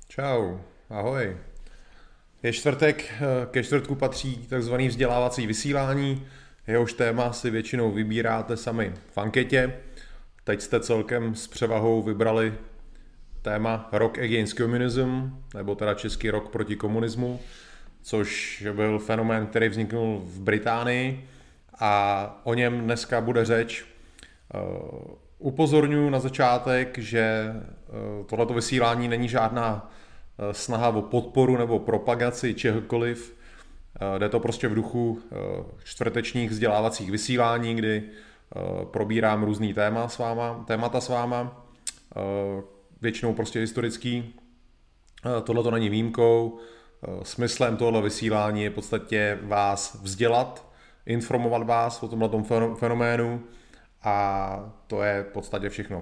Čau, ahoj. Je čtvrtek, ke čtvrtku patří takzvaný vzdělávací vysílání, jehož téma si většinou vybíráte sami v anketě. Teď jste celkem s převahou vybrali téma Rock Against Communism, nebo teda český rok proti komunismu, což byl fenomén, který vzniknul v Británii a o něm dneska bude řeč. Upozorňuji na začátek, že tohleto vysílání není žádná snaha o podporu nebo propagaci čehokoliv. Jde to prostě v duchu čtvrtečních vzdělávacích vysílání, kdy probírám různý témata s váma, většinou prostě historický. Tohle to není výjimkou. Smyslem tohle vysílání je v podstatě vás vzdělat, informovat vás o tomhletom fenoménu a to je v podstatě všechno.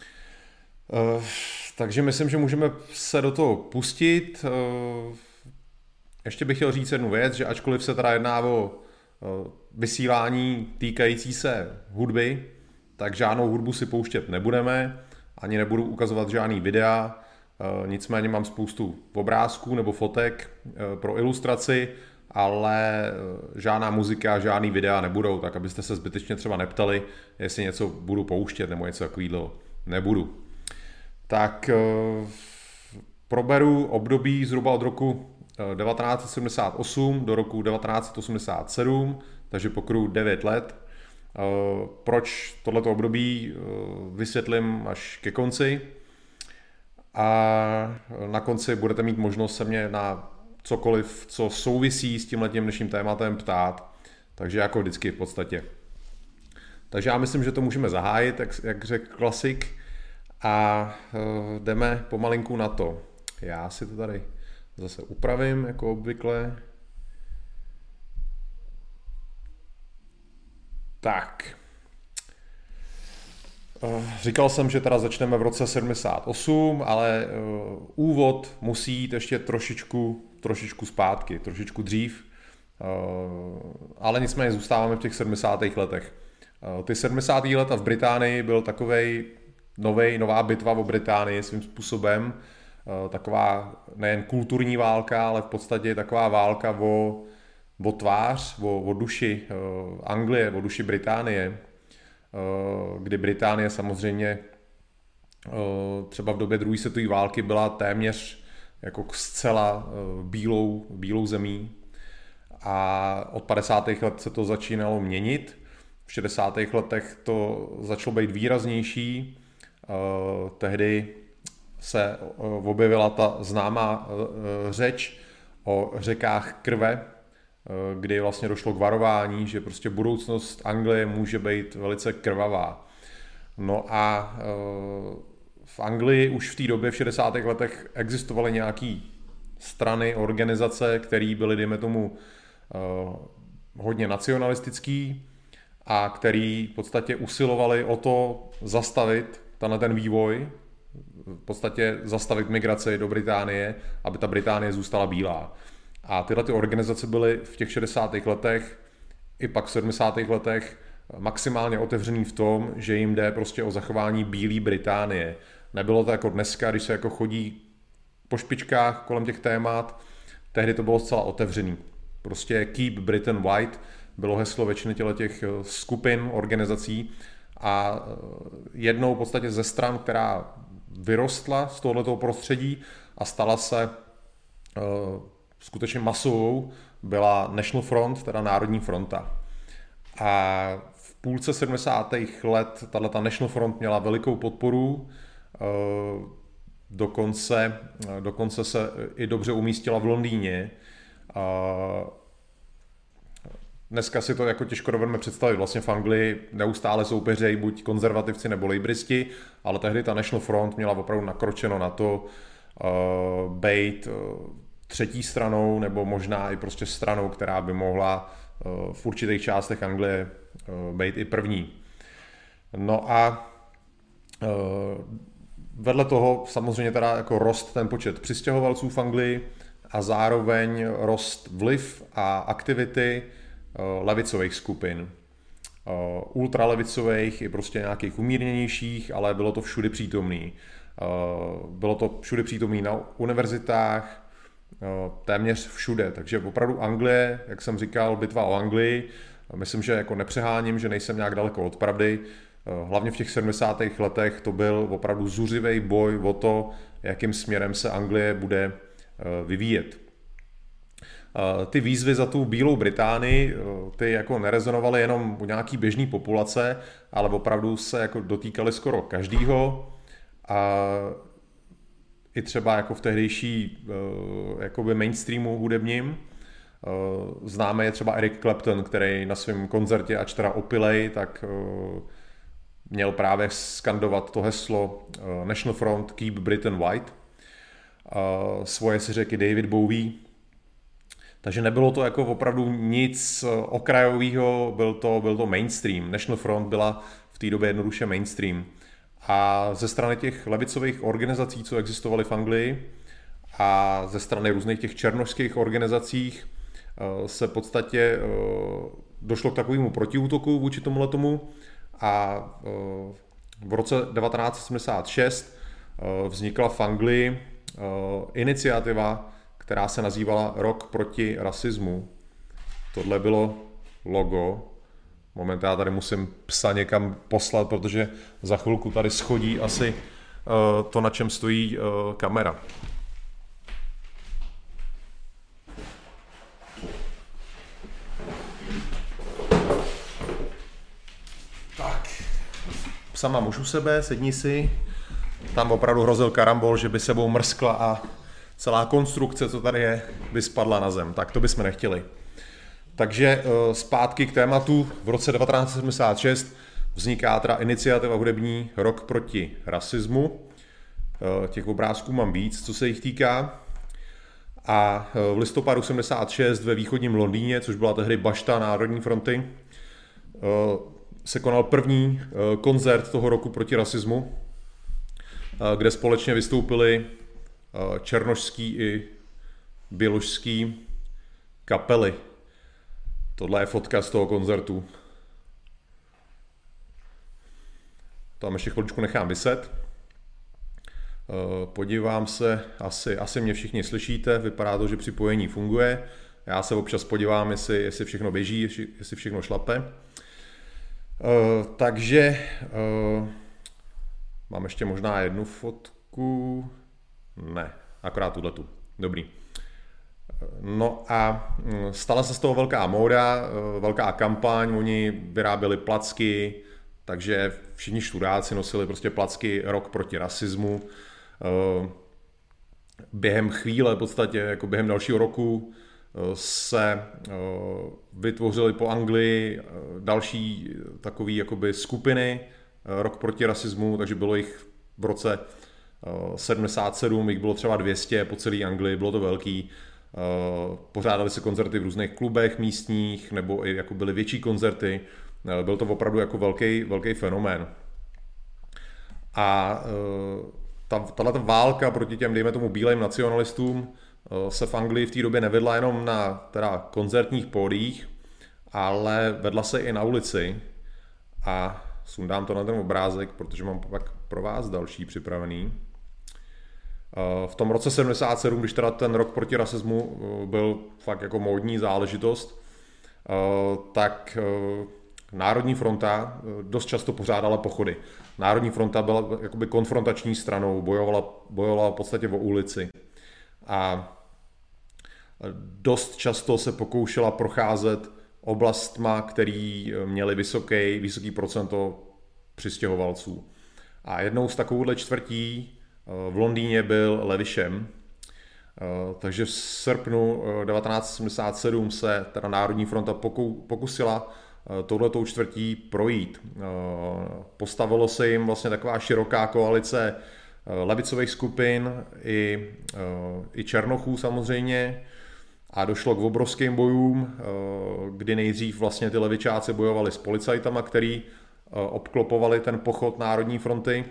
Takže myslím, že můžeme se do toho pustit. Ještě bych chtěl říct jednu věc, že ačkoliv se teda jedná o vysílání týkající se hudby, tak žádnou hudbu si pouštět nebudeme, ani nebudu ukazovat žádný videa, nicméně mám spoustu obrázků nebo fotek pro ilustraci, ale žádná muzika, žádný videa nebudou, tak abyste se zbytečně třeba neptali, jestli něco budu pouštět nebo něco takového. Nebudu. Tak proberu období zhruba od roku 1978 do roku 1987, takže pokryju 9 let. Proč tohleto období vysvětlím až ke konci a na konci budete mít možnost se mě na cokoliv, co souvisí s tímhletím dnešním tématem ptát, takže jako vždycky v podstatě. Takže já myslím, že to můžeme zahájit, jak řekl klasik, a jdeme pomalinku na to. Já si to tady zase upravím, jako obvykle. Tak. Říkal jsem, že teda začneme v roce 78, ale úvod musí jít ještě trošičku zpátky, trošičku dřív. Ale nicméně zůstáváme v těch 70. letech. Ty 70. leta v Británii byl takovej nová bitva o Británii svým způsobem. Taková nejen kulturní válka, ale v podstatě taková válka o tvář, o duši Anglie, o duši Británie, kdy Británie samozřejmě třeba v době druhé světové války byla téměř jako zcela bílou zemí a od 50. let se to začínalo měnit. V 60. letech to začalo být výraznější. Tehdy se objevila ta známá řeč o řekách krve, kdy vlastně došlo k varování, že prostě budoucnost Anglie může být velice krvavá. No a v Anglii už v té době v 60. letech existovaly nějaký strany, organizace, které byly, dejme tomu, hodně nacionalistický a který v podstatě usilovali o to zastavit ten vývoj, v podstatě zastavit migraci do Británie, aby ta Británie zůstala bílá. A tyhle ty organizace byly v těch 60. letech i pak v 70. letech maximálně otevřený v tom, že jim jde prostě o zachování bílé Británie. Nebylo to jako dneska, když se jako chodí po špičkách kolem těch témat, tehdy to bylo zcela otevřený. Prostě Keep Britain White bylo heslo většiny těch skupin, organizací a jednou v podstatě ze stran, která vyrostla z tohoto prostředí a stala se skutečně masovou, byla National Front, teda Národní fronta. A v půlce 70. let tato National Front měla velikou podporu, dokonce se i dobře umístila v Londýně. Dneska si to jako těžko dovedeme představit. Vlastně v Anglii neustále soupeřejí buď konzervativci nebo lejbristi, ale tehdy ta National Front měla opravdu nakročeno na to být třetí stranou nebo možná i prostě stranou, která by mohla v určitých částech Anglie být i první. No a vedle toho samozřejmě teda jako rost ten počet přistěhovalců v Anglii a zároveň rost vliv a aktivity levicových skupin. Ultralevicových i prostě nějakých umírněnějších, ale bylo to všudy přítomný. Bylo to všude přítomné na univerzitách, téměř všude, takže opravdu Anglie, jak jsem říkal, bitva o Anglii, myslím, že jako nepřeháním, že nejsem nějak daleko od pravdy. Hlavně v těch 70. letech to byl opravdu zuřivý boj o to, jakým směrem se Anglie bude vyvíjet. Ty výzvy za tu Bílou Británii, ty jako nerezonovaly jenom u nějaký běžný populace, ale opravdu se jako dotýkaly skoro každýho. A i třeba jako v tehdejší jakoby mainstreamu hudebním. Známe je třeba Eric Clapton, který na svém koncertě, ač teda opilej, tak měl právě skandovat to heslo National Front Keep Britain White. Svoje si řekl David Bowie. Takže nebylo to jako opravdu nic okrajového, byl to mainstream. National Front byla v té době jednoduše mainstream. A ze strany těch levicových organizací, co existovaly v Anglii, a ze strany různých těch černošských organizacích se v podstatě došlo k takovému protiútoku vůči tomuhletomu a v roce 1976 vznikla v Anglii iniciativa, která se nazývala Rok proti rasismu. Tohle bylo logo. Moment, já tady musím psa někam poslat, protože za chvilku tady schodí asi to, na čem stojí kamera. Tak. Psa mám už u sebe, sedni si. Tam opravdu hrozil karambol, že by sebou mrskla a celá konstrukce, co tady je, by spadla na zem. Tak to bychom nechtěli. Takže zpátky k tématu. V roce 1976 vzniká teda iniciativa hudební Rok proti rasismu. Těch obrázků mám víc, co se jich týká. A v listopadu 1976 ve východním Londýně, což byla tehdy bašta Národní fronty, se konal první koncert toho Roku proti rasismu, kde společně vystoupili černošský i běložský kapely. Tohle je fotka z toho koncertu. Tam ještě chviličku nechám viset. Podívám se, asi mě všichni slyšíte, vypadá to, že připojení funguje. Já se občas podívám, jestli všechno běží, jestli všechno šlape. Takže mám ještě možná jednu fotku. Ne, akorát tuhletu. Dobrý. No a stala se z toho velká móda, velká kampaň, oni vyráběli placky, takže všichni študáci nosili prostě placky Rok proti rasismu. Během chvíle, v podstatě jako během dalšího roku, se vytvořily po Anglii další takové jakoby skupiny Rok proti rasismu, takže bylo jich v roce 77, jich bylo třeba 200 po celé Anglii, bylo to velký. Pořádali se koncerty v různých klubech místních, nebo i jako byly větší koncerty. Byl to opravdu jako velký fenomén. A tato válka proti těm, dejme tomu, bílým nacionalistům se v Anglii v té době nevedla jenom na teda koncertních pódiích, ale vedla se i na ulici. A sundám to na ten obrázek, protože mám pak pro vás další připravený. V tom roce 77, když teda ten Rok proti rasismu byl fakt jako módní záležitost, tak Národní fronta dost často pořádala pochody. Národní fronta byla jakoby konfrontační stranou, bojovala v podstatě o ulici. A dost často se pokoušela procházet oblastma, který měly vysoký procento přistěhovalců. A jednou z takovouhle čtvrtí v Londýně byl Lewisham, takže v srpnu 1977 se teda Národní fronta pokusila touhletou čtvrtí projít. Postavilo se jim vlastně taková široká koalice levicových skupin i černochů samozřejmě a došlo k obrovským bojům, kdy nejdřív vlastně ty levičáci bojovali s policajtama, který obklopovali ten pochod Národní fronty.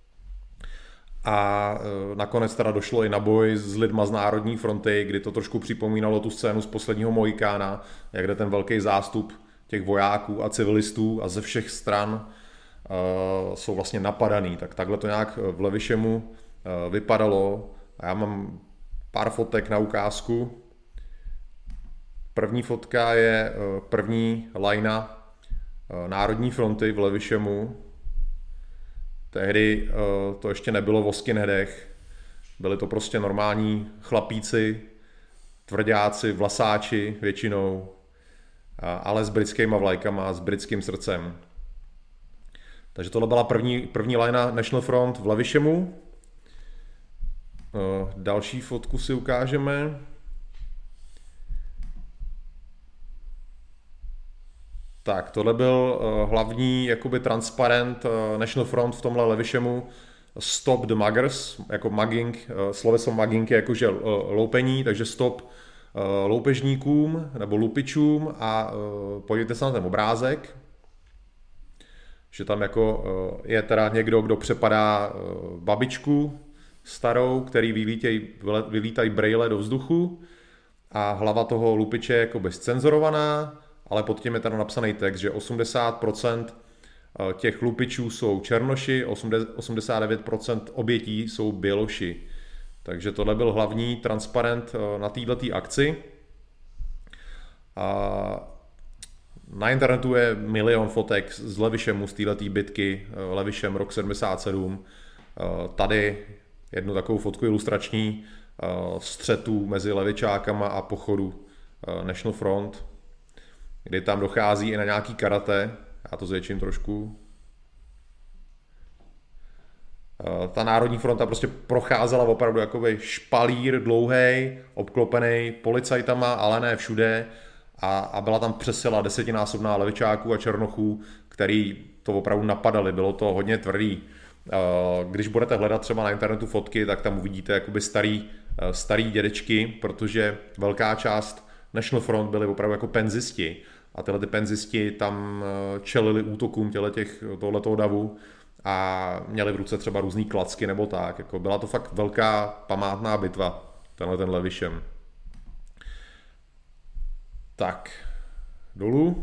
A nakonec teda došlo i na boj s lidma z Národní fronty, kdy to trošku připomínalo tu scénu z Posledního Mohikána, jak jde ten velký zástup těch vojáků a civilistů a ze všech stran jsou vlastně napadaný. Tak takhle to nějak v Lewishhamu vypadalo. A já mám pár fotek na ukázku. První fotka je první lajna Národní fronty v Lewishhamu. Tehdy to ještě nebylo o skinheadech. Byli to prostě normální chlapíci, tvrďáci, vlasáči většinou, ale s britskýma vlajkama, s britským srdcem. Takže tohle byla první lajna National Front v Lewishhamu. Další fotku si ukážeme. Tak, tohle byl hlavní jakoby transparent National Front v tomhle Lewishhamu. Stop the muggers, jako mugging, sloveso mugging je jakože loupení, takže stop loupežníkům nebo lupičům a podívejte se na ten obrázek, že tam jako je teda někdo, kdo přepadá babičku starou, který vylítají brejle do vzduchu a hlava toho lupiče je jako bezcenzorovaná, ale pod tím je tady napsaný text, že 80% těch lupičů jsou černoši, 89% obětí jsou běloši. Takže tohle byl hlavní transparent na této akci. Na internetu je milion fotek z Lewishhamu, z této bitky, Lewisham rok 77. Tady jednu takovou fotku ilustrační střetů mezi levičákama a pochodu National Front, kdy tam dochází i na nějaký karate. Já to zvětším trošku. Ta Národní fronta prostě procházela opravdu jakoby špalír dlouhej, obklopený policajtama, ale ne všude. A byla tam přesila desetinásobná levičáků a černochů, který to opravdu napadali. Bylo to hodně tvrdý. Když budete hledat třeba na internetu fotky, tak tam uvidíte jakoby starý dědečky, protože velká část National Front byli opravdu jako penzisti. A tyhle ty penzisti tam čelili útokům tohletoho davu a měli v ruce třeba různý klacky nebo tak. Jako byla to fakt velká památná bitva, ten Lewisham. Tak, dolů.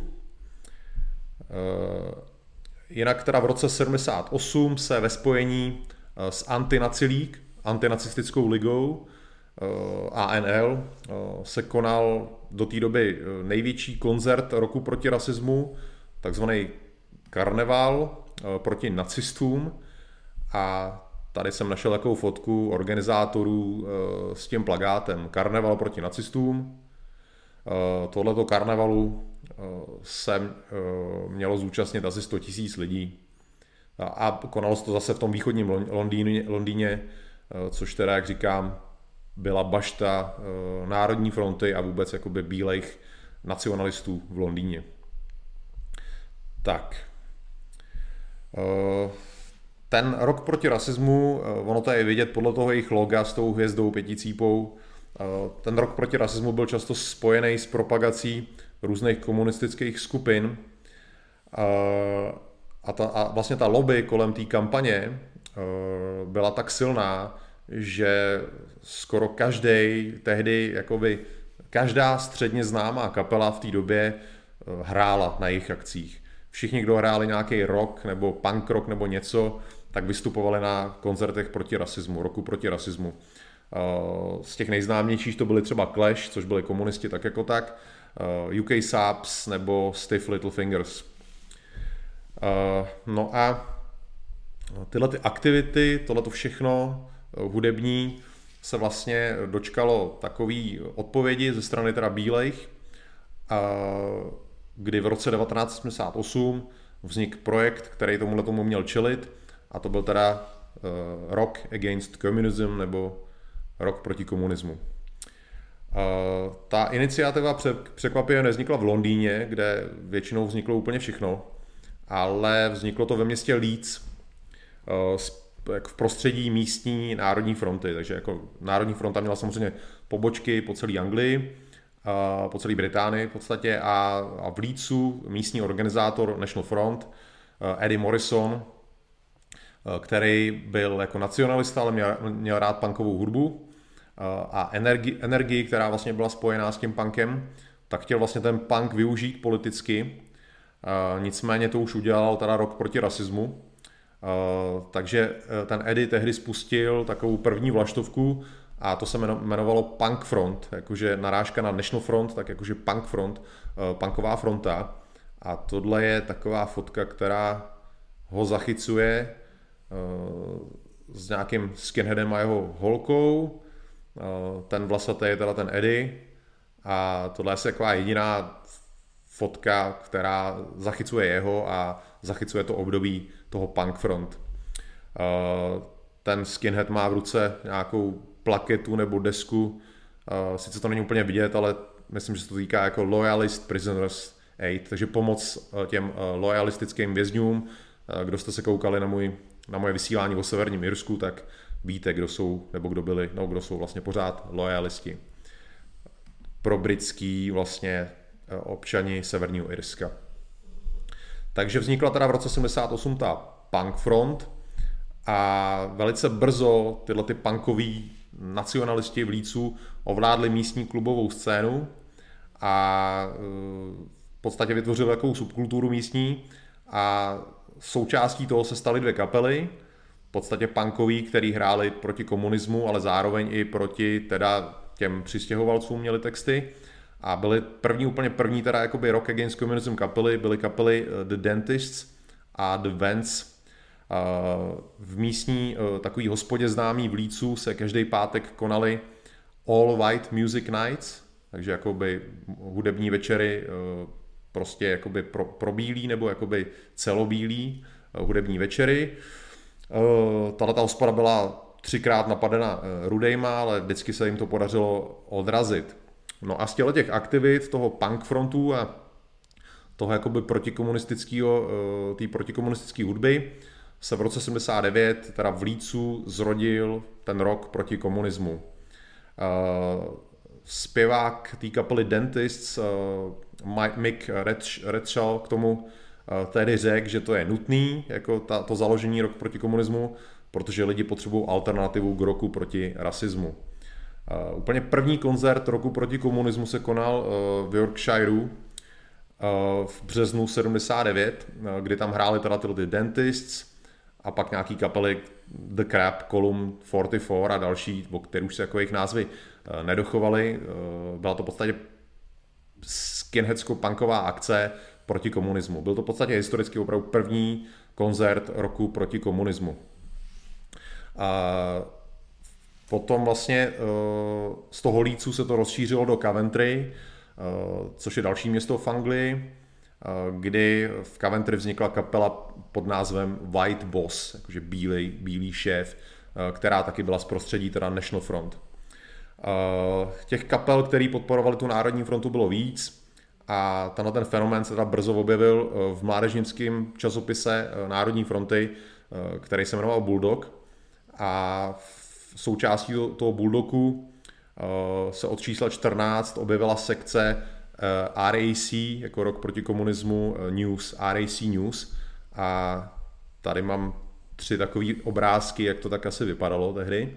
Jinak teda v roce 78 se ve spojení s Anti-Nazi League, antinacistickou ligou, ANL, se konal do té doby největší koncert roku proti rasismu, takzvaný karneval proti nacistům. A tady jsem našel takovou fotku organizátorů s tím plakátem Karneval proti nacistům. Tohleto karnevalu se mělo zúčastnit asi 100 000 lidí. A konalo se to zase v tom východním Londýně, což teda, jak říkám, byla bašta Národní fronty a vůbec jakoby bílejch nacionalistů v Londýně. Tak. Ten rok proti rasismu, ono to je vidět podle toho jejich loga s tou hvězdou pěticípou. Ten rok proti rasismu byl často spojený s propagací různých komunistických skupin. A vlastně ta lobby kolem té kampaně byla tak silná, že skoro každá středně známá kapela v té době hrála na jejich akcích. Všichni, kdo hráli nějaký rock nebo punk rock nebo něco, tak vystupovali na koncertech proti rasismu, roku proti rasismu. Z těch nejznámějších to byly třeba Clash, což byli komunisti tak jako tak, UK Subs nebo Stiff Little Fingers. No a tyhle ty aktivity, tohleto všechno hudební se vlastně dočkalo takový odpovědi ze strany teda bílejch, kdy v roce 1988 vznikl projekt, který tomu měl čelit, a to byl teda Rock Against Communism nebo Rok proti komunismu. Ta iniciativa překvapivě nevznikla v Londýně, kde většinou vzniklo úplně všechno, ale vzniklo to ve městě Leeds v prostředí místní Národní fronty. Takže jako Národní fronta měla samozřejmě pobočky po celé Anglii, po celé Británii v podstatě, a v Leedsu místní organizátor National Front Eddie Morrison, který byl jako nacionalista, ale měl rád punkovou hudbu a energii, která vlastně byla spojená s tím punkem, tak chtěl vlastně ten punk využít politicky Nicméně to už udělal teda Rok proti rasismu. Takže ten Eddie tehdy spustil takovou první vlaštovku a to se jmenovalo Punk Front, jakože narážka na National Front, tak jakože Punk Front, punková fronta. A tohle je taková fotka, která ho zachycuje s nějakým skinheadem a jeho holkou. Ten vlasatý je teda ten Eddie a tohle je taková jediná fotka, která zachycuje jeho a zachycuje to období toho Punk Front. Ten skinhead má v ruce nějakou plaketu nebo desku, sice to není úplně vidět, ale myslím, že se to týká jako Loyalist Prisoners Aid, takže pomoc těm loyalistickým vězňům. Kdo jste se koukali na moje vysílání o Severním Irsku, tak víte, kdo jsou, nebo kdo byli, no kdo jsou vlastně pořád loyalisti. Pro britský vlastně občani Severního Irska. Takže vznikla teda v roce 78 ta Punk Front a velice brzo tyhle ty punkoví nacionalisti v Leedsu ovládli místní klubovou scénu a v podstatě vytvořili takovou subkulturu místní a součástí toho se staly dvě kapely, v podstatě punkoví, který hráli proti komunismu, ale zároveň i proti teda těm přistěhovalcům měli texty. A byly úplně první teda jakoby Rock Against Communism kapely, byly kapely The Dentists a The Vents. V místní takový hospodě známý v Leedsu se každý pátek konaly All White Music Nights, takže jakoby hudební večery prostě jakoby pro bílý nebo jakoby celobílý hudební večery. Tato hospoda byla 3krát napadena rudejma, ale vždycky se jim to podařilo odrazit. No a z těch aktivit toho punk frontu a toho jakoby té protikomunistické hudby se v roce 79 teda v Leedsu zrodil ten Rok proti komunismu. Zpěvák té kapely Dentists Mick Redshall k tomu tehdy řekl, že to je nutný, jako to založení Rok proti komunismu, protože lidi potřebují alternativu k roku proti rasismu. Úplně první koncert Roku proti komunismu se konal v Yorkshireu v březnu 79, kdy tam hráli teda ty Dentists a pak nějaký kapely The Crab, Column 44 a další, o kterých už se jako jejich názvy nedochovaly. Byla to v podstatě skinheadsko-punková akce proti komunismu. Byl to v podstatě historicky opravdu první koncert Roku proti komunismu. Potom vlastně z toho Leedsu se to rozšířilo do Coventry, což je další město v Anglii, kdy v Coventry vznikla kapela pod názvem White Boss, jakože bílý šéf, která taky byla z prostředí teda National Front. Těch kapel, který podporovali tu Národní frontu, bylo víc a ten fenomén se teda brzo objevil v mládežnickém časopise Národní fronty, který se jmenoval Bulldog, a součástí toho Bulldogu se od čísla 14 objevila sekce RAC, jako Rok proti komunismu News, RAC News, a tady mám 3 takové obrázky, jak to tak asi vypadalo tehdy.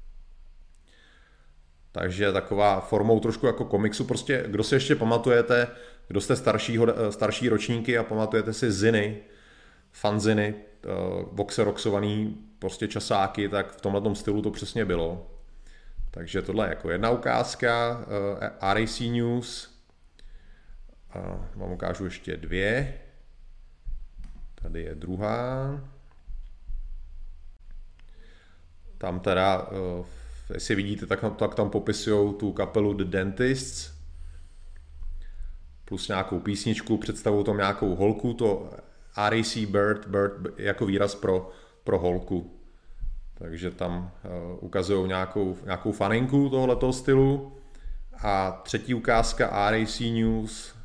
Takže taková formou trošku jako komiksu, prostě kdo si ještě pamatujete, kdo jste starší ročníky a pamatujete si ziny, fanziny, voxeroxovaný prostě časáky, tak v tomhletom stylu to přesně bylo. Takže tohle je jako jedna ukázka, RAC News. A vám ukážu ještě 2. Tady je druhá. Tam teda, jestli vidíte, tak tam popisují tu kapelu The Dentists. Plus nějakou písničku, představují tam nějakou holku, to RAC Bird jako výraz pro holku. Takže tam ukazují nějakou faninku tohoto stylu. A třetí ukázka RAC News,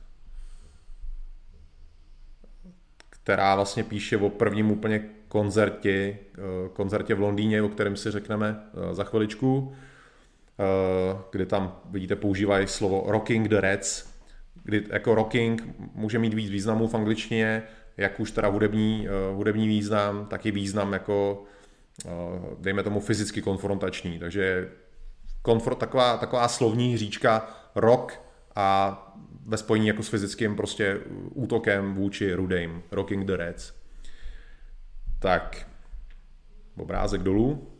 která vlastně píše o prvním úplně koncertě v Londýně, o kterém si řekneme za chviličku, kdy tam, vidíte, používají slovo rocking the Reds, kdy jako rocking může mít víc významů v angličtině, jak už teda hudební význam, tak i význam jako, dejme tomu, fyzicky konfrontační. Takže taková slovní hříčka rock a ve spojení jako s fyzickým prostě útokem vůči rudým, Rocking the Reds. Tak, obrázek dolů.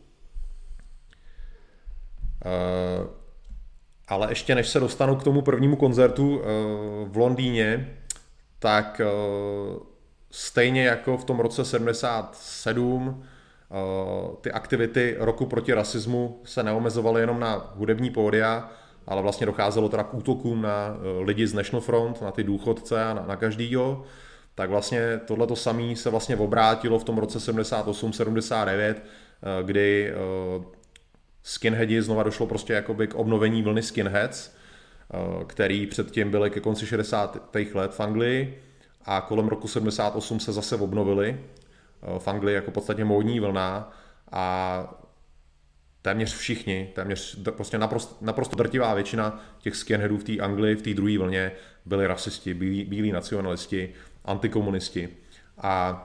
Ale ještě než se dostanu k tomu prvnímu koncertu v Londýně, tak stejně jako v tom roce 77 ty aktivity roku proti rasismu se neomezovaly jenom na hudební pódia, ale vlastně docházelo teda k útokům na lidi z National Front, na ty důchodce a na každýho. Tak vlastně tohleto samé se vlastně obrátilo v tom roce 78-79, kdy skinheadi znova došlo prostě jakoby k obnovení vlny skinheads, který předtím byly ke konci 60. let v Anglii a kolem roku 78 se zase obnovili v Anglii jako podstatně módní vlna a téměř všichni, prostě naprosto drtivá většina těch skinheadů v té Anglii, v té druhé vlně byli rasisti, bílí nacionalisti, antikomunisti a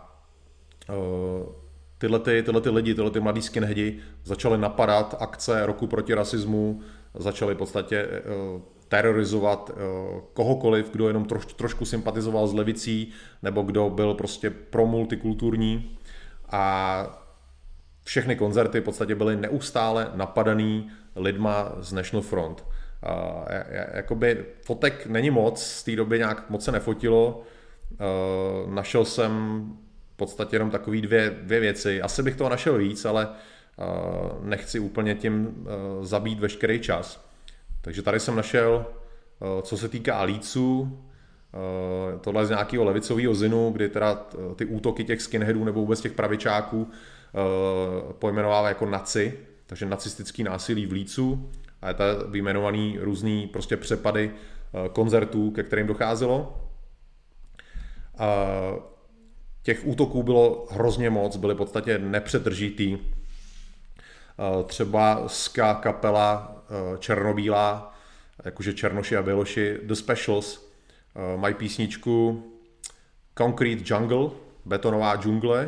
tyhle lidi, tyhle mladí skinheadi začali napadat akce roku proti rasismu, začali v podstatě terorizovat kohokoliv, kdo jenom trošku sympatizoval s levicí nebo kdo byl prostě pro multikulturní a všechny koncerty v podstatě byly neustále napadaný lidma z National Front. Jakoby fotek není moc, z té doby nějak moc se nefotilo, našel jsem v podstatě jenom takový dvě věci. Asi bych toho našel víc, ale nechci úplně tím zabít veškerý čas. Takže tady jsem našel, co se týká Leedsu, tohle je z nějakého levicového zinu, kdy teda ty útoky těch skinheadů nebo vůbec těch pravičáků pojmenovává jako naci, takže nacistický násilí v Leedsu a je tady vyjmenovaný různý prostě přepady koncertů, ke kterým docházelo. Těch útoků bylo hrozně moc, byly v podstatě nepřetržitý. Třeba ska kapela černobílá, jakože černoši a běloši, The Specials, mají písničku Concrete Jungle, betonová džungle,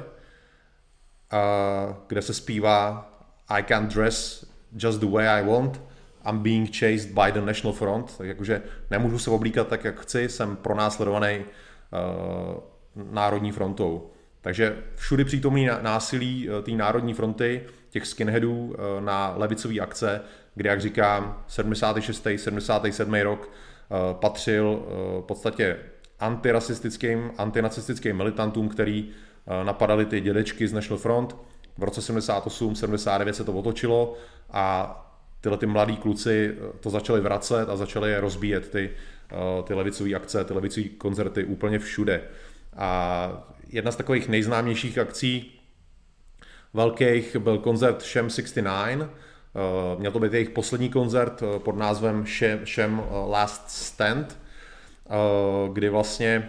kde se zpívá I can't dress just the way I want, I'm being chased by the National Front, tak jakože nemůžu se oblíkat tak, jak chci, jsem pronásledovaný Národní frontou. Takže všudy přítomný násilí té Národní fronty, těch skinheadů na levicové akce, kde, jak říkám, 76. 77. rok patřil v podstatě antirasistickým, antinacistickým militantům, který napadali ty dědečky z National Front. V roce 78, 79 se to otočilo a tyhle ty mladí kluci to začali vracet a začali je rozbíjet ty levicové akce, ty levicové koncerty úplně všude. A jedna z takových nejznámějších akcí velkých byl koncert Sham 69. Měl to být jejich poslední koncert pod názvem Sham Last Stand, kdy vlastně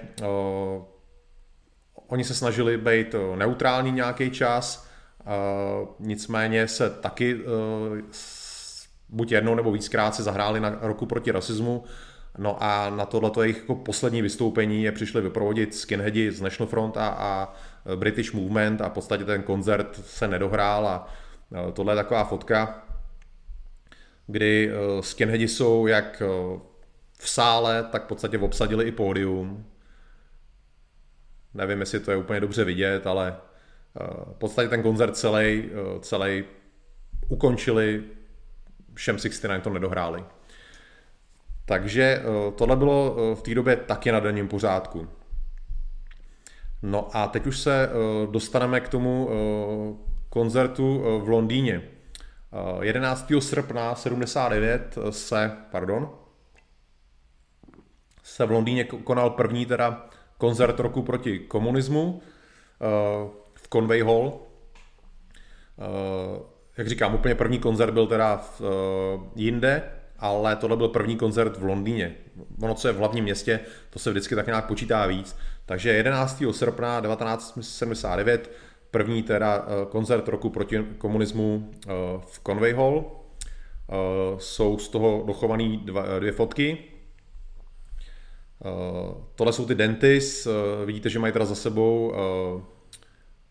oni se snažili být neutrální nějaký čas, nicméně se taky buď jednou nebo víckrát se zahráli na roku proti rasismu. No a na tohleto jejich jako poslední vystoupení je přišli vyprovodit skinheadi z National Front a British Movement a v podstatě ten koncert se nedohrál a tohle je taková fotka, kdy skinheadi jsou jak v sále, tak v podstatě obsadili i pódium. Nevím, jestli to je úplně dobře vidět, ale v podstatě ten koncert celý ukončili, Sham 69 to nedohráli. Takže tohle bylo v té době taky na denním pořádku. No a teď už se dostaneme k tomu koncertu v Londýně. 11. srpna 79 se v Londýně konal první teda koncert roku proti komunismu v Conway Hall. Jak říkám, úplně první koncert byl teda jinde, ale tohle byl první koncert v Londýně. Ono, co je v hlavním městě, to se vždycky tak nějak počítá víc. Takže 11. srpna 1979 první teda koncert roku proti komunismu v Conway Hall. Jsou z toho dochované dvě fotky. Tohle jsou ty Dentis, vidíte, že mají teda za sebou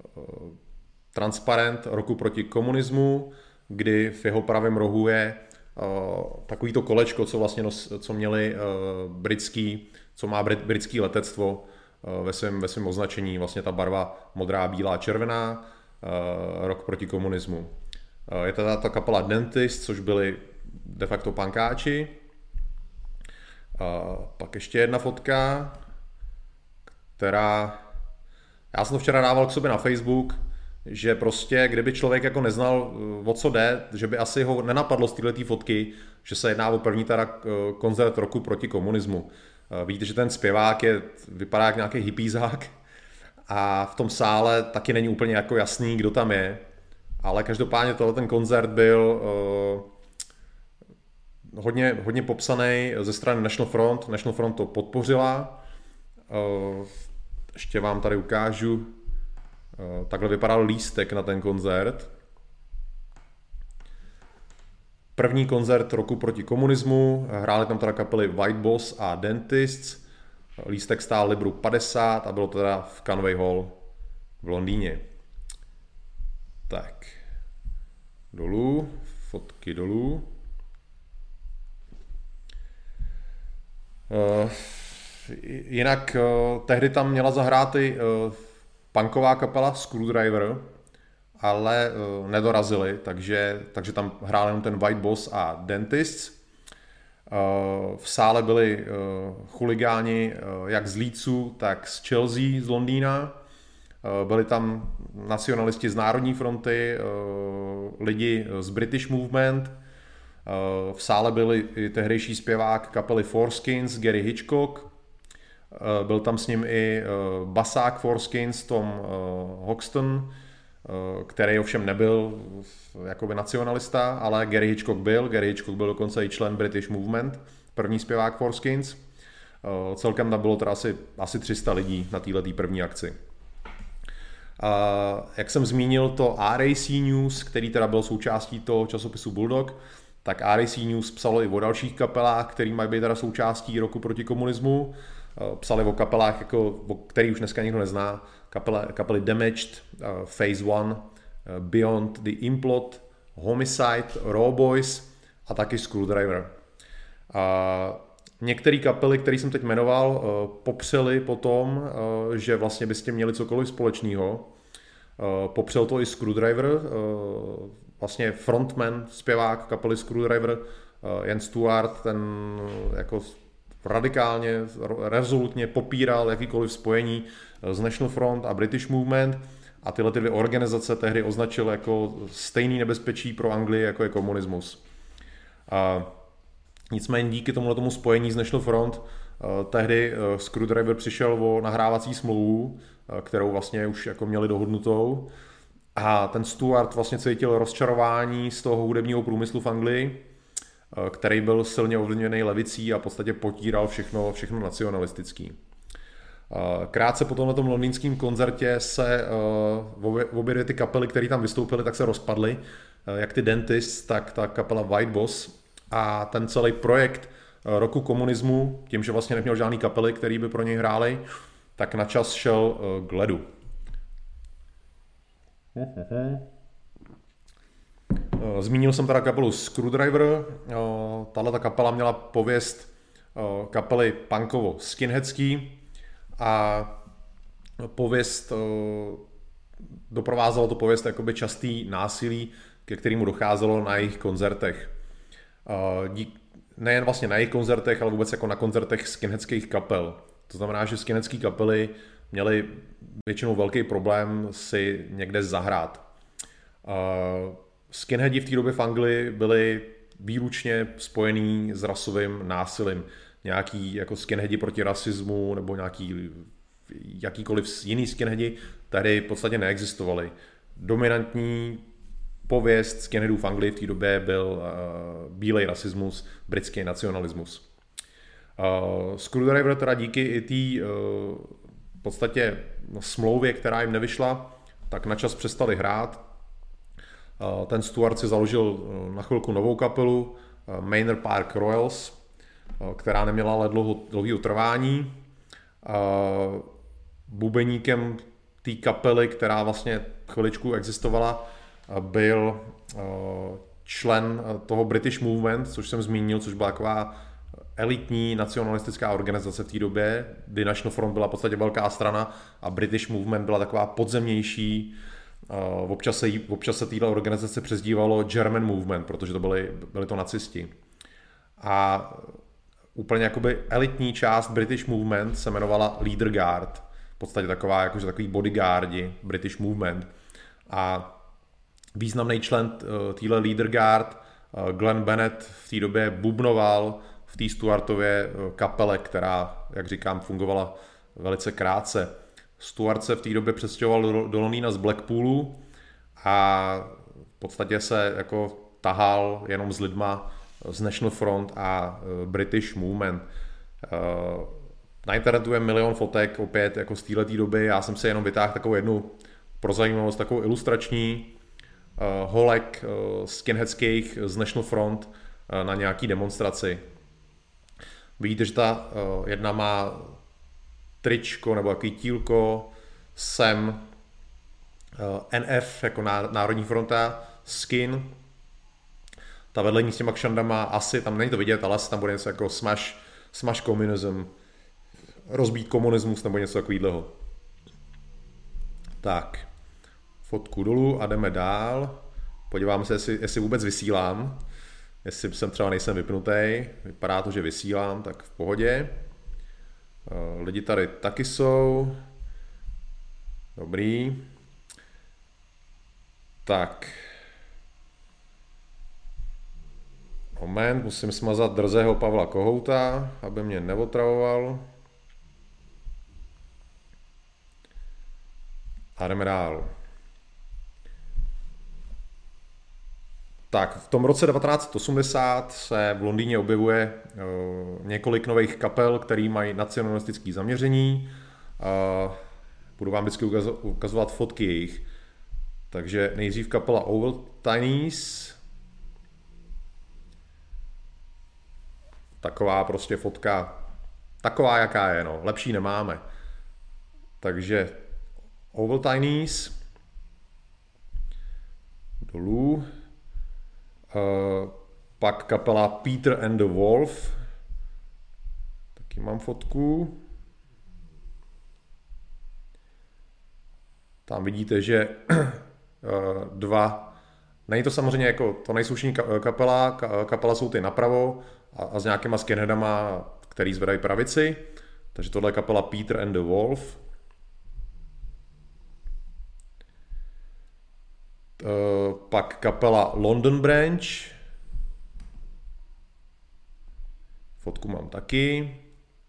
transparent roku proti komunismu, kdy v jeho pravém rohu je takový to kolečko, co vlastně co měli co má britský letectvo ve svém označení, vlastně ta barva modrá, bílá, červená, rok proti komunismu. Je teda ta kapela Dentist, což byli de facto punkáči. Pak ještě jedna fotka, která... Já jsem to včera dával k sobě na Facebook, že prostě, kdyby člověk jako neznal, o co jde, že by asi ho nenapadlo z této fotky, že se jedná o první teda koncert roku proti komunismu. Víte, že ten zpěvák vypadá jak nějaký hippízák a v tom sále taky není úplně jako jasný, kdo tam je, ale každopádně ten koncert byl hodně popsaný ze strany National Front. National Front to podpořila. Ještě vám tady ukážu. Takhle vypadal lístek na ten koncert. První koncert roku proti komunismu. Hráli tam teda kapely White Boss a Dentists. Lístek stál libru 50 a bylo teda v Conway Hall v Londýně. Tak. Dolů. Fotky dolů. Jinak tehdy tam měla zahrát i punková kapela Screwdriver, ale nedorazili, takže tam hrál jenom ten White Boss a Dentists. V sále byli chuligáni jak z Leedsu, tak z Chelsea, z Londýna. Byli tam nacionalisti z Národní fronty, lidi z British Movement. V sále byli i tehdejší zpěvák kapely Foreskins Gary Hitchcock. Byl tam s ním i basák Foreskins Tom Hoxton, který ovšem nebyl jakoby nacionalista, ale Gary Hitchcock byl. Gary Hitchcock byl dokonce i člen British Movement, první zpěvák Foreskins. Celkem tam bylo teda asi 300 lidí na této první akci. Jak jsem zmínil to RAC News, který teda byl součástí toho časopisu Bulldog, tak RAC News psalo i o dalších kapelách, který mají být teda součástí roku proti komunismu. Psali o kapelách, který už dneska nikdo nezná, kapely Damaged, Phase One, Beyond the Implot, Homicide, Raw Boys a taky Screwdriver. Některé kapely, které jsem teď jmenoval, popřeli potom, že vlastně by s tím měli cokoliv společného. Popřel to i Screwdriver, vlastně frontman, zpěvák kapely Screwdriver, Ian Stewart, ten jako radikálně, rezolutně popíral jakýkoliv spojení z National Front a British Movement a tyhle dvě organizace tehdy označil jako stejný nebezpečí pro Anglii, jako je komunismus. Nicméně díky tomu spojení z National Front tehdy Screwdriver přišel o nahrávací smlouvu, kterou vlastně už jako měli dohodnutou, a ten Stewart vlastně cítil rozčarování z toho hudebního průmyslu v Anglii, který byl silně ovlivněný levicí a v podstatě potíral všechno nacionalistický. Krátce po tomto londýnském koncertě se obě dvě ty kapely, které tam vystoupily, tak se rozpadly, jak ty Dentists, tak ta kapela White Boss, a ten celý projekt roku komunismu, tím, že vlastně neměl žádný kapely, který by pro něj hráli, tak na čas šel k ledu. Zmínil jsem teda kapelu Screwdriver. Tato kapela měla pověst kapely punkovo skinheadský a doprovázelo to pověst jakoby častý násilí, ke kterému docházelo na jejich koncertech. Nejen vlastně na jejich koncertech, ale vůbec jako na koncertech skinheadských kapel. To znamená, že skinheadské kapely měly většinou velký problém si někde zahrát. Skinheadi v té době v Anglii byli výlučně spojení s rasovým násilím. Nějaký jako skinheadi proti rasismu nebo jakýkoliv jiný skinheadi tady v podstatě neexistovali. Dominantní pověst skinheadů v Anglii v té době byl bílej rasismus, britský nacionalismus. Screwdriver teda díky i té v podstatě smlouvě, která jim nevyšla, tak načas přestali hrát. Ten Stewart si založil na chvilku novou kapelu, Manor Park Royals, která neměla ale dlouhého trvání. Bubeníkem té kapely, která vlastně chviličku existovala, byl člen toho British Movement, což jsem zmínil, což byla taková elitní nacionalistická organizace v té době, kdy National Front byla v podstatě velká strana a British Movement byla taková podzemnější. Občas se téhle organizace přezdívalo German Movement, protože to byli to nacisti. A úplně jakoby elitní část British Movement se jmenovala Leader Guard, v podstatě takový bodyguardi British Movement. A významný člen téhle Leader Guard, Glenn Bennett, v té době bubnoval v té Stuartově kapele, která, jak říkám, fungovala velice krátce. Stuart se v té době přestěhoval do Londýna z Blackpoolu a v podstatě se jako tahal jenom s lidma z National Front a British Movement. Na internetu je milion fotek opět jako z této doby, já jsem si jenom vytáhl takovou jednu pro zajímavost, takovou ilustrační holek skinheadských z National Front na nějaký demonstraci. Vidíte, že ta jedna má tričko nebo takový tílko, sem NF jako Národní fronta, skin. Ta vedle ní s těma kšandama asi, tam není to vidět, ale asi tam bude něco jako smash communism, rozbít komunismus nebo něco takového. Tak, fotku dolů a jdeme dál. Podíváme se, jestli vůbec vysílám. Jestli jsem třeba nejsem vypnutý, vypadá to, že vysílám, tak v pohodě. Lidi tady taky jsou. Dobrý. Tak. Moment, musím smazat drzého Pavla Kohouta, aby mě neotravoval. A jdeme dál. Tak, v tom roce 1980 se v Londýně objevuje několik nových kapel, které mají nacionalistické zaměření. Budu vám vždycky ukazovat fotky jejich. Takže nejdřív kapela Ovaltines. Taková prostě fotka, taková jaká je, no, lepší nemáme. Takže Ovaltines. Dolů. Pak kapela Peter and the Wolf. Taky mám fotku. Tam vidíte, že není to samozřejmě jako, to nejsou všichni kapela jsou ty napravo a s nějakýma skinheadama, který zvedají pravici. Takže tohle je kapela Peter and the Wolf. Pak kapela London Branch. Fotku mám taky.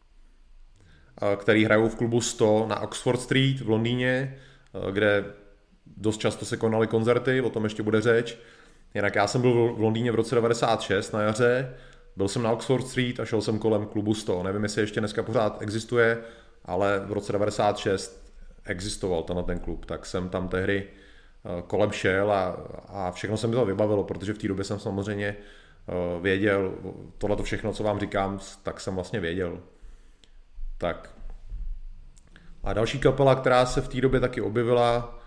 Který hrajou v klubu 100 na Oxford Street v Londýně, kde dost často se konaly koncerty, o tom ještě bude řeč. Jinak já jsem byl v Londýně v roce 96 na jaře, byl jsem na Oxford Street a šel jsem kolem klubu 100. Nevím, jestli ještě dneska pořád existuje, ale v roce 96 existoval ten klub, tak jsem tam tehdy kolem šel a všechno se mi to vybavilo, protože v té době jsem samozřejmě věděl, tohleto všechno, co vám říkám, tak jsem vlastně věděl. Tak. A další kapela, která se v té době taky objevila,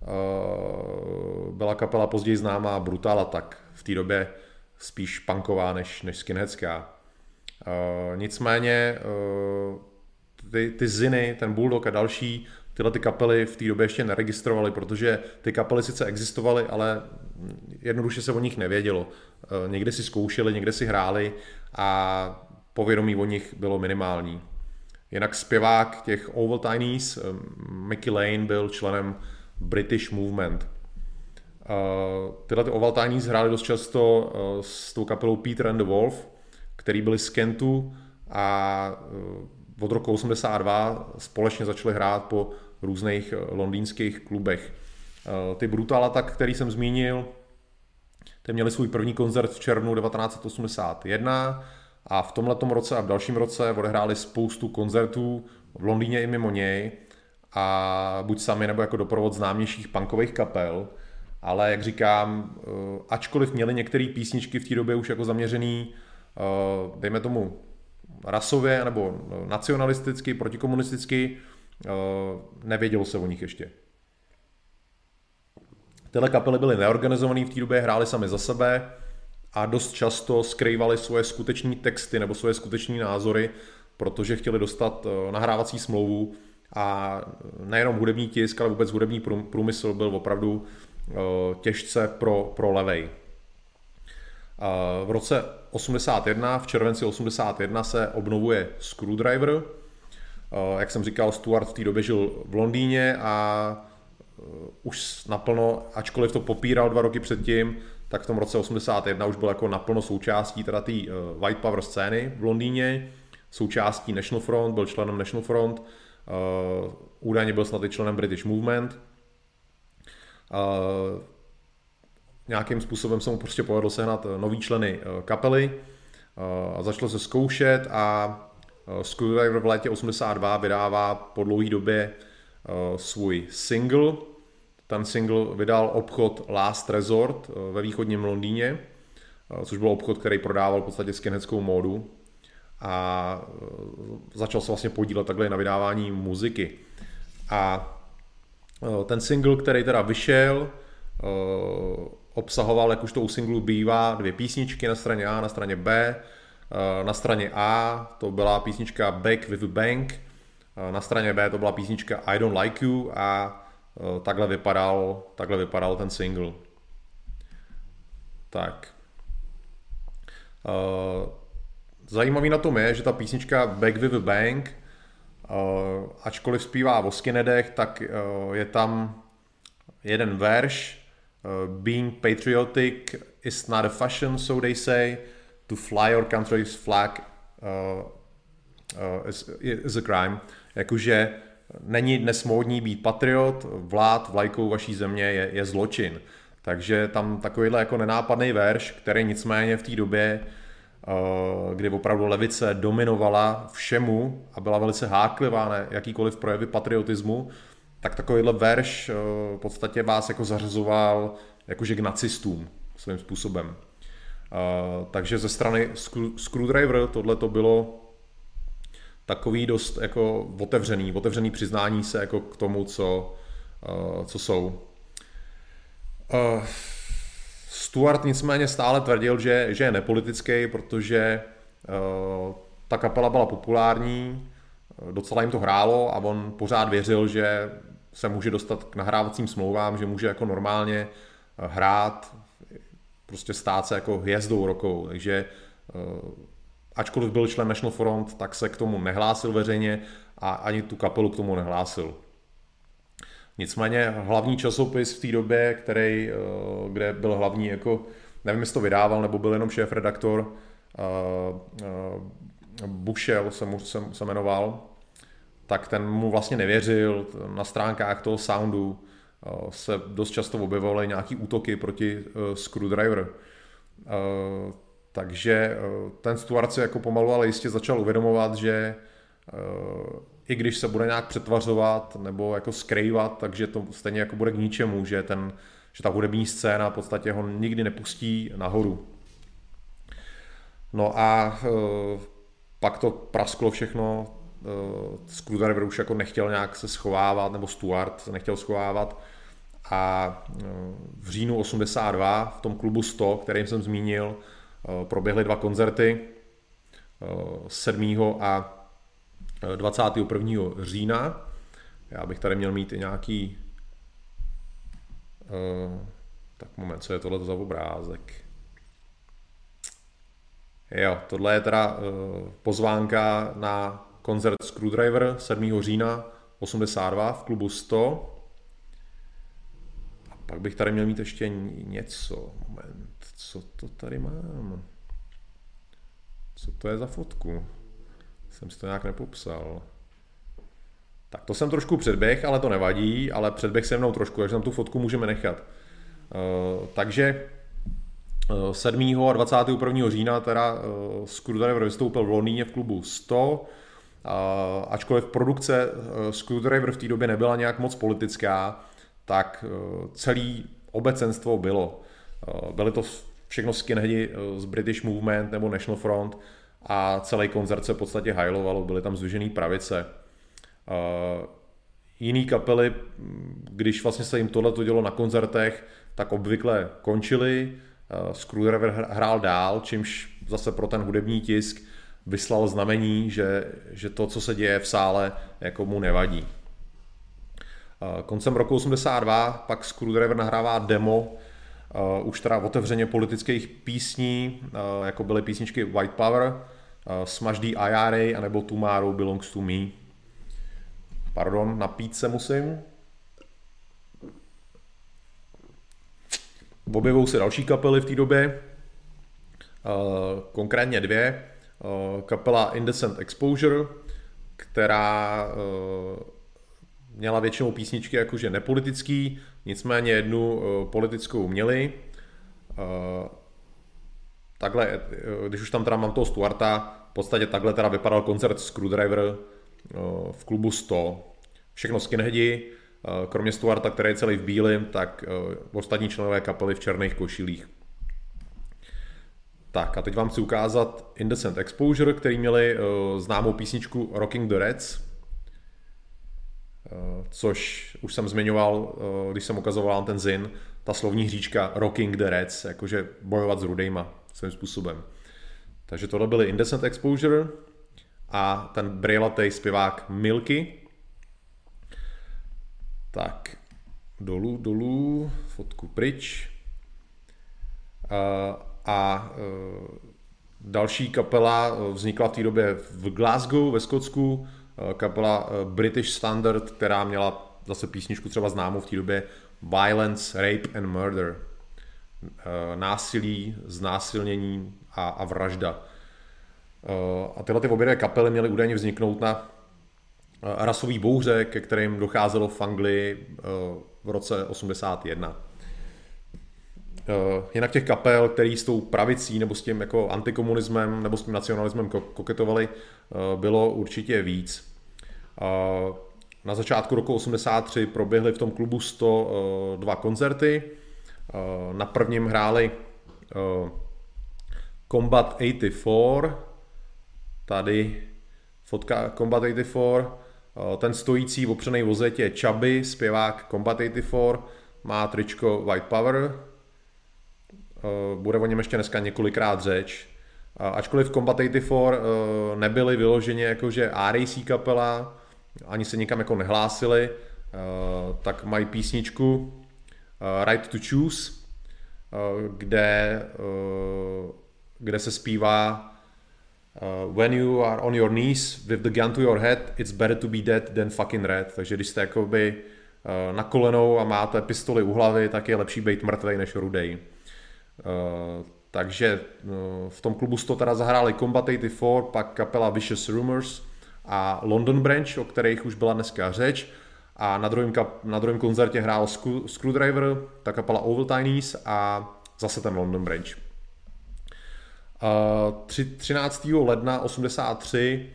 byla kapela později známá Brutal Attack, v té době spíš punková než skinheadská. Nicméně ty Ziny, ten Bulldog a další, tyhle ty kapely v té době ještě neregistrovaly, protože ty kapely sice existovaly, ale jednoduše se o nich nevědělo. Někde si zkoušeli, někde si hráli a povědomí o nich bylo minimální. Jinak zpěvák těch Ovaltines, Mickey Lane, byl členem British Movement. Tyhle ty Ovaltines hráli dost často s tou kapelou Peter and the Wolf, který byli z Kentu a od roku 82 společně začali hrát po různých londýnských klubech. Ty Brutal Attack, který jsem zmínil, ty měli svůj první koncert v červnu 1981 a v tomhletom roce a v dalším roce odehráli spoustu koncertů v Londýně i mimo něj a buď sami nebo jako doprovod známějších punkových kapel, ale jak říkám, ačkoliv měli některé písničky v té době už jako zaměřený, dejme tomu rasově nebo nacionalisticky, protikomunisticky, nevědělo se o nich ještě. Tyhle kapely byly neorganizované v té době, hráli sami za sebe a dost často skrývali svoje skutečné texty nebo svoje skutečné názory, protože chtěli dostat nahrávací smlouvu a nejenom hudební tisk, ale vůbec hudební průmysl byl opravdu těžce pro levej. V roce 81, v červenci 81 se obnovuje Screwdriver. Jak jsem říkal, Stuart v té době žil v Londýně a už naplno, ačkoliv to popíral 2 roky předtím, tak v tom roce 81 už byl jako naplno součástí teda té White Power scény v Londýně, součástí National Front, byl členem National Front, údajně byl snad i členem British Movement. Nějakým způsobem se mu prostě povedlo sehnat nový členy kapely a začalo se zkoušet a Screwdriver v létě 82 vydává po dlouhé době svůj single. Ten single vydal obchod Last Resort ve východním Londýně, což byl obchod, který prodával v podstatě skinheadskou módu a začal se vlastně podílet takhle na vydávání muziky. A ten single, který teda vyšel, obsahoval, jak už to u singlu bývá, 2 písničky na straně A, na straně B. Na straně A to byla písnička Back with a Bang, na straně B to byla písnička I Don't Like You a takhle vypadal ten single. Tak. Zajímavý na tom je, že ta písnička Back with a Bang, ačkoliv zpívá o skinheadech, tak je tam jeden verš, Being patriotic is not a fashion, so they say, to fly your country's flag is a crime. Jakože není dnes módní být patriot, vlád vlajkou vaší země je zločin. Takže tam takovýhle jako nenápadný verš, který nicméně v té době, kdy opravdu levice dominovala všemu a byla velice háklivá na jakýkoliv projevy patriotismu, tak takovýhle verš v podstatě vás jako zařazoval jakože k nacistům svým způsobem. Takže ze strany Screwdriver tohle to bylo takový dost jako otevřený přiznání se jako k tomu, co jsou. Stuart nicméně stále tvrdil, že je nepolitický, protože ta kapela byla populární, docela jim to hrálo a on pořád věřil, že se může dostat k nahrávacím smlouvám, že může jako normálně hrát, prostě stát se jako hvězdou rokou. Takže ačkoliv byl člen National Front, tak se k tomu nehlásil veřejně a ani tu kapelu k tomu nehlásil. Nicméně hlavní časopis v té době, kde byl hlavní, jako, nevím, jestli to vydával, nebo byl jenom šéf-redaktor, Bushel se jmenoval, tak ten mu vlastně nevěřil. Na stránkách toho Soundu se dost často objevovaly nějaký útoky proti Screwdriver. Takže ten Stuart si jako pomalu, ale jistě začal uvědomovat, že i když se bude nějak přetvařovat nebo jako skrývat, takže to stejně jako bude k ničemu, že ta hudební scéna v podstatě ho nikdy nepustí nahoru. No a pak to prasklo všechno, Screwdriver už jako nechtěl nějak se schovávat, nebo Stuart se nechtěl schovávat a v říjnu 82 v tom klubu 100, kterým jsem zmínil, proběhly 2 koncerty 7. a 21. října. Já bych tady měl mít i nějaký tak moment, co je tohle za obrázek? Jo, tohle je teda pozvánka na koncert Screwdriver 7. října 82 v klubu 100. A pak bych tady měl mít ještě něco. Moment, co to tady mám? Co to je za fotku? Jsem si to nějak nepopsal. Tak to jsem trošku předběh, ale to nevadí, ale předběh se mnou trošku, takže tam tu fotku můžeme nechat. Takže 7. a 21. října teda Screwdriver vystoupil v Londýně v klubu 100, ačkoliv produkce Screwdriver v té době nebyla nějak moc politická, tak celý obecenstvo bylo. Byly to všechno skinheadi z British Movement nebo National Front a celý koncert se v podstatě hajlovalo, byly tam zdvižený pravice. Jiný kapely, když vlastně se jim tohleto dělo na koncertech, tak obvykle končily Screwdriver hrál dál, čímž zase pro ten hudební tisk vyslal znamení, že to, co se děje v sále, jako mu nevadí. Koncem roku 82 pak Screwdriver nahrává demo už teda otevřeně politických písní, jako byly písničky White Power, Smash the IRA anebo Tomorrow Belongs to Me. Pardon, napít se musím. Objevují se další kapely v té době, konkrétně dvě. Kapela Indecent Exposure, která měla většinou písničky jakože nepolitický, nicméně jednu politickou měli. Takhle, když už tam teda mám toho Stuarta, v podstatě takhle teda vypadal koncert Screwdriver v klubu 100. Všechno skinheadi, kromě Stuarta, který je celý v bílém, tak ostatní členové kapely v černých košilích. Tak a teď vám chci ukázat Indecent Exposure, který měli známou písničku Rocking the Reds, což už jsem zmiňoval, když jsem ukazoval ten zin, ta slovní hříčka Rocking the Reds, jakože bojovat s rudejma svým způsobem. Takže tohle byly Indecent Exposure a ten brejlatej zpěvák Milky. Tak, dolů, fotku pryč. Další kapela vznikla v té době v Glasgow ve Skotsku, kapela British Standard, která měla zase písničku třeba známou v té době Violence, Rape and Murder. Násilí, znásilnění a vražda. A tyhle ty obě dvě kapely měly údajně vzniknout na rasový bouře, ke kterým docházelo v Anglii v roce 81. Jinak těch kapel, který s tou pravicí nebo s tím jako antikomunismem nebo s tím nacionalismem koketovali, bylo určitě víc. Na začátku roku 83 proběhly v tom klubu 100 dva koncerty. Na prvním hráli Combat 84, tady fotka Combat 84, ten stojící opřenej vozet je Chubby, zpěvák Combat 84, má tričko White Power, bude o něm ještě dneska několikrát řeč. Ačkoliv Combat 84 nebyli vyloženě jakože RAC kapela, ani se nikam jako nehlásili, tak mají písničku Right to Choose, kde se zpívá When you are on your knees with the gun to your head, it's better to be dead than fucking red. Takže když jste jakoby na kolenou a máte pistoli u hlavy, tak je lepší být mrtvej než rudej. Takže v tom klubu 100 teda zahráli Combat 84, pak kapela Vicious Rumors a London Branch, o kterých už byla dneska řeč. A na druhém koncertě hrál Screwdriver, ta kapela Ovaltines a zase ten London Branch. 13. ledna 83,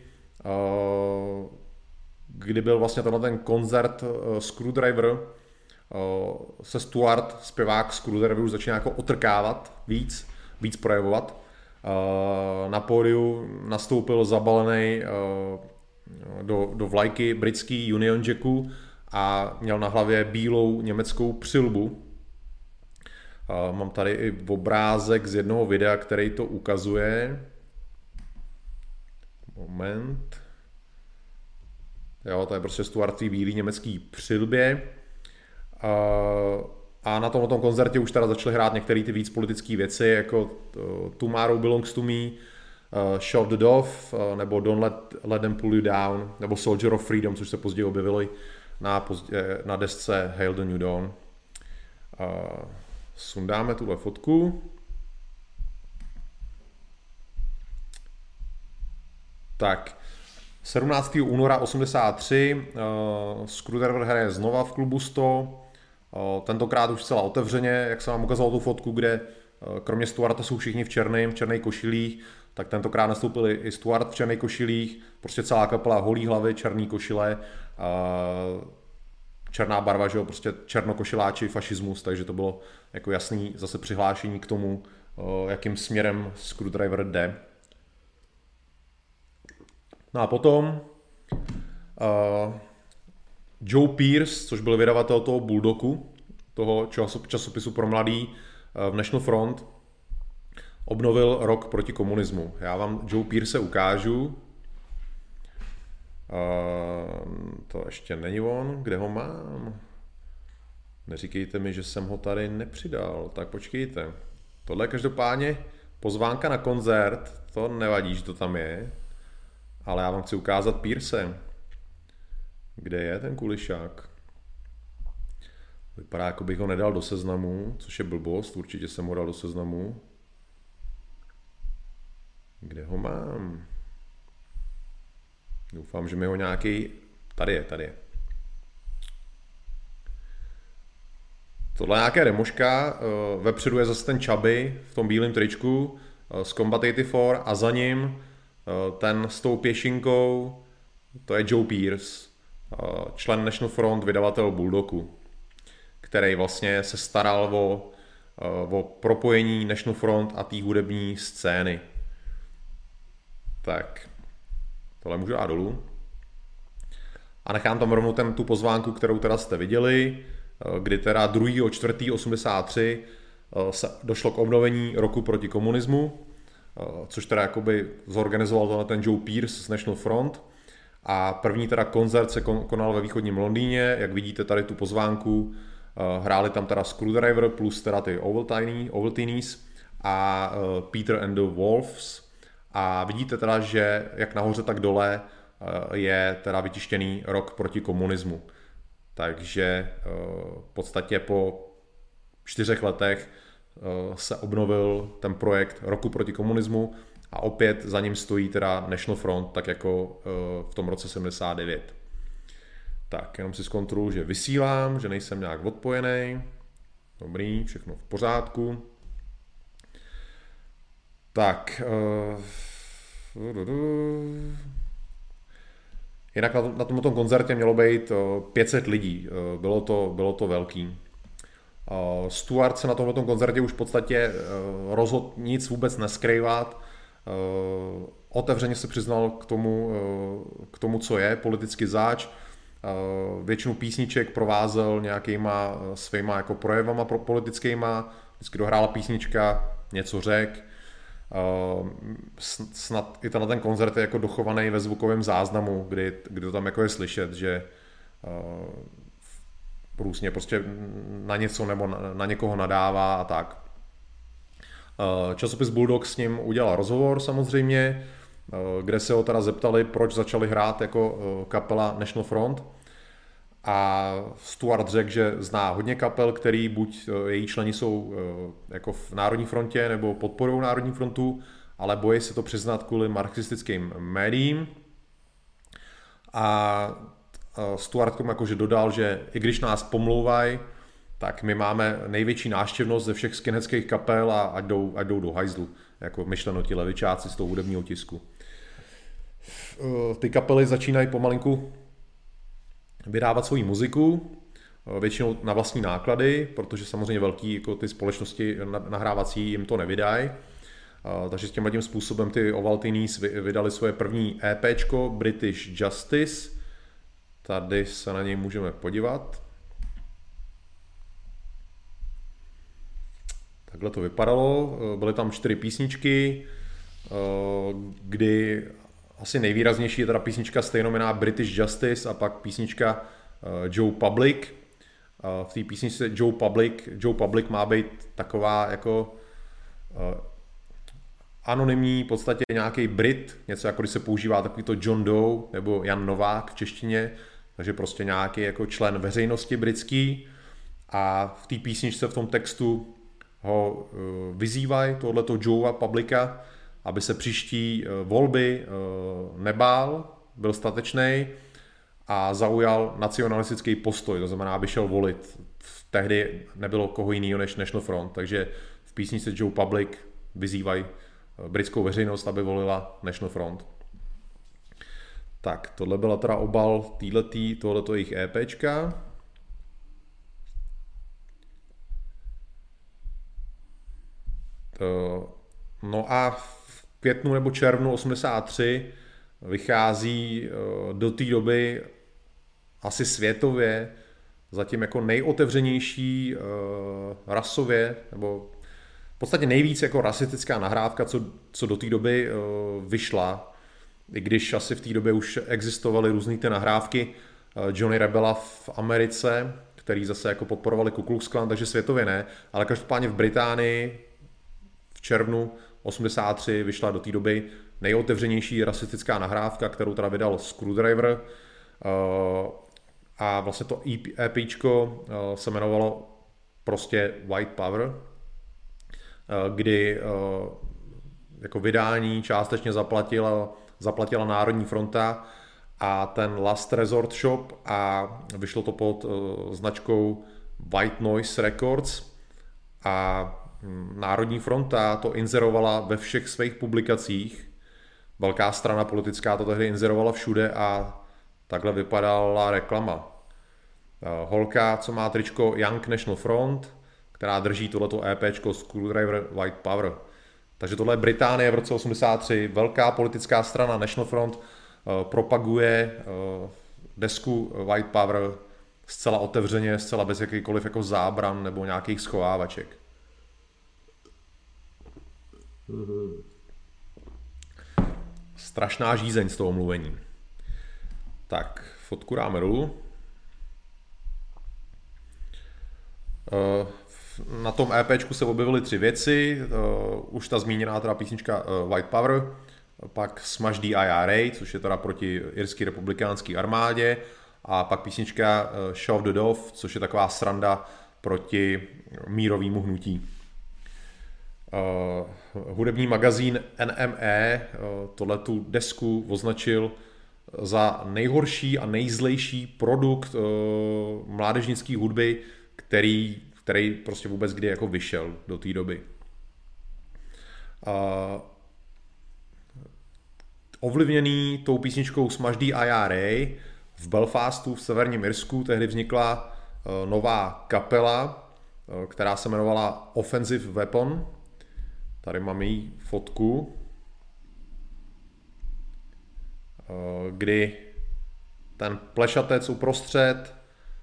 kdy byl vlastně ten koncert Screwdriver, se Stuart, zpěvák Screwdriver, už začíná jako otrkávat víc projevovat. Na pódiu nastoupil zabalený do vlajky britský Union Jacku a měl na hlavě bílou německou přilbu. Mám tady i obrázek z jednoho videa, který to ukazuje. Moment. Jo, to je prostě Stuart v bílý německý přilbě. A na tomto koncertě už teda začaly hrát některé ty víc politické věci, jako Tomorrow Belongs to Me, Shot the Dove, nebo Don't let them pull you down, nebo Soldier of Freedom, což se později objevilo na desce Hail the New Dawn. Sundáme tuhle fotku. Tak, 17. února 83 Screwdriver hraje znova v klubu 100. Tentokrát už celá otevřeně, jak jsem vám ukázal tu fotku, kde kromě Stuarta jsou všichni v černých košilích, tak tentokrát nastoupili i Stuart v černých košilích, prostě celá kapela holí hlavy, černý košile, černá barva, že jo, prostě černokošiláči, fašismus, takže to bylo jako jasný zase přihlášení k tomu, jakým směrem Screwdriver jde. No a potom Joe Pierce, což byl vydavatel toho Bulldogu, toho časopisu pro mladý v National Front, obnovil rok proti komunismu. Já vám Joe Pearce ukážu. To ještě není on, kde ho mám? Neříkejte mi, že jsem ho tady nepřidal, tak počkejte. Tohle je každopádně pozvánka na koncert, to nevadí, že to tam je, ale já vám chci ukázat Pearce. Kde je ten kulišák? Vypadá, jako bych ho nedal do seznamu, což je blbost, určitě jsem ho dal do seznamu. Kde ho mám? Doufám, že mi ho nějaký... Tady je. Tohle je nějaká demoška, vepředu je zase ten Chubby v tom bílém tričku z Combat 84 a za ním ten s tou pěšinkou, to je Joe Pearce, člen National Front, vydavatel Bulldogu, který vlastně se staral o propojení National Front a té hudební scény. Tak, tohle můžu dát dolů. A nechám tam rovnou tu pozvánku, kterou teda jste viděli, kdy teda 2.4.83 se došlo k obnovení roku proti komunismu, což teda jakoby zorganizoval ten Joe Pearce z National Front. A první teda koncert se konal ve východním Londýně, jak vidíte tady tu pozvánku, hráli tam teda Screwdriver plus teda ty Ovaltines a Peter and the Wolves. A vidíte teda, že jak nahoře, tak dole je teda vytištěný rok proti komunismu. Takže v podstatě po 4 letech se obnovil ten projekt roku proti komunismu a opět za ním stojí teda National Front, tak jako v tom roce 79. Tak, jenom si zkontroluji, že vysílám, že nejsem nějak odpojený. Dobrý, všechno v pořádku. Tak, jinak na tomto koncertě mělo být 500 lidí, bylo to velký. Stuart se na tomto koncertě už v podstatě rozhodl nic vůbec neskrývat, otevřeně se přiznal k tomu, co je politický záč. Většinu písniček provázel nějakýma svýma jako projevama politickýma, vždycky dohrála písnička, něco řek. Snad i ten koncert je jako dochovaný ve zvukovém záznamu, kdy to tam jako je slyšet, že různě prostě na něco nebo na někoho nadává a tak. Časopis Bulldog s ním udělal rozhovor samozřejmě, kde se ho teda zeptali, proč začali hrát jako kapela National Front. A Stuart řekl, že zná hodně kapel, který buď její členi jsou jako v Národní frontě nebo podporují Národní frontu, ale bojí se to přiznat kvůli marxistickým médiím. A Stuart tomu jakože dodal, že i když nás pomlouvají, tak my máme největší návštěvnost ze všech skinheadských kapel a ať jdou do hajzlu, jako myšleno ti levičáci z toho hudebního tisku. Ty kapely začínají pomalinku vydávat svoji muziku, většinou na vlastní náklady, protože samozřejmě velký jako ty společnosti nahrávací jim to nevydají. Takže s tímhle způsobem ty Ovaltines vydali svoje první EPčko British Justice. Tady se na něj můžeme podívat. Takhle to vypadalo. Byly tam 4 písničky, kdy asi nejvýraznější je teda písnička stejnojmenná British Justice a pak písnička Joe Public. V té písničce Joe Public má být taková jako anonymní, v podstatě nějaký Brit, něco jako když se používá takový to John Doe nebo Jan Novák v češtině, takže prostě nějaký jako člen veřejnosti britský a v té písničce v tom textu ho vyzývají tohleto Joea Publica, aby se příští volby nebál, byl statečný a zaujal nacionalistický postoj, to znamená, aby šel volit. Tehdy nebylo koho jiného než National Front, takže v písničce Joe Public vyzývají britskou veřejnost, aby volila National Front. Tak, tohle byla teda obal tohleto jejich EPčka. No a v květnu nebo červnu 83 vychází do té doby asi světově zatím jako nejotevřenější rasově nebo podstatě nejvíc jako rasistická nahrávka, co do té doby vyšla, i když asi v té době už existovaly různé ty nahrávky Johnny Rebela v Americe, který zase jako podporovali Ku Klux Klan, takže světově ne, ale každopádně v Británii v červnu 83 vyšla do té doby nejotevřenější rasistická nahrávka, kterou teda vydal Screwdriver, a vlastně to EPčko se jmenovalo prostě White Power, kdy jako vydání částečně zaplatila Národní fronta a ten Last Resort Shop a vyšlo to pod značkou White Noise Records a Národní fronta to inzerovala ve všech svých publikacích. Velká strana politická to tehdy inzerovala všude a takhle vypadala reklama. Holka, co má tričko Young National Front, která drží tohleto EPčko Screwdriver White Power. Takže tohle je Británie v roce 83, velká politická strana National Front propaguje desku White Power zcela otevřeně, zcela bez jakýkoliv jako zábran nebo nějakých schovávaček. Strašná žízeň z toho mluvení. Tak, fotku dáme dolů. Na tom EPčku se objevily 3 věci. Už ta zmíněná teda písnička White Power, pak Smash the IRA, což je teda proti irské republikánské armádě, a pak písnička Shove the Dove, což je taková sranda proti mírovému hnutí. Hudební magazín NME tohletu desku označil za nejhorší a nejzlejší produkt mládežnické hudby, který prostě vůbec kdy jako vyšel do té doby. Ovlivněný tou písničkou Smash the IRA v Belfastu v severním Irsku tehdy vznikla nová kapela, která se jmenovala Offensive Weapon. Tady mám její fotku, kdy ten plešatec uprostřed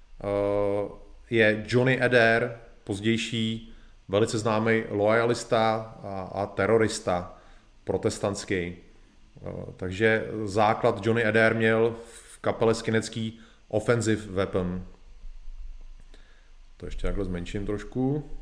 je Johnny Adair, pozdější velice známý lojalista a terorista protestantský. Takže základ Johnny Adair měl v kapele skinecký Offensive Weapon. To ještě takhle zmenším trošku.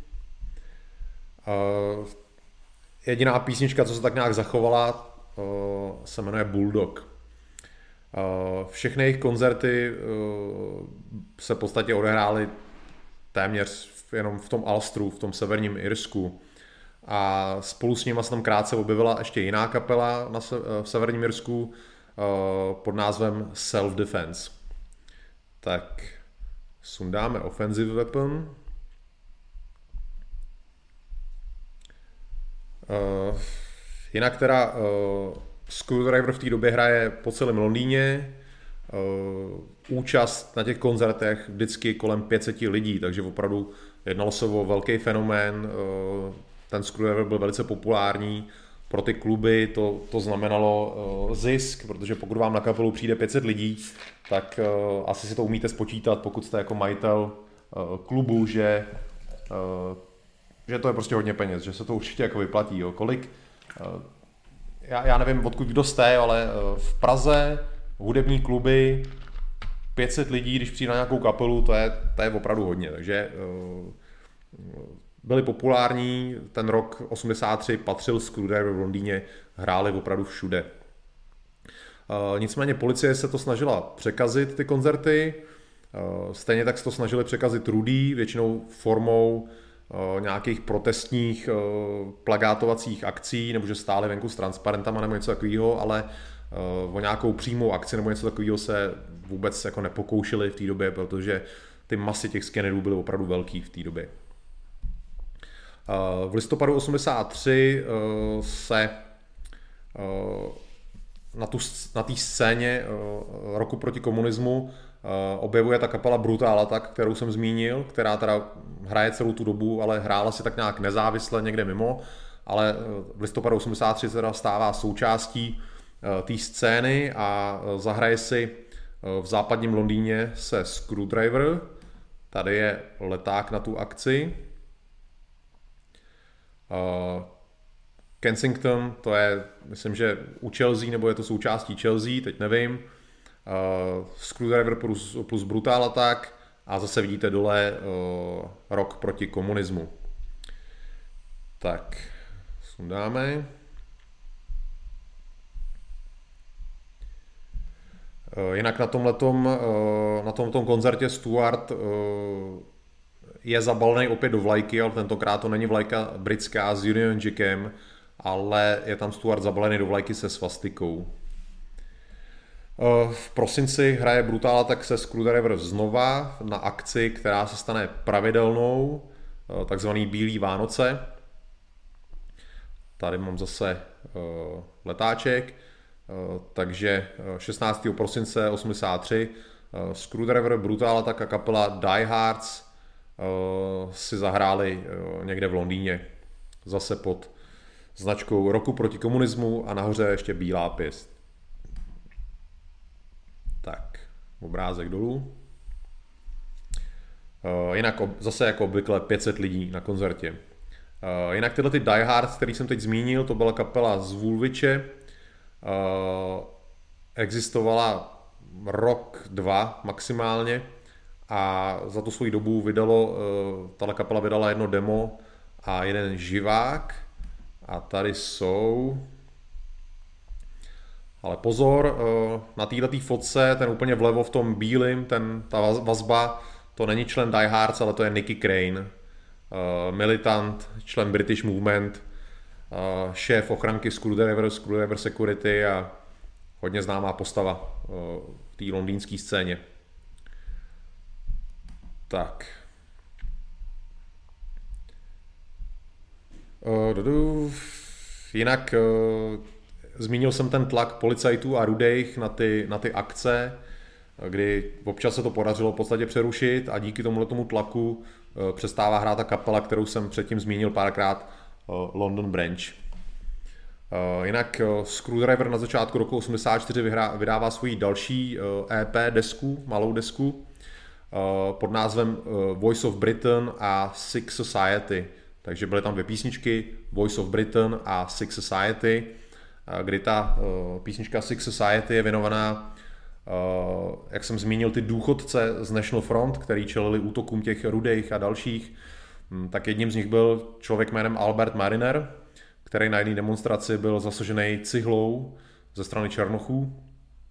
Jediná písnička, co se tak nějak zachovala, se jmenuje Bulldog. Všechny jejich koncerty se v podstatě odehrály téměř jenom v tom Ulsteru, v tom severním Irsku. A spolu s nimi se tam krátce objevila ještě jiná kapela v severním Irsku pod názvem Self Defense. Tak sundáme Offensive Weapon. Jinak teda Screwdriver v té době hraje po celém Londýně. Účast na těch koncertech vždycky kolem 500 lidí, takže opravdu jednalo se o velký fenomén. Ten Screwdriver byl velice populární. Pro ty kluby to znamenalo zisk, protože pokud vám na kapelu přijde 500 lidí, tak asi si to umíte spočítat, pokud jste jako majitel klubu, že to je prostě hodně peněz, že se to určitě jako vyplatí. Jo. Kolik, já nevím, odkud kdo jste, ale v Praze hudební kluby 500 lidí, když přijde na nějakou kapelu, to je opravdu hodně. Takže byli populární, ten rok 83 patřil Screwdriver v Londýně, hráli opravdu všude. Nicméně policie se to snažila překazit, ty koncerty, stejně tak se to snažili překazit Rudy, většinou formou nějakých protestních plagátovacích akcí, nebo že stáli venku s transparentama nebo něco takového, ale o nějakou přímou akci nebo něco takového se vůbec jako nepokoušeli v té době, protože ty masy těch skenerů byly opravdu velký v té době. V listopadu 83 se na té scéně roku proti komunismu objevuje ta kapela Brutal Attack, kterou jsem zmínil, která teda hraje celou tu dobu, ale hrála si tak nějak nezávisle někde mimo, ale v listopadu 83 teda stává součástí té scény a zahraje si v západním Londýně se Screwdriver. Tady je leták na tu akci. Kensington, to je, myslím, že u Chelsea, nebo je to součástí Chelsea, teď nevím. Screwdriver plus Brutal Attack a zase vidíte dole Rok proti komunismu. Tak, sundáme. Jinak na tomto koncertě Stuart je zabalený opět do vlajky, ale tentokrát to není vlajka britská s Union Jackem, ale je tam Stuart zabalený do vlajky se svastikou. V prosinci hraje Brutal Attack se Screwdriver znova na akci, která se stane pravidelnou, takzvaný Bílý Vánoce. Tady mám zase letáček, takže 16. prosince 83 Screwdriver, Brutal Attack a kapela Die Hards si zahráli někde v Londýně, zase pod značkou Roku proti komunismu a nahoře ještě bílá pěst. Tak, obrázek dolů. Jinak zase jako obvykle 500 lidí na koncertě. Jinak tyhle ty Die Hards, který jsem teď zmínil, to byla kapela z Woolwiche. Existovala rok, dva maximálně a za tu svou dobu tato kapela vydala jedno demo a jeden živák. A tady jsou... Ale pozor, na této fotce, ten úplně vlevo v tom bílém, ta vazba, to není člen Die Hards, ale to je Nicky Crane, militant, člen British Movement, šéf ochranky Screwdriver Security a hodně známá postava v té londýnské scéně. Tak. Jinak zmínil jsem ten tlak policajtů a rudejch na ty akce, kdy občas se to podařilo v podstatě přerušit a díky tomu tlaku přestává hrát ta kapela, kterou jsem předtím zmínil párkrát, London Branch. Jinak Screwdriver na začátku roku 84 vydává svoji další EP desku, malou desku, pod názvem Voice of Britain a Sick Society. Takže byly tam dvě písničky, Voice of Britain a Sick Society, kdy ta písnička Sick Society je věnovaná, jak jsem zmínil, ty důchodce z National Front, který čelili útokům těch rudejch a dalších, tak jedním z nich byl člověk jménem Albert Mariner, který na jedné demonstraci byl zasažený cihlou ze strany černochů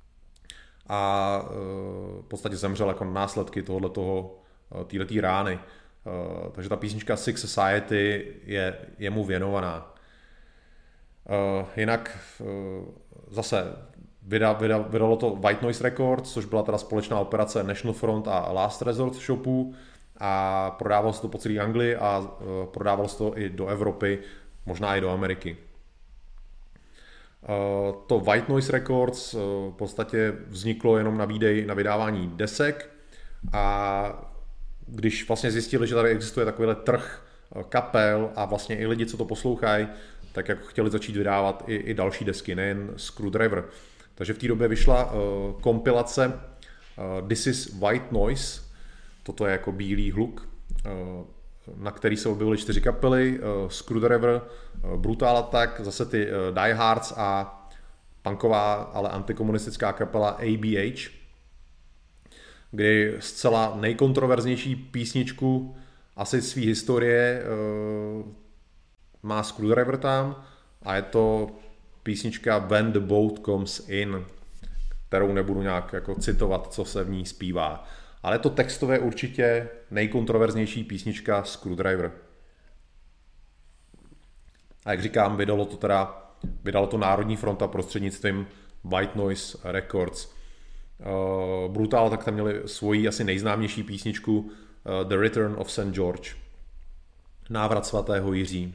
a v podstatě zemřel jako následky této rány. Takže ta písnička Sick Society je mu věnovaná. Jinak zase vydalo to White Noise Records, což byla teda společná operace National Front a Last Resort shopů a prodávalo se to po celé Anglii a prodávalo se to i do Evropy, možná i do Ameriky. To White Noise Records v podstatě vzniklo jenom na vydávání desek a když vlastně zjistili, že tady existuje takovýhle trh kapel a vlastně i lidi, co to poslouchají, tak jako chtěli začít vydávat i další desky, nejen Screwdriver. Takže v té době vyšla kompilace This is White Noise, toto je jako bílý hluk, na který se objevily 4 kapely, Screwdriver, Brutal Attack, zase ty Die Hards a punková, ale antikomunistická kapela ABH, kdy zcela nejkontroverznější písničku asi své historie má Screwdriver tam a je to písnička When the Boat Comes In, kterou nebudu nějak jako citovat, co se v ní zpívá. Ale je to textově určitě nejkontroverznější písnička Screwdriver. A jak říkám, vydalo to Národní fronta prostřednictvím White Noise Records. Brutal tak tam měli svoji asi nejznámější písničku The Return of St. George. Návrat svatého Jiří.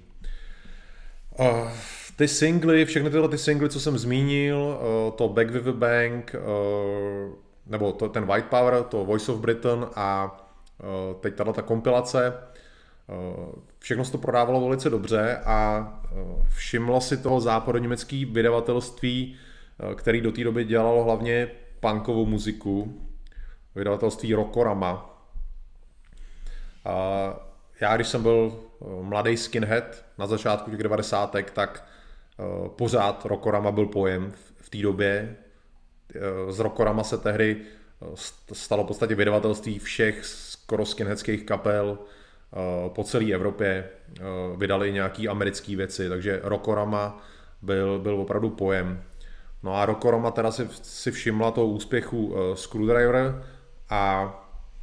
Ty singly, všechny tyhle singly, co jsem zmínil, to Back with a Bang, nebo ten White Power, to Voice of Britain a teď tato kompilace, všechno se to prodávalo velice dobře a všimlo si toho západoněmecké vydavatelství, který do té doby dělalo hlavně punkovou muziku, vydavatelství Rockorama. Já když jsem byl mladý skinhead na začátku těch 90. tak pořád Rockorama byl pojem v té době. Z Rockorama se tehdy stalo v podstatě vydavatelství všech skoro skinheadských kapel po celé Evropě. Vydali nějaký americké věci, takže Rockorama byl opravdu pojem. No a Rockorama teda si všimla toho úspěchu Screwdriver a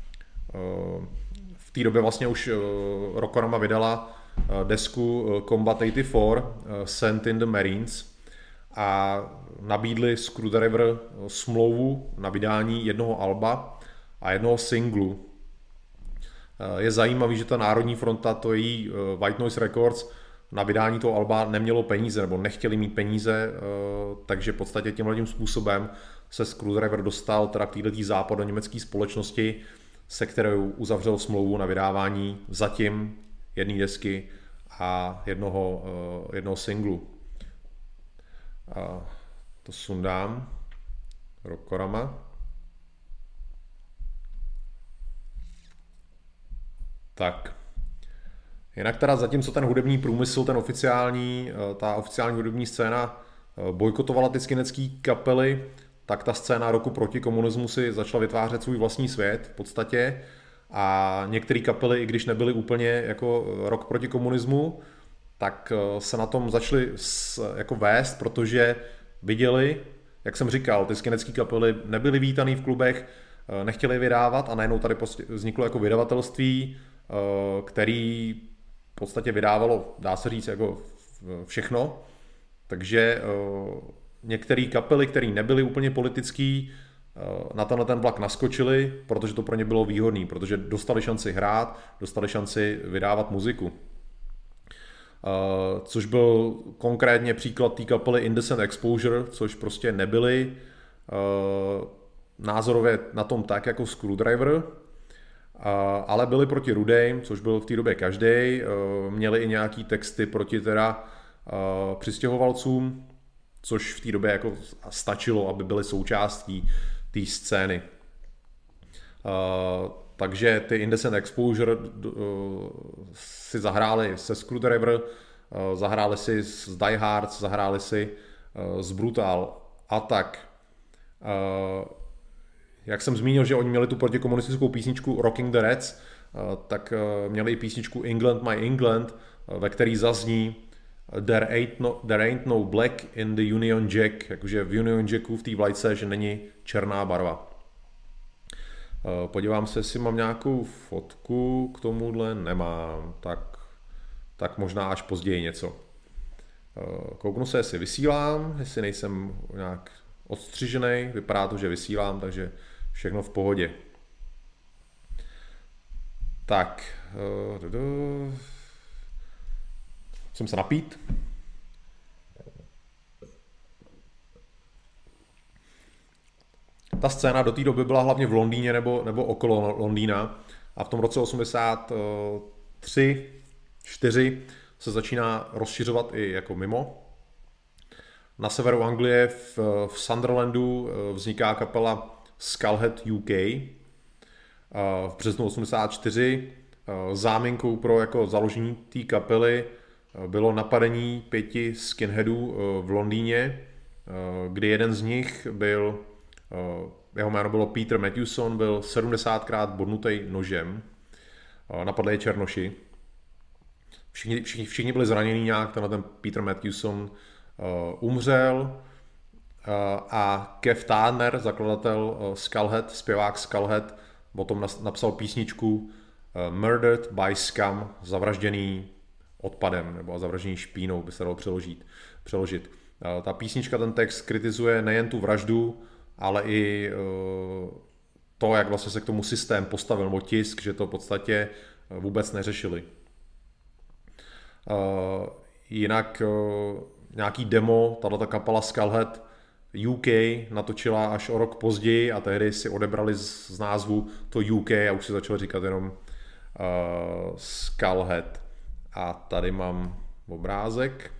v té době vlastně už Rockorama vydala desku Combat 84 Sent in the Marines a nabídli Screwdriver smlouvu na vydání jednoho alba a jednoho singlu. Je zajímavý, že ta Národní fronta, to její White Noise Records, na vydání toho alba nemělo peníze, nebo nechtěli mít peníze, takže v podstatě tímhle způsobem se Screwdriver dostal teda k této západoněmecké společnosti, se kterou uzavřel smlouvu na vydávání zatím jedné desky a jednoho singlu. To sundám. Rockorama. Tak. Jinak teda zatímco ten hudební průmysl, ta oficiální hudební scéna bojkotovala ty skinheadské kapely, tak ta scéna roku proti komunismu si začala vytvářet svůj vlastní svět v podstatě a některé kapely, i když nebyly úplně jako rok proti komunismu, tak se na tom začaly jako vést, protože viděli, jak jsem říkal, ty skinheadské kapely nebyly vítaný v klubech, nechtěli je vydávat a najednou tady vzniklo jako vydavatelství, který v podstatě vydávalo, dá se říct, jako všechno. Takže některé kapely, které nebyly úplně politický, na ten vlak naskočili, protože to pro ně bylo výhodné, protože dostali šanci hrát, dostali šanci vydávat muziku. Což byl konkrétně příklad té kapely Indecent Exposure, což prostě nebyli názorově na tom tak jako Screwdriver, ale byli proti rudým, což byl v té době každý, měli i nějaký texty proti teda přistěhovalcům, což v té době jako stačilo, aby byli součástí té scény. Takže ty Indecent Exposure si zahráli se Screwdriver, zahráli si s Die Hard, zahráli si s Brutal Attack. Jak jsem zmínil, že oni měli tu protikomunistickou písničku Rocking the Reds, tak měli i písničku England My England, ve který zazní There ain't no black in the Union Jack, jakože v Union Jacku v té vlajce, že není černá barva. Podívám se, jestli mám nějakou fotku, k tomuhle nemám, tak možná až později něco. Kouknu se, jestli vysílám, jestli nejsem nějak odstřižený, vypadá to, že vysílám, takže všechno v pohodě. Tak, musím se napít. Ta scéna do té doby byla hlavně v Londýně nebo okolo Londýna a v tom roce 83-4 se začíná rozšiřovat i jako mimo. Na severu Anglie v Sunderlandu vzniká kapela Skullhead UK. V březnu 84 záminkou pro jako založení té kapely bylo napadení 5 skinheadů v Londýně, kdy jeden z nich byl, jeho jméno bylo Peter Matthewson, byl 70krát bodnutý nožem. Napadli je černoši. Všichni byli zraněni nějak, ten Peter Matthewson umřel a Kev Turner, zakladatel Skullhead, zpěvák Skullhead, potom napsal písničku Murdered by Scum, zavražděný odpadem nebo zavražděný špínou, by se dalo přeložit. Ta písnička, ten text kritizuje nejen tu vraždu, ale i to, jak vlastně se k tomu systém postavil, nebo tisk, že to v podstatě vůbec neřešili. Jinak nějaký demo, tato kapela Skullhead UK natočila až o rok později a tehdy si odebrali z názvu to UK a už si začali říkat jenom Skullhead. A tady mám obrázek.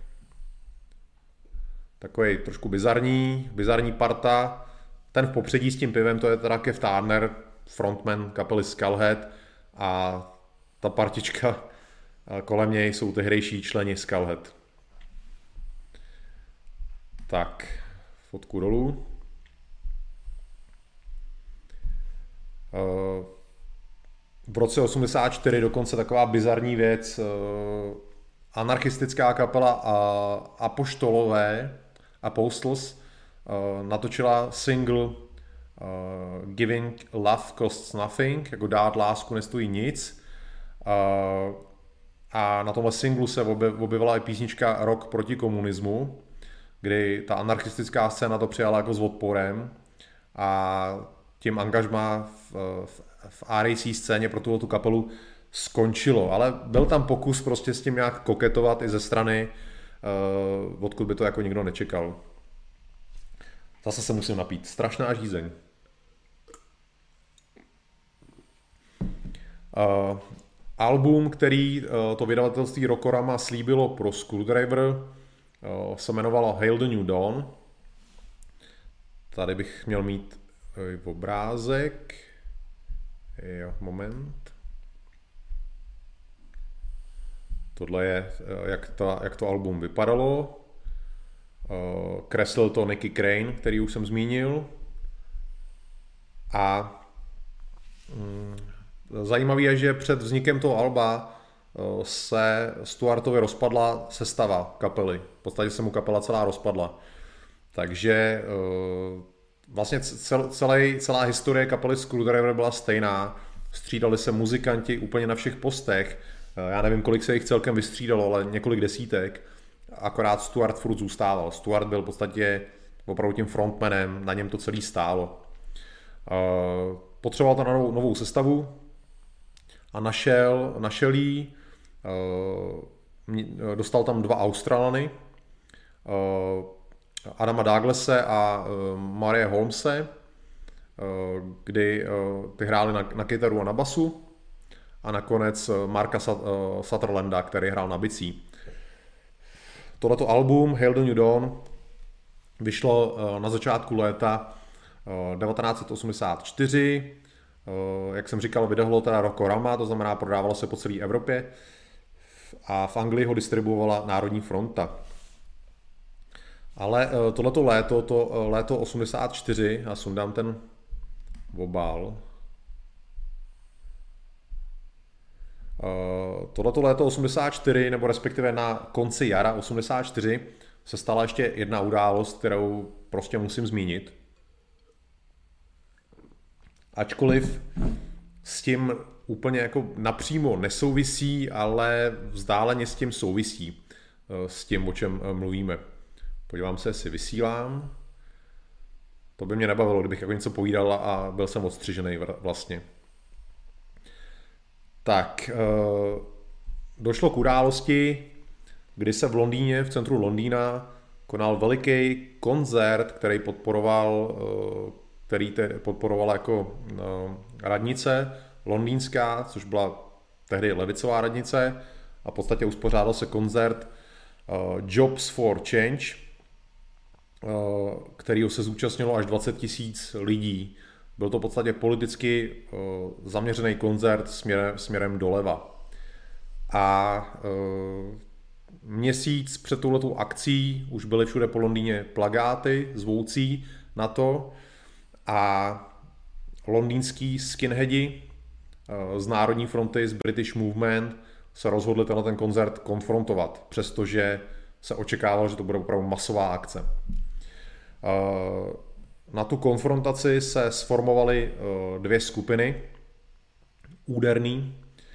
Takový trošku bizarní parta. Ten v popředí s tím pivem, to je teda Kev Turner, frontman kapely Skullhead a ta partička kolem něj jsou tehdejší členi Skullhead. Tak, fotku dolů. V roce 84 dokonce taková bizarní věc, anarchistická kapela Apostles natočila single Giving Love Costs Nothing, jako dát lásku nestojí nic. A na tomhle singlu se objevila i písnička Rock proti komunismu, kdy ta anarchistická scéna to přijala jako s odporem a tím angažmá v RAC scéně pro tu kapelu skončilo, ale byl tam pokus prostě s tím nějak koketovat i ze strany, odkud by to jako nikdo nečekal. Zase se musím napít. Strašná žízeň. Album, který to vydavatelství Rockorama slíbilo pro Screwdriver, se jmenovalo Hail the New Dawn. Tady bych měl mít obrázek. Jo, moment. Tohle je, jak to album vypadalo. Kreslil to Nicky Crane, který už jsem zmínil. A zajímavé je, že před vznikem toho alba se Stuartovi rozpadla sestava kapely. V podstatě se mu kapela celá rozpadla. Takže vlastně celá historie kapely Screwdriver byla stejná. Střídali se muzikanti úplně na všech postech. Já nevím, kolik se jich celkem vystřídalo, ale několik desítek. Akorát Stuart furt zůstával. Stuart byl v podstatě opravdu tím frontmanem, na něm to celý stálo. Potřeboval to na novou sestavu a našel jí. Dostal tam 2 Australany, Adama Douglase a Marie Holmese, kdy ty hráli na kytaru a na basu, a nakonec Marka Sutherlanda, který hrál na bicí. Tohleto album Hail the New Dawn vyšlo na začátku léta 1984. Jak jsem říkal, vydalo teda Rockorama, to znamená prodávalo se po celé Evropě, a v Anglii ho distribuovala Národní fronta. Ale tohleto léto 84, já sundám ten obal. Tohleto léto 84, nebo respektive na konci jara 84, se stala ještě jedna událost, kterou prostě musím zmínit. Ačkoliv s tím úplně jako napřímo nesouvisí, ale vzdáleně s tím souvisí, s tím, o čem mluvíme. Podívám se, jestli vysílám. To by mě nebavilo, kdybych jako něco povídal a byl jsem odstřižený vlastně. Tak, došlo k události, kdy se v Londýně, v centru Londýna, konal veliký koncert, který podporovala jako radnice londýnská, což byla tehdy levicová radnice, a v podstatě uspořádal se koncert Jobs for Change, kterýho se zúčastnilo až 20 000 lidí. Byl to v podstatě politicky zaměřený koncert směrem doleva. A měsíc před touhletou akcí už byly všude po Londýně plakáty zvoucí na to, a londýnský skinheadi z Národní fronty, z British Movement, se rozhodli ten koncert konfrontovat, přestože se očekávalo, že to bude opravdu masová akce. Na tu konfrontaci se sformovaly 2 skupiny úderný.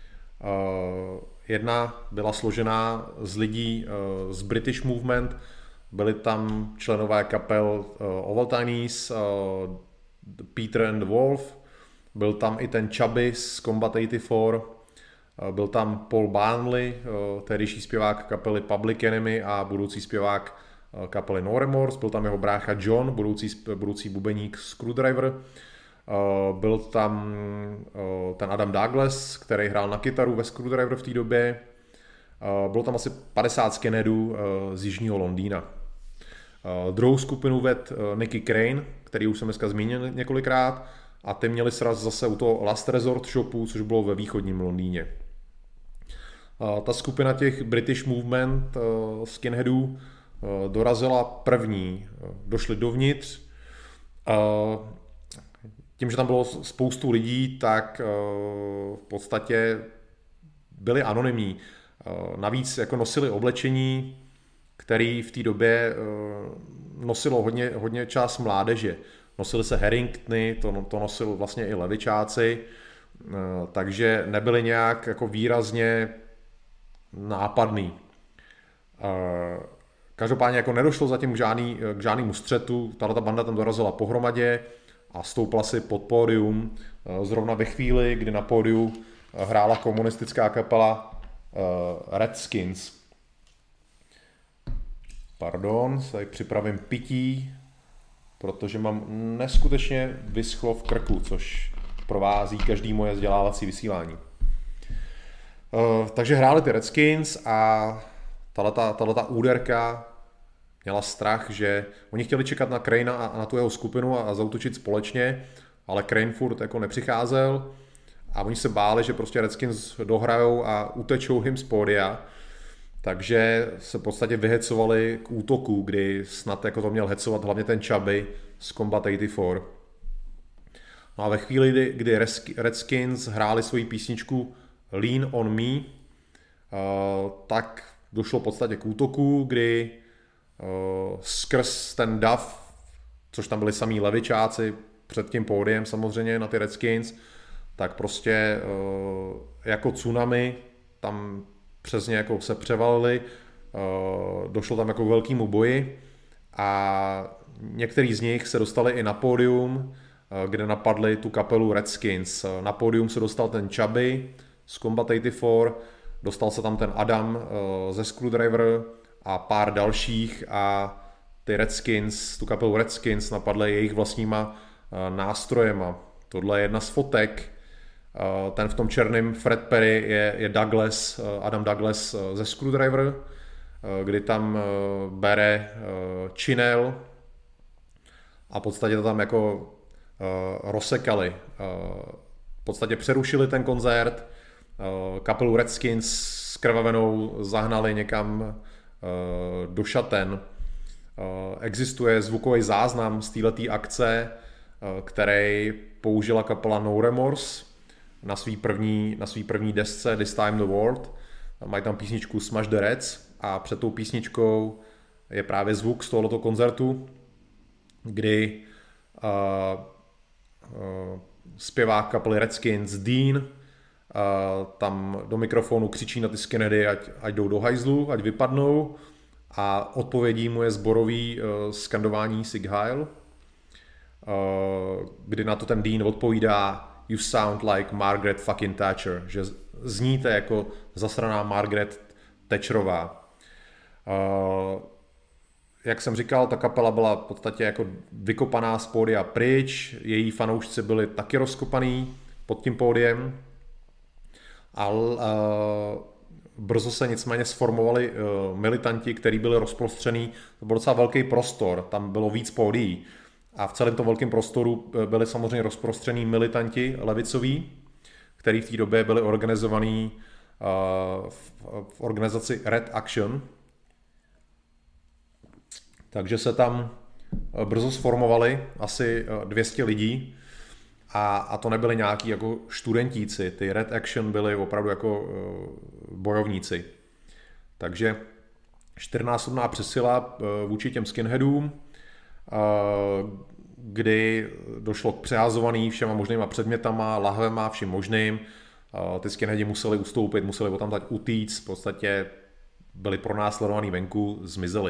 Jedna byla složená z lidí z British Movement, byli tam členové kapel Ovaltines, Peter and the Wolf, byl tam i ten Chubby z Combat 84, byl tam Paul Barnley, tehdejší zpěvák kapely Public Enemy a budoucí zpěvák kapely No Remorse, byl tam jeho brácha John, budoucí bubeník Screwdriver, byl tam ten Adam Douglas, který hrál na kytaru ve Screwdriver v té době, bylo tam asi 50 skinheadů z jižního Londýna. Druhou skupinu vedl Nicky Crane, který už jsem dneska zmínil několikrát, a ty měli sraz zase u toho Last Resort shopu, což bylo ve východním Londýně. Ta skupina těch British Movement skinheadů dorazila první, došli dovnitř. Tím, že tam bylo spoustu lidí, tak v podstatě byli anonymní. Navíc jako nosili oblečení, který v té době nosilo hodně část mládeže. Nosili se Harringtony, to nosil vlastně i levičáci, takže nebyli nějak jako výrazně nápadný. Každopádně jako nedošlo zatím k žádnému střetu, tato banda tam dorazila pohromadě a stoupla si pod pódium zrovna ve chvíli, kdy na pódiu hrála komunistická kapela Redskins. Pardon, tady připravím pití, protože mám neskutečně vyschlo v krku, což provází každý moje vzdělávací vysílání. Takže hráli ty Redskins a tato úderka měla strach, že oni chtěli čekat na Craina a na tu jeho skupinu a zaútočit společně, ale Crane furt jako nepřicházel a oni se báli, že prostě Redskins dohrajou a utečou jim z pódia, takže se v podstatě vyhecovali k útoku, kdy snad jako to měl hecovat hlavně ten Chubby z Combat 84. No a ve chvíli, kdy Redskins hráli svoji písničku Lean on Me, tak došlo v podstatě k útoku, kdy skrz ten dav, což tam byli samý levičáci před tím pódiem samozřejmě na ty Redskins, tak prostě jako tsunami tam přes ně jako se převalili, došlo tam jako k velkému boji a některý z nich se dostali i na pódium, kde napadli tu kapelu Redskins. Na pódium se dostal ten Chubby z Combat 84, dostal se tam ten Adam ze Screwdriver a pár dalších a ty Redskins, tu kapelu Redskins napadly jejich vlastníma nástrojema. Tohle je jedna z fotek. Ten v tom černém Fred Perry je Douglas, Adam Douglas ze Screwdriver, kdy tam bere činel a v podstatě to tam jako rozsekali. V podstatě přerušili ten koncert, kapelu Redskins skrvavenou zahnali někam do šaten. Existuje zvukový záznam z této akce, který použila kapela No Remorse na svý první desce This Time the World. Mají tam písničku Smash the Reds a před tou písničkou je právě zvuk z tohoto koncertu, kdy zpěvák kapely Redskins Dean tam do mikrofonu křičí na ty skinheady, ať jdou do hajzlu, ať vypadnou a odpovědí mu je sborový skandování Sieg Heil, kdy na to ten Dean odpovídá You sound like Margaret fucking Thatcher, že zníte jako zasraná Margaret Thatcherová. Jak jsem říkal, ta kapela byla v podstatě jako vykopaná z pódia pryč, její fanoušci byli taky rozkopaný pod tím pódiem. A brzo se nicméně sformovali militanti, kteří byli rozprostřený. To byl docela velký prostor, tam bylo víc pódií. A v celém tom velkém prostoru byli samozřejmě rozprostření militanti levicoví, kteří v té době byli organizovaní v organizaci Red Action. Takže se tam brzo sformovali asi 200 lidí a to nebyli nějaký jako študentíci. Ty Red Action byli opravdu jako bojovníci. Takže 4násobná přesila vůči těm skinheadům, kdy došlo k přehazovaný všema možnýma předmětama, lahvema, vším možným. Ty skinheadi museli ustoupit, museli o tam dát utíct, v podstatě byli pronásledovaný venku, zmizeli.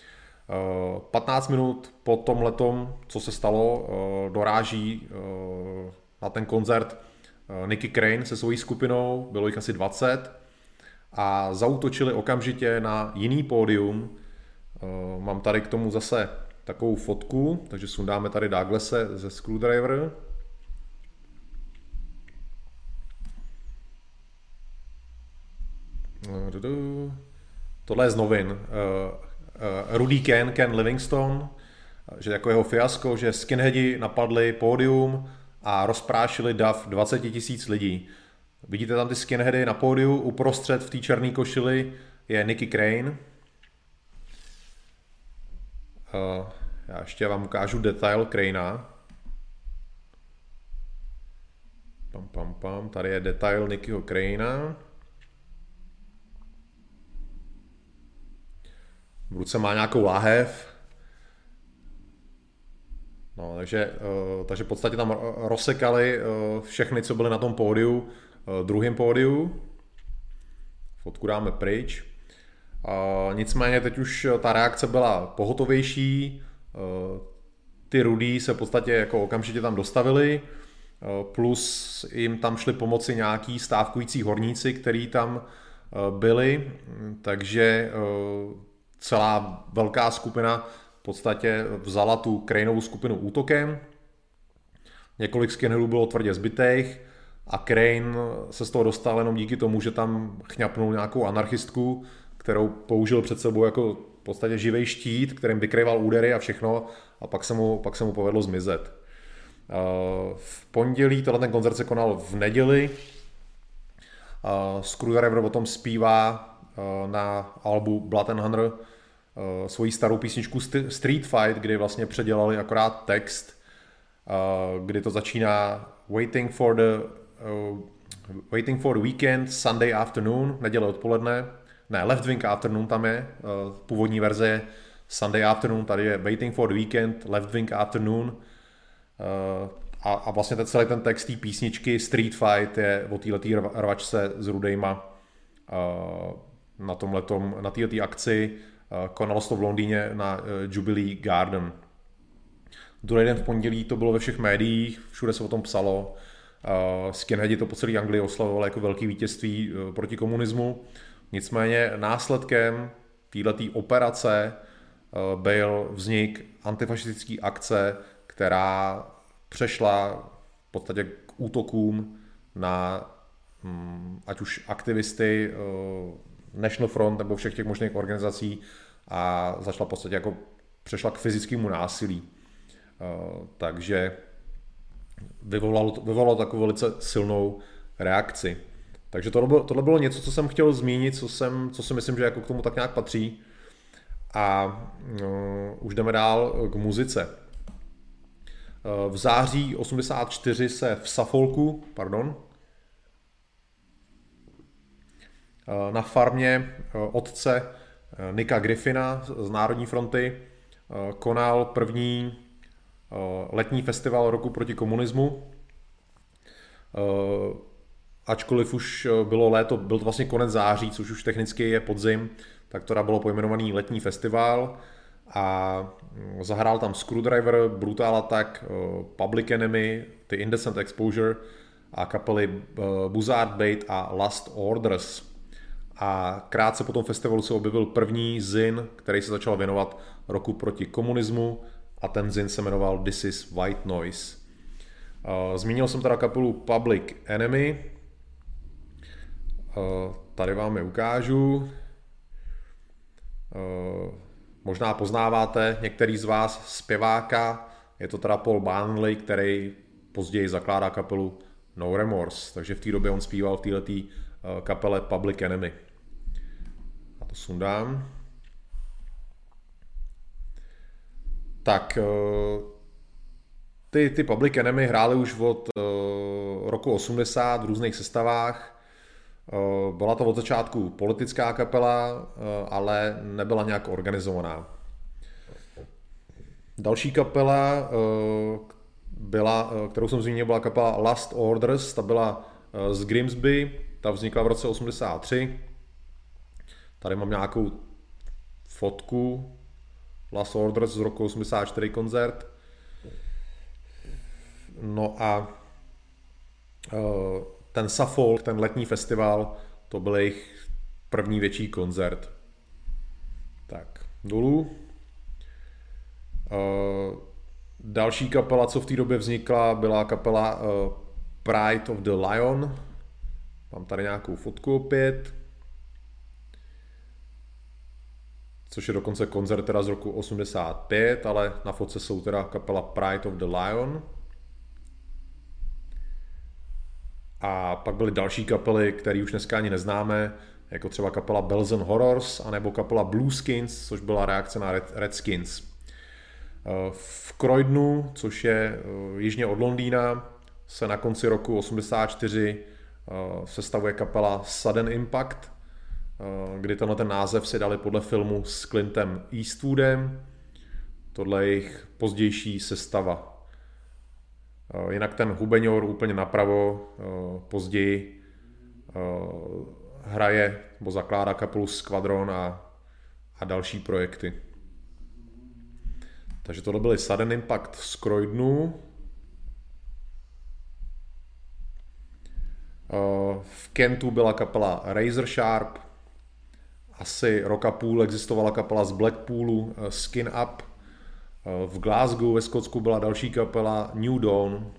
15 minut po tomhletom, co se stalo, doráží na ten koncert Nicky Crane se svojí skupinou, bylo jich asi 20 a zaútočili okamžitě na jiný pódium. Mám tady k tomu zase takovou fotku, takže sundáme tady Douglase ze Screwdriver. Tohle je z novin. Rudy Ken Livingstone, že jako jeho fiasko, že skinheadi napadli pódium a rozprášili dav 20 000 lidí. Vidíte tam ty skinheady na pódiu, uprostřed v té černé košili je Nicky Crane. Já ještě vám ukážu detail Cranea. Tady je detail Nickyho Cranea. V ruce má nějakou láhev. No, takže v podstatě tam rozsekali všechny, co byly na tom pódiu, druhým pódiu. Fotku dáme pryč. Nicméně teď už ta reakce byla pohotovější. Ty rudý se v podstatě jako okamžitě tam dostavili, plus jim tam šli pomoci nějaký stávkující horníci, kteří tam byli, takže celá velká skupina v podstatě vzala tu Craneovu skupinu útokem. Několik skinheadů bylo tvrdě zbytejch a Crane se z toho dostal jenom díky tomu, že tam chňapnul nějakou anarchistku, kterou použil před sebou jako v podstatě živej štít, kterým vykrýval údery a všechno, a pak se mu povedlo zmizet. V pondělí, ten koncert se konal v neděli. Screwdriver o tom zpívá na albu Blood and Honor svoji starou písničku Street Fight, kdy vlastně předělali akorát text, kdy to začíná Waiting for the weekend, Sunday afternoon, neděle odpoledne. Ne, Left Wing Afternoon tam je, původní verze je Sunday Afternoon, tady je Waiting for the Weekend, Left Wing Afternoon. A vlastně celý ten text té písničky Street Fight je o této rvačce s rudejma na této akci. Konalo se to v Londýně na Jubilee Garden. Druhý den v pondělí to bylo ve všech médiích, všude se o tom psalo. Skinheadi to po celé Anglii oslavovali jako velké vítězství proti komunismu. Nicméně následkem této operace byl vznik antifašistické akce, která přešla v podstatě k útokům na ať už aktivisty National Front nebo všech těch možných organizací a začala v podstatě jako přešla k fyzickému násilí. Takže vyvolalo takovou velice silnou reakci. Takže tohle bylo něco, co jsem chtěl zmínit, co si myslím, že jako k tomu tak nějak patří. A už jdeme dál k muzice. V září 84 se v Suffolku, na farmě otce Nicka Griffina z Národní fronty konal první letní festival roku proti komunismu. Ačkoliv už bylo léto, byl to vlastně konec září, což už technicky je podzim, tak to bylo pojmenovaný letní festival a zahrál tam Screwdriver, Brutal Attack, Public Enemy, The Indecent Exposure a kapely Buzzard Bait a Last Orders. A krátce po tom festivalu se objevil první zin, který se začal věnovat roku proti komunismu, a ten zin se jmenoval This is White Noise. Zmínil jsem teda kapelu Public Enemy. Tady vám je ukážu. Možná poznáváte některý z vás zpěváka, je to teda Paul Barnley, který později zakládá kapelu No Remorse, takže v té době on zpíval v této kapele Public Enemy. A to sundám. Tak ty Public Enemy hráli už od roku 80 v různých sestavách. Byla to od začátku politická kapela, ale nebyla nějak organizovaná. Další kapela, kterou jsem zmínil, byla kapela Last Orders, ta byla z Grimsby, ta vznikla v roce 83. Tady mám nějakou fotku Last Orders z roku 84 koncert. No a ten Suffolk, ten letní festival, to byl jejich první větší koncert. Tak, dolů. Další kapela, co v té době vznikla, byla kapela Pride of the Lion. Mám tady nějakou fotku opět. Což je dokonce koncert teda z roku 85, ale na fotce jsou teda kapela Pride of the Lion. A pak byly další kapely, které už dneska ani neznáme, jako třeba kapela Bells and Horrors, anebo kapela Blueskins, což byla reakce na Redskins. V Croydonu, což je jižně od Londýna, se na konci roku 84 sestavuje kapela Sudden Impact, kdy tenhle ten název si dali podle filmu s Clintem Eastwoodem. Tohle je jejich pozdější sestava. Jinak ten hubeňor úplně napravo později hraje nebo zakládá kapelu Squadron a další projekty. Takže tohle byly Sudden Impact z Croydonu. V Kentu byla kapela Razor Sharp. Asi rok a půl existovala kapela z Blackpoolu Skin Up. V Glasgow ve Skotsku byla další kapela New Dawn.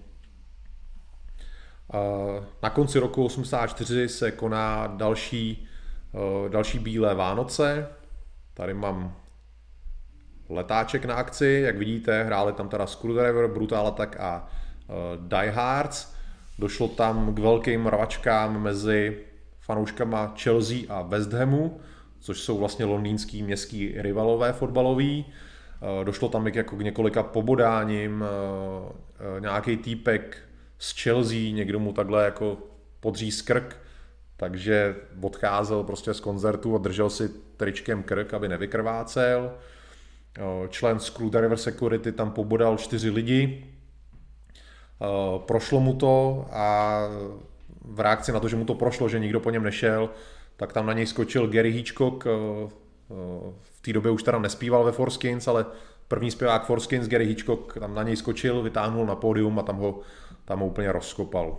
Na konci roku 84 se koná další bílé Vánoce. Tady mám letáček na akci, jak vidíte, hráli tam teda Screwdriver, Brutal Attack a Die Hards. Došlo tam k velkým rvačkám mezi fanouškama Chelsea a West Hamu, což jsou vlastně londýnský městský rivalové fotbaloví. Došlo tam jako k několika pobodáním, nějaký týpek z Chelsea, někdo mu takhle jako podříz krk, takže odcházel prostě z koncertu a držel si tričkem krk, aby nevykrvácel. Člen Screwdriver Security tam pobodal 4 lidi. Prošlo mu to a v reakci na to, že mu to prošlo, že nikdo po něm nešel, tak tam na něj skočil Gary Hitchcock. V té době už teda nespíval ve Forskins, ale první zpěvák Forskins, Gary Hitchcock, tam na něj skočil, vytáhnul na pódium a tam ho úplně rozkopal.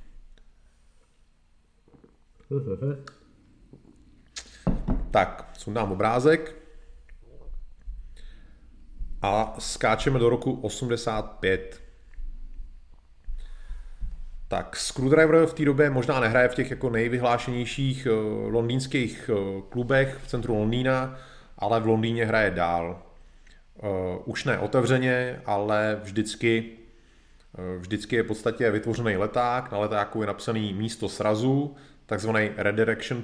Tak, sundám obrázek a skáčeme do roku 85. Tak Screwdriver v té době možná nehraje v těch jako nejvyhlášenějších londýnských klubech v centru Londýna, ale v Londýně hraje dál. Už ne otevřeně, ale vždycky je v podstatě vytvořený leták. Na letáku je napsaný místo srazu, takzvaný Redirection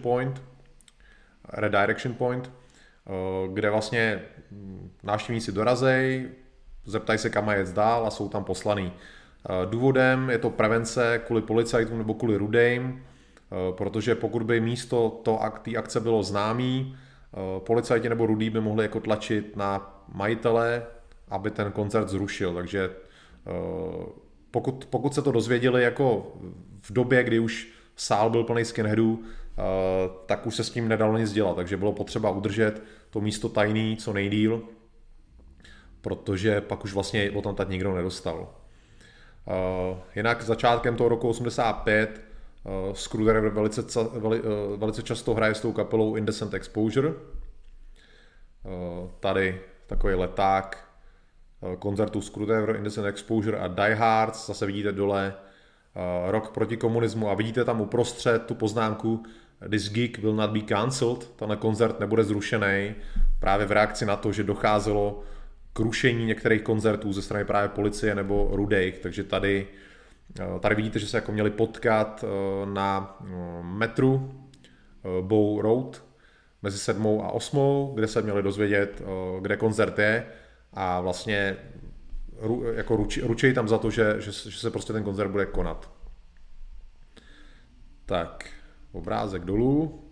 Point, kde vlastně návštěvníci dorazej, zeptají se, kam jet dál a jsou tam poslaný. Důvodem je to prevence kvůli policajtům nebo kvůli rudejm, protože pokud by místo té akce bylo známý, policajti nebo rudí by mohli jako tlačit na majitele, aby ten koncert zrušil. Takže pokud se to dozvěděli jako v době, kdy už sál byl plný skinheadů, tak už se s tím nedalo nic dělat. Takže bylo potřeba udržet to místo tajný co nejdýl, protože pak už vlastně o tam tak nikdo nedostal. Jinak začátkem toho roku 85 Screwdriver velice často hraje s tou kapelou Indecent Exposure. Tady takový leták koncertu Screwdriver, Indecent Exposure a Die Hards. Zase vidíte dole Rok proti komunismu a vidíte tam uprostřed tu poznámku This gig will not be cancelled. Tenhle koncert nebude zrušený právě v reakci na to, že docházelo k rušení některých koncertů ze strany právě policie nebo rudejch, takže tady vidíte, že se jako měli potkat na metru Bow Road mezi 7. a 8., kde se měli dozvědět, kde koncert je a vlastně jako ručejí tam za to, že se prostě ten koncert bude konat. Tak, obrázek dolů.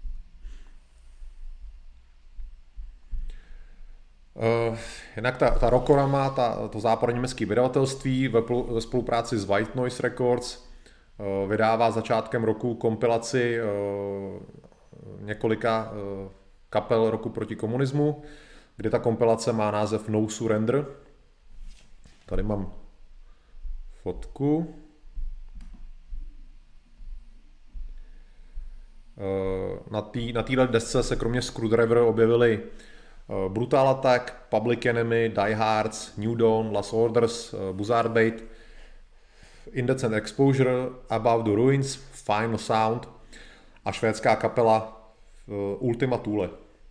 Jinak ta Rockorama, to západoněmecké vydavatelství ve spolupráci s White Noise Records vydává začátkem roku kompilaci několika kapel roku proti komunismu, kde ta kompilace má název No Surrender. Tady mám fotku. Na téhle desce se kromě Screwdriver objevili Brutal Attack, Public Enemy, Die Hards, New Dawn, Last Orders, Buzzard Bait, Indecent Exposure, Above the Ruins, Final Sound a švédská kapela Ultima Thule.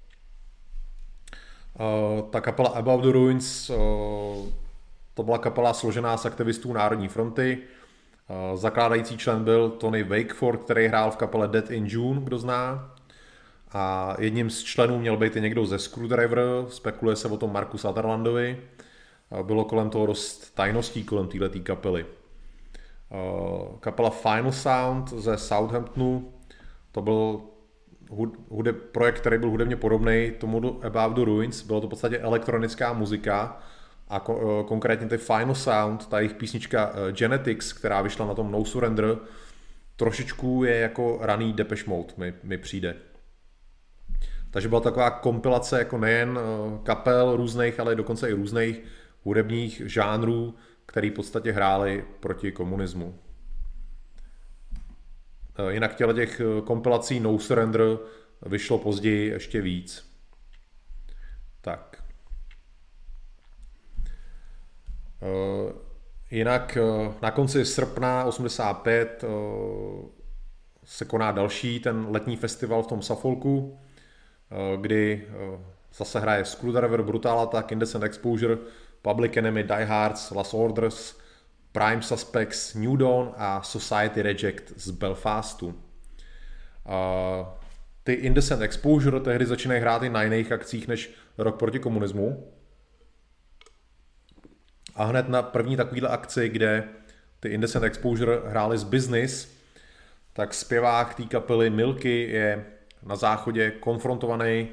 Ta kapela Above the Ruins to byla kapela složená z aktivistů Národní fronty Zakládající člen byl Tony Wakeford, který hrál v kapele Dead in June, kdo zná. A jedním z členů měl být i někdo ze Screwdriver, spekuluje se o tom Marku Sutherlandovi. Bylo kolem toho dost tajností kolem této kapely. Kapela Final Sound ze Southamptonu, to byl projekt, který byl hudebně podobný tomu Above the Ruins. Bylo to v podstatě elektronická muzika a konkrétně ty Final Sound, ta jejich písnička Genetics, která vyšla na tom No Surrender, trošičku je jako raný Depeche Mode, mi přijde. Takže byla taková kompilace jako nejen kapel různých, ale dokonce i různých hudebních žánrů, který v podstatě hráli proti komunismu. Jinak těch kompilací No Surrender vyšlo později ještě víc. Tak. Jinak na konci srpna 85 se koná další ten letní festival v tom Suffolku, kdy zase hraje Screwdriver, Brutal Attack, Indecent Exposure, Public Enemy, Die Hards, Last Orders, Prime Suspects, New Dawn a Society Reject z Belfastu. Ty Indecent Exposure tehdy začínají hrát i na jiných akcích než Rok proti komunismu. A hned na první takovýhle akci, kde ty Indecent Exposure hráli z Business, tak zpěvák té kapely Milky je na záchodě konfrontovaný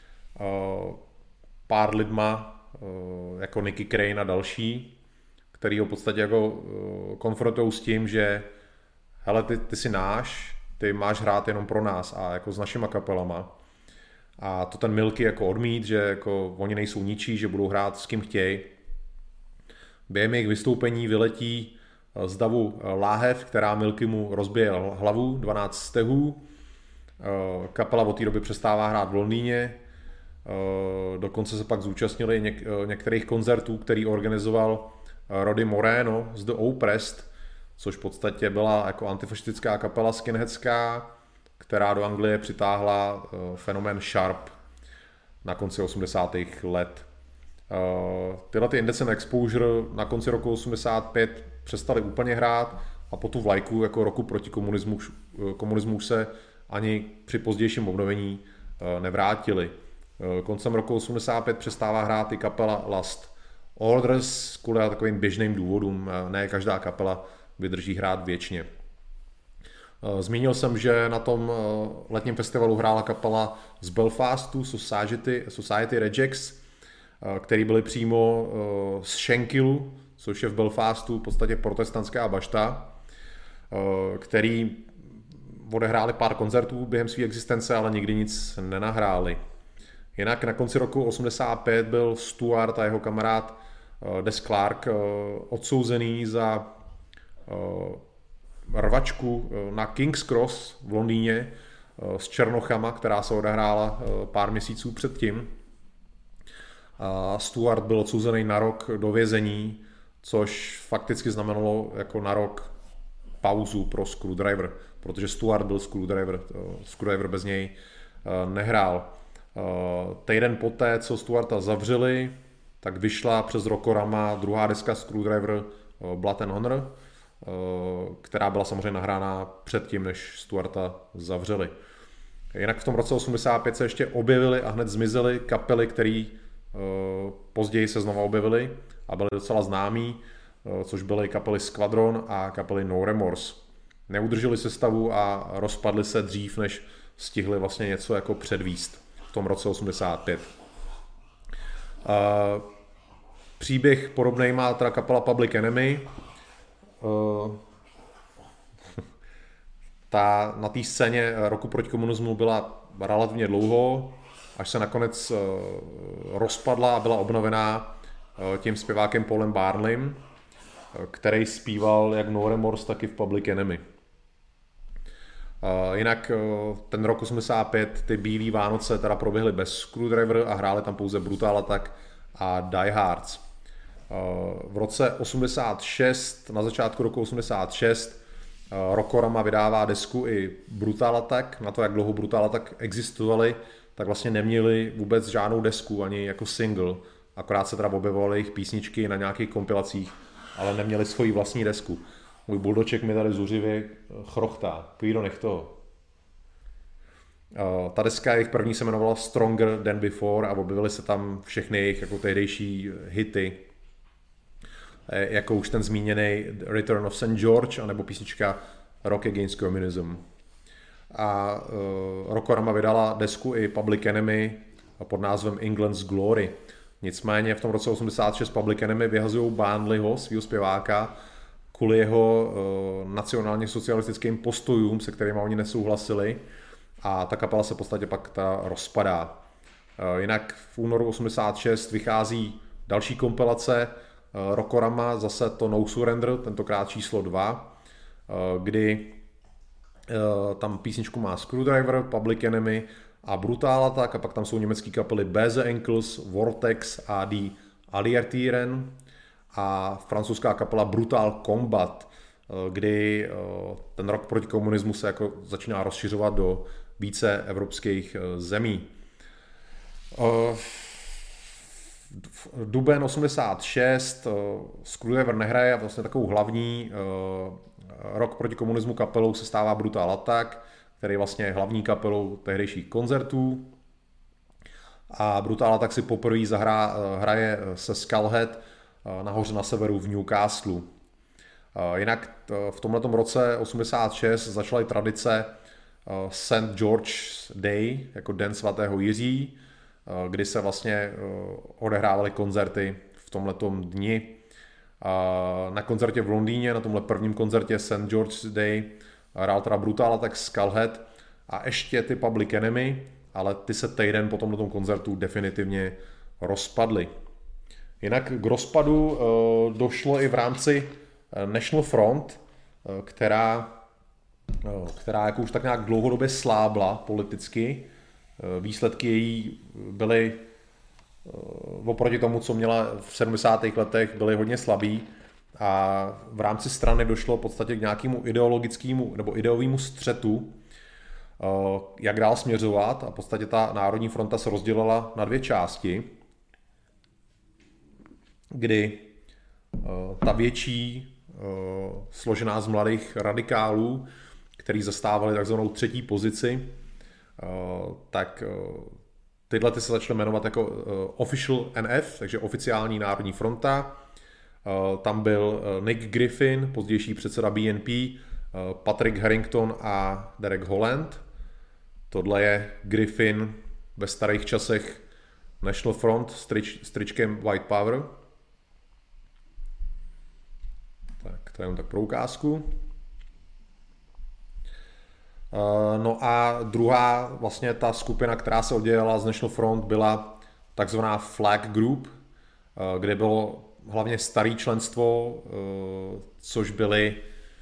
pár lidma, jako Nicky Crane a další, který ho v podstatě jako konfrontují s tím, že hele, ty jsi náš, ty máš hrát jenom pro nás a jako s našima kapelama. A to ten Milky jako odmít, že jako oni nejsou ničí, že budou hrát s kým chtějí. Během jejich vystoupení vyletí z davu láhev, která Milky mu rozbije hlavu, 12 stehů. Kapela od té doby přestává hrát v Londýně. Dokonce se pak zúčastnili některých koncertů, který organizoval Roddy Moreno z The Oppressed, což v podstatě byla jako antifašistická kapela skinheadská, která do Anglie přitáhla fenomén Sharp na konci 80. let. Tyhle ty Indecent Exposure na konci roku 85 přestali úplně hrát a po tu vlajku jako roku proti komunismu už se ani při pozdějším obnovení nevrátili. Koncem roku 85 přestává hrát i kapela Last Orders kvůli takovým běžným důvodům. Ne každá kapela vydrží hrát věčně. Zmínil jsem, že na tom letním festivalu hrála kapela z Belfastu Society Rejects, který byli přímo z Shankilu, což je v Belfastu v podstatě protestantská bašta, který odehráli pár koncertů během své existence, ale nikdy nic nenahráli. Jinak na konci roku 85 byl Stuart a jeho kamarád Des Clark odsouzený za rvačku na King's Cross v Londýně s černochama, která se odehrála pár měsíců předtím. Stuart byl odsouzený na rok do vězení, což fakticky znamenalo jako na rok pauzu pro Screwdriver, protože Stuart byl Screwdriver bez něj nehrál. Týden poté, co Stuarta zavřeli, tak vyšla přes Rockorama druhá deska Screwdriver Blood and Honor, která byla samozřejmě nahrána předtím, než Stuarta zavřeli. Jinak v tom roce 85 se ještě objevily a hned zmizely kapely, které později se znova objevily a byly docela známý, což byly kapely Squadron a kapely No Remorse. Neudrželi sestavu a rozpadly se dřív, než stihli vlastně něco jako předvíst v tom roce 85. Příběh podobný má teda kapela Public Enemy. Ta na té scéně roku proti komunismu byla relativně dlouho, až se nakonec rozpadla a byla obnovená tím zpěvákem Paulem Barneym, který zpíval jak No Remorse, tak i v Public Enemy. Jinak ten rok 85, ty bílý Vánoce teda proběhly bez Screwdriver a hráli tam pouze Brutal Attack a Die Hards. V roce 86, na začátku roku 86, Rockorama vydává desku i Brutal Attack. Na to, jak dlouho Brutal Attack existovali, tak vlastně neměli vůbec žádnou desku, ani jako single. Akorát se teda objevovaly jejich písničky na nějakých kompilacích, ale neměli svoji vlastní desku. Můj buldoček mi tady zuřivě chrochtá. Kvíro, nech to. Ta deska jejich první se jmenovala Stronger Than Before a objevily se tam všechny jejich jako tehdejší hity, jako už ten zmíněný Return of St. George anebo písnička Rock Against Communism. A Rockorama vydala desku i Public Enemy pod názvem England's Glory. Nicméně v tom roce 86 Public Enemy vyhazují Burnleyho, svýho zpěváka, kvůli jeho nacionálně socialistickým postojům, se kterými oni nesouhlasili, a ta kapela se v podstatě pak rozpadá. Jinak v únoru 86 vychází další kompilace Rockorama, zase to No Surrender, tentokrát číslo 2, kdy tam písničku má Screwdriver, Public Enemy a Brutal Attack, a pak tam jsou německé kapely Beze Enkels, Vortex a Die Alliiertieren a francouzská kapela Brutal Combat, kdy ten rok proti komunismu se jako začíná rozšiřovat do více evropských zemí. Duben 86 Screwdriver nehraje a vlastně takovou hlavní rok proti komunismu kapelou se stává Brutal Attack, který vlastně je hlavní kapelou tehdejších koncertů. A Brutal Attack si poprvé hraje se Skullhead nahoře na severu v Newcastle. Jinak v tomhletom roce 86 začala i tradice St. George's Day, jako Den svatého Jiří, kdy se vlastně odehrávaly koncerty v tomhletom dni. Na koncertě v Londýně, na tomhle prvním koncertě St. George's Day, hrál teda Brutal Attack, Skullhead a ještě ty Public Enemy, ale ty se týden po tomhle koncertu definitivně rozpadly. Jinak k rozpadu došlo i v rámci National Front, která jako už tak nějak dlouhodobě slábla politicky. Výsledky její byly oproti tomu, co měla v 70. letech, byly hodně slabý a v rámci strany došlo v podstatě k nějakému ideologickému nebo ideovému střetu, jak dál směřovat, a v podstatě ta Národní fronta se rozdělila na dvě části, kdy ta větší, složená z mladých radikálů, kteří zastávali takzvanou třetí pozici, tak tyhle ty se začaly jmenovat jako Official NF, takže oficiální Národní fronta. Tam byl Nick Griffin, pozdější předseda BNP, Patrick Harrington a Derek Holland. Tohle je Griffin ve starých časech National Front s tričkem White Power. Tak, to je jen tak pro ukázku. No a druhá vlastně ta skupina, která se oddělila z National Front, byla takzvaná Flag Group, kde bylo hlavně staré členstvo, což byli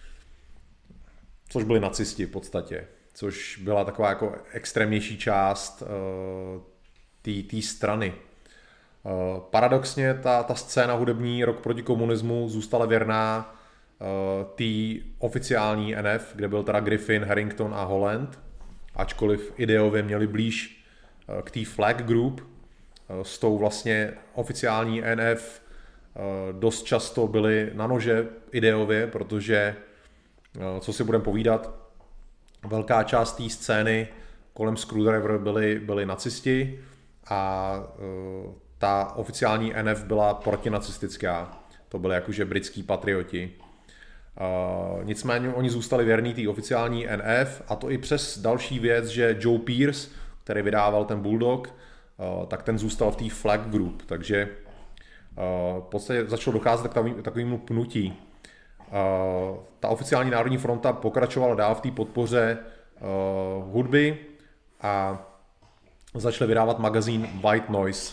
nacisti v podstatě, což byla taková jako extrémnější část té strany. Paradoxně ta scéna hudební rok proti komunismu zůstala věrná té oficiální NF, kde byl teda Griffin, Harrington a Holland, ačkoliv ideově měli blíž k té Flag Group. S tou vlastně oficiální NF dost často byli na nože ideově, protože, co si budeme povídat, velká část té scény kolem Screwdriver byli nacisti a ta oficiální NF byla protinacistická. To byly jakože britský patrioti. Nicméně oni zůstali věrní té oficiální NF, a to i přes další věc, že Joe Pierce, který vydával ten Bulldog, tak ten zůstal v té Flag Group, takže v podstatě začalo docházet k takovému pnutí. Ta oficiální Národní fronta pokračovala dál v té podpoře hudby a začali vydávat magazín White Noise.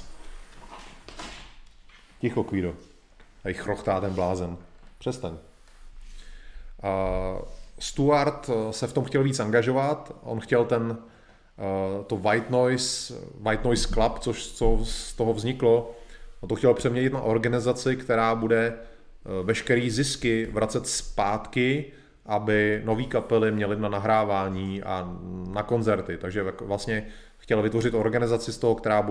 Ticho, Kvído. Tady chrochtá ten blázen. Přestaň. Stuart se v tom chtěl víc angažovat. On chtěl to White Noise Club, co z toho vzniklo, on to chtěl přeměnit na organizaci, která bude veškerý zisky vracet zpátky, aby nový kapely měly na nahrávání a na koncerty. Takže vlastně chtěl vytvořit organizaci z toho, která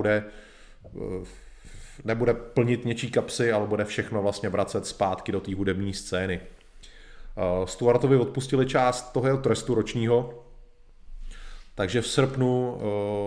nebude plnit něčí kapsy, ale bude všechno vlastně vracet zpátky do té hudební scény. Stuartovi odpustili část toho jeho trestu ročního, takže v srpnu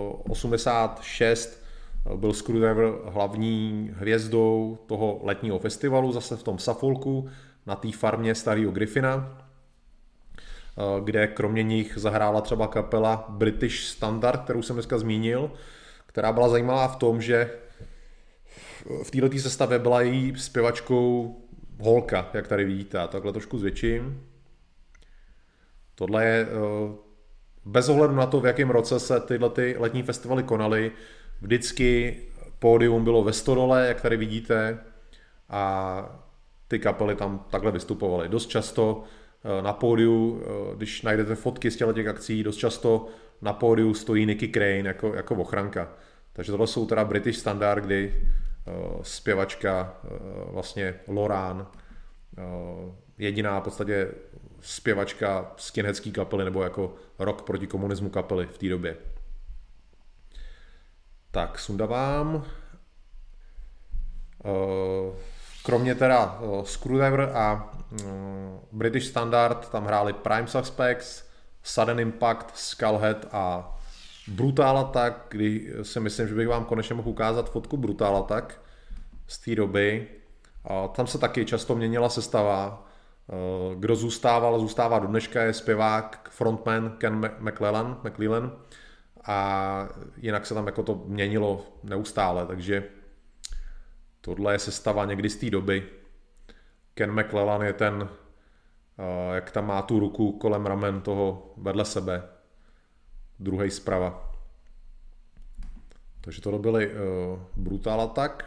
86 byl Screwdriver hlavní hvězdou toho letního festivalu, zase v tom Suffolku, na té farmě starého Griffina, kde kromě nich zahrála třeba kapela British Standard, kterou jsem dneska zmínil, která byla zajímavá v tom, že v této sestavě byla její zpěvačkou holka, jak tady vidíte, takhle trošku zvětším. Tohle je bez ohledu na to, v jakém roce se tyhle letní festivaly konaly, vždycky pódium bylo ve Stodole, jak tady vidíte, a ty kapely tam takhle vystupovaly. Dost často na pódiu, když najdete fotky z těch akcí, dost často na pódiu stojí Nicky Crane jako ochranka. Takže tohle jsou teda British Standard, kdy zpěvačka vlastně Loraan, jediná v podstatě zpěvačka skinheadský kapely nebo jako rock proti komunismu kapely v té době. Tak, sundavám. Kromě teda Screwdriver a British Standard tam hráli Prime Suspects, Sudden Impact, Skullhead a Brutal Attack, kdy si myslím, že bych vám konečně mohl ukázat fotku Brutal Attack z té doby. A tam se taky často měnila sestava. Kdo zůstává do dneška, je zpěvák, frontman Ken McLellan, a jinak se tam jako to měnilo neustále, takže tohle je sestava někdy z té doby. Ken McLellan je ten, jak tam má tu ruku kolem ramen toho vedle sebe, druhej zprava. Takže tohle byly Brutal Attack.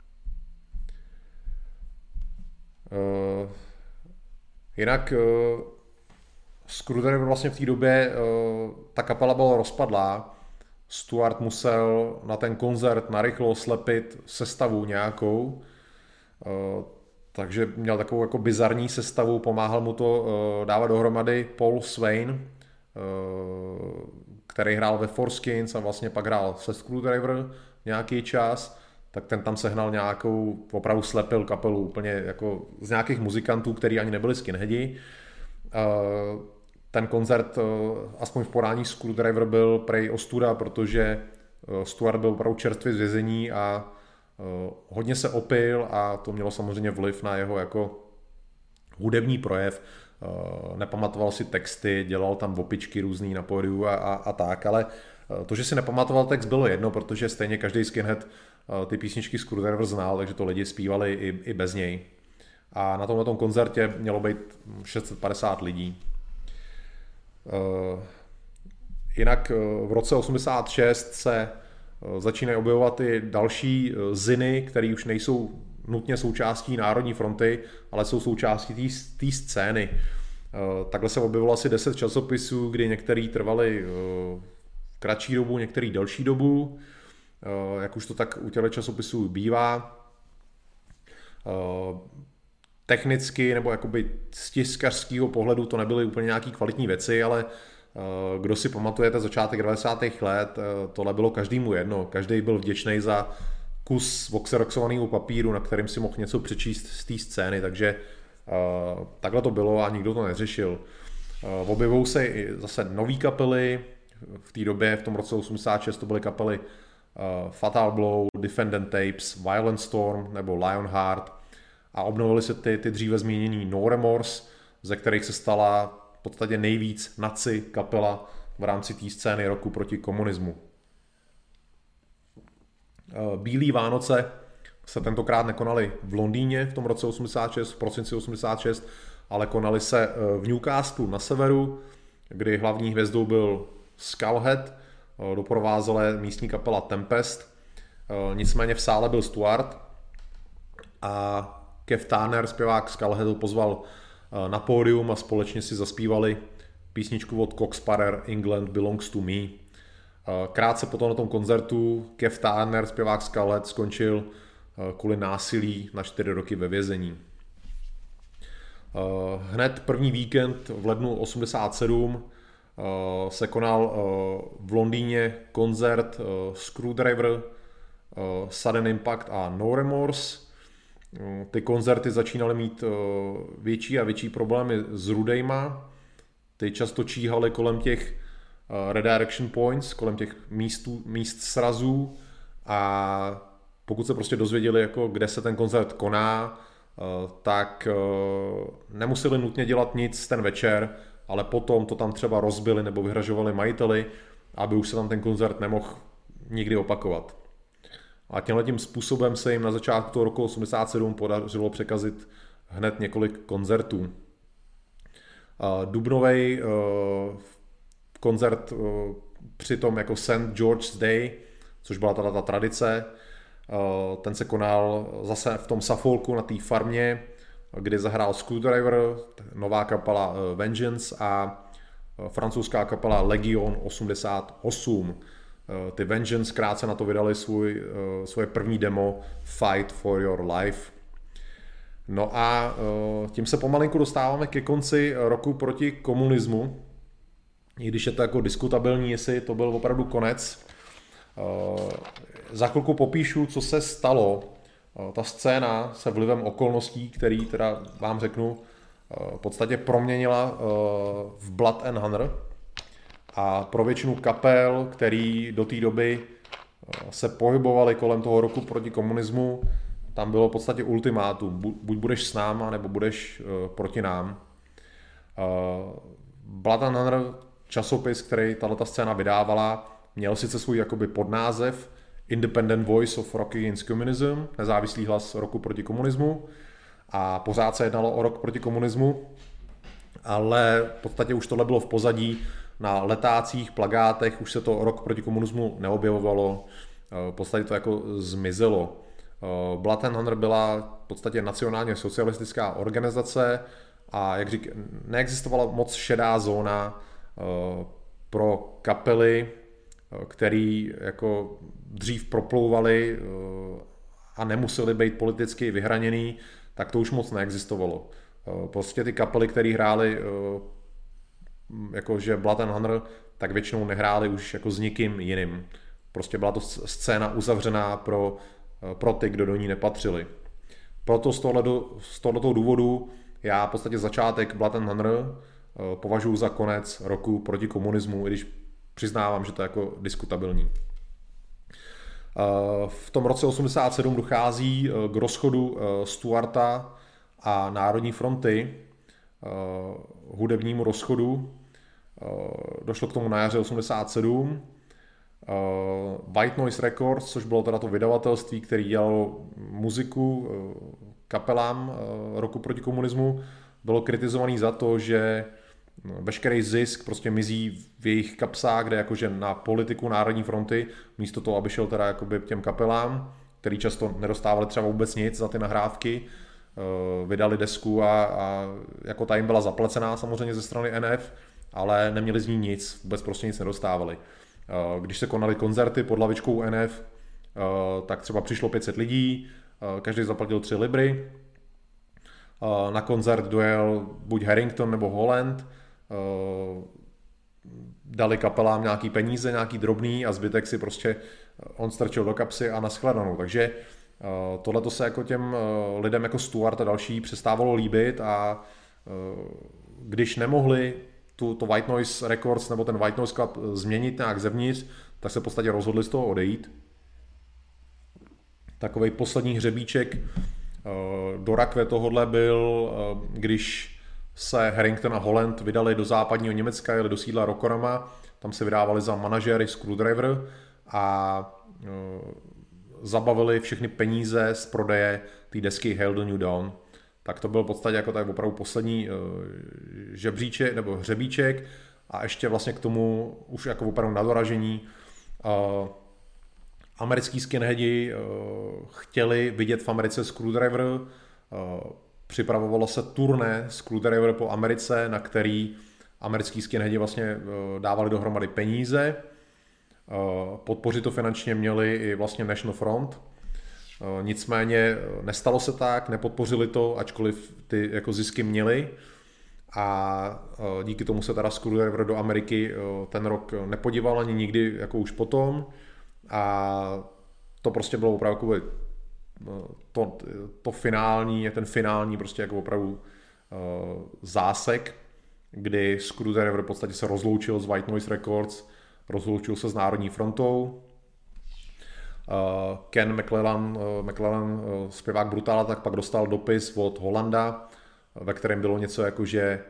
Jinak Screwdriver vlastně v té době ta kapela byla rozpadlá. Stuart musel na ten koncert narychlo slepit sestavu nějakou, takže měl takovou jako bizarní sestavu, pomáhal mu to dávat dohromady Paul Swain, který hrál ve Foreskins a vlastně pak hrál se Screwdriver nějaký čas, tak ten tam sehnal nějakou, opravdu slepil kapelu úplně jako z nějakých muzikantů, který ani nebyli skinheadi. Ten koncert, aspoň v podání Screwdriver, byl prej ostuda, protože Stuart byl opravdu čerstvý z vězení a hodně se opil a to mělo samozřejmě vliv na jeho jako hudební projev. Nepamatoval si texty, dělal tam opičky různý na pódiu a tak, ale to, že si nepamatoval text, bylo jedno, protože stejně každý skinhead ty písničky Screwdriver znal, takže to lidi zpívali i bez něj. A na tomhle koncertě mělo být 650 lidí. Jinak v roce 86 se začínají objevovat i další ziny, které už nejsou nutně součástí Národní fronty, ale jsou součástí té scény. Takhle se objevilo asi 10 časopisů, kdy některý trvali kratší dobu, některý delší dobu, jak už to tak u těchto časopisů bývá. Technicky nebo jakoby z tiskařského pohledu to nebyly úplně nějaký kvalitní věci, ale kdo si pamatujete začátek 90. let, tohle bylo každému jedno. Každý byl vděčný za kus oxeroxovaného papíru, na kterým si mohl něco přečíst z té scény, takže takhle to bylo a nikdo to neřešil. Objevují se i zase nový kapely, v té době, v tom roce 86 to byly kapely Fatal Blow, Defendant Tapes, Violent Storm nebo Lionheart a obnovily se ty dříve zmíněný No Remorse, ze kterých se stala v podstatě nejvíc naci kapela v rámci té scény roku proti komunismu. Bílý Vánoce se tentokrát nekonaly v Londýně v tom roce 86, v prosinci 86, ale konaly se v Newcastlu na severu, kdy hlavní hvězdou byl Skullhead, doprovázela místní kapela Tempest, nicméně v sále byl Stuart a Kev Turner, zpěvák Skullheadu, pozval na pódium a společně si zaspívali písničku od Cox Sparrer England Belongs to Me. Krátce potom na tom koncertu Kev Turner, zpěvák Skullhead, skončil kvůli násilí na 4 roky ve vězení. Hned první víkend v lednu 87 se konal v Londýně koncert Screwdriver, Sudden Impact a No Remorse. Ty koncerty začínaly mít větší a větší problémy s rudejma. Ty často číhaly kolem těch redirection points, kolem těch míst srazů a pokud se prostě dozvěděli, jako kde se ten koncert koná, tak nemuseli nutně dělat nic ten večer, ale potom to tam třeba rozbili nebo vyhražovali majiteli, aby už se tam ten koncert nemohl nikdy opakovat. A tímhletím způsobem se jim na začátku toho roku 87 podařilo překazit hned několik koncertů. Dubnovej koncert přitom jako St. George's Day, což byla ta tradice, ten se konal zase v tom Suffolku na té farmě, kde zahrál Screwdriver, nová kapela Vengeance a francouzská kapela Legion 88. Ty Vengeance krátce na to vydali svoje první demo Fight for Your Life. No a tím se pomalinku dostáváme ke konci roku proti komunismu, i když je to jako diskutabilní, jestli to byl opravdu konec. Za chvilku popíšu, co se stalo. Ta scéna se vlivem okolností, který teda vám řeknu, v podstatě proměnila v Blood and Honor. A pro většinu kapel, který do té doby se pohybovali kolem toho roku proti komunismu, tam bylo v podstatě ultimátum. Buď budeš s náma, nebo budeš proti nám. Blood and Honor, časopis, který tato scéna vydávala, měl sice svůj jakoby podnázev Independent Voice of Rock Against Communism, nezávislý hlas roku proti komunismu, a pořád se jednalo o rok proti komunismu, ale v podstatě už tohle bylo v pozadí. Na letácích, plakátech už se to rok proti komunismu neobjevovalo, v podstatě to jako zmizelo. Blood and Honor byla v podstatě nacionálně socialistická organizace a jak říkám, neexistovala moc šedá zóna pro kapely, který jako dřív proplouvali a nemuseli být politicky vyhraněný, tak to už moc neexistovalo. Prostě ty kapely, které hrály jakože Blood and Honor, tak většinou nehráli už jako s nikým jiným. Prostě byla to scéna uzavřená pro ty, kdo do ní nepatřili. Proto z tohoto důvodu já v podstatě začátek Blood and Honor považuji za konec roku proti komunismu, i když přiznávám, že to je jako diskutabilní. V tom roce 87 dochází k rozchodu Stuarta a Národní fronty, hudebnímu rozchodu. Došlo k tomu na jaře 87. White Noise Records, což bylo teda to vydavatelství, který dělalo muziku kapelám roku proti komunismu, bylo kritizovaný za to, že veškerý zisk prostě mizí v jejich kapsách, kde jakože na politiku Národní fronty, místo toho, aby šel teda jakoby těm kapelám, který často nedostávali třeba vůbec nic za ty nahrávky, vydali desku a jako ta jim byla zaplacená samozřejmě ze strany NF, ale neměli z ní nic, vůbec prostě nic nedostávali. Když se konaly koncerty pod hlavičkou NF, tak třeba přišlo 500 lidí, každý zaplatil 3 libry, na koncert dojel buď Harrington nebo Holland, dali kapelám nějaký peníze, nějaký drobný a zbytek si prostě on strčil do kapsy a nashledanou. Takže tohleto se jako těm lidem jako Stuart a další přestávalo líbit a když nemohli to White Noise Records nebo ten White Noise Club změnit nějak zevnitř, tak se v podstatě rozhodli z toho odejít. Takovej poslední hřebíček do rakve tohodle byl, když se Harrington a Holland vydali do západního Německa, jeli do sídla Rockorama, tam se vydávali za manažéry Screwdriver a zabavili všechny peníze z prodeje té desky Hail the New Dawn. Tak to byl v podstatě jako tak opravdu poslední žebříček nebo hřebíček a ještě vlastně k tomu už jako opravdu na doražení americký skinheadi chtěli vidět v Americe Screwdriver, připravovalo se turné Screwdriver po Americe, na který americký skinheadi vlastně dávali dohromady peníze. Podpořit to finančně měli i vlastně National Front. Nicméně nestalo se tak, nepodpořili to, ačkoliv ty jako zisky měli. A díky tomu se teda Screwdriver do Ameriky ten rok nepodíval ani nikdy jako už potom. A to prostě bylo opravdu to finální, ten finální prostě jako opravdu zásek, kdy Screwdriver v podstatě se rozloučil s White Noise Records, rozloučil se s Národní frontou. Ken McClellan, zpěvák Brutala, tak pak dostal dopis od Hollanda, ve kterém bylo něco jako, že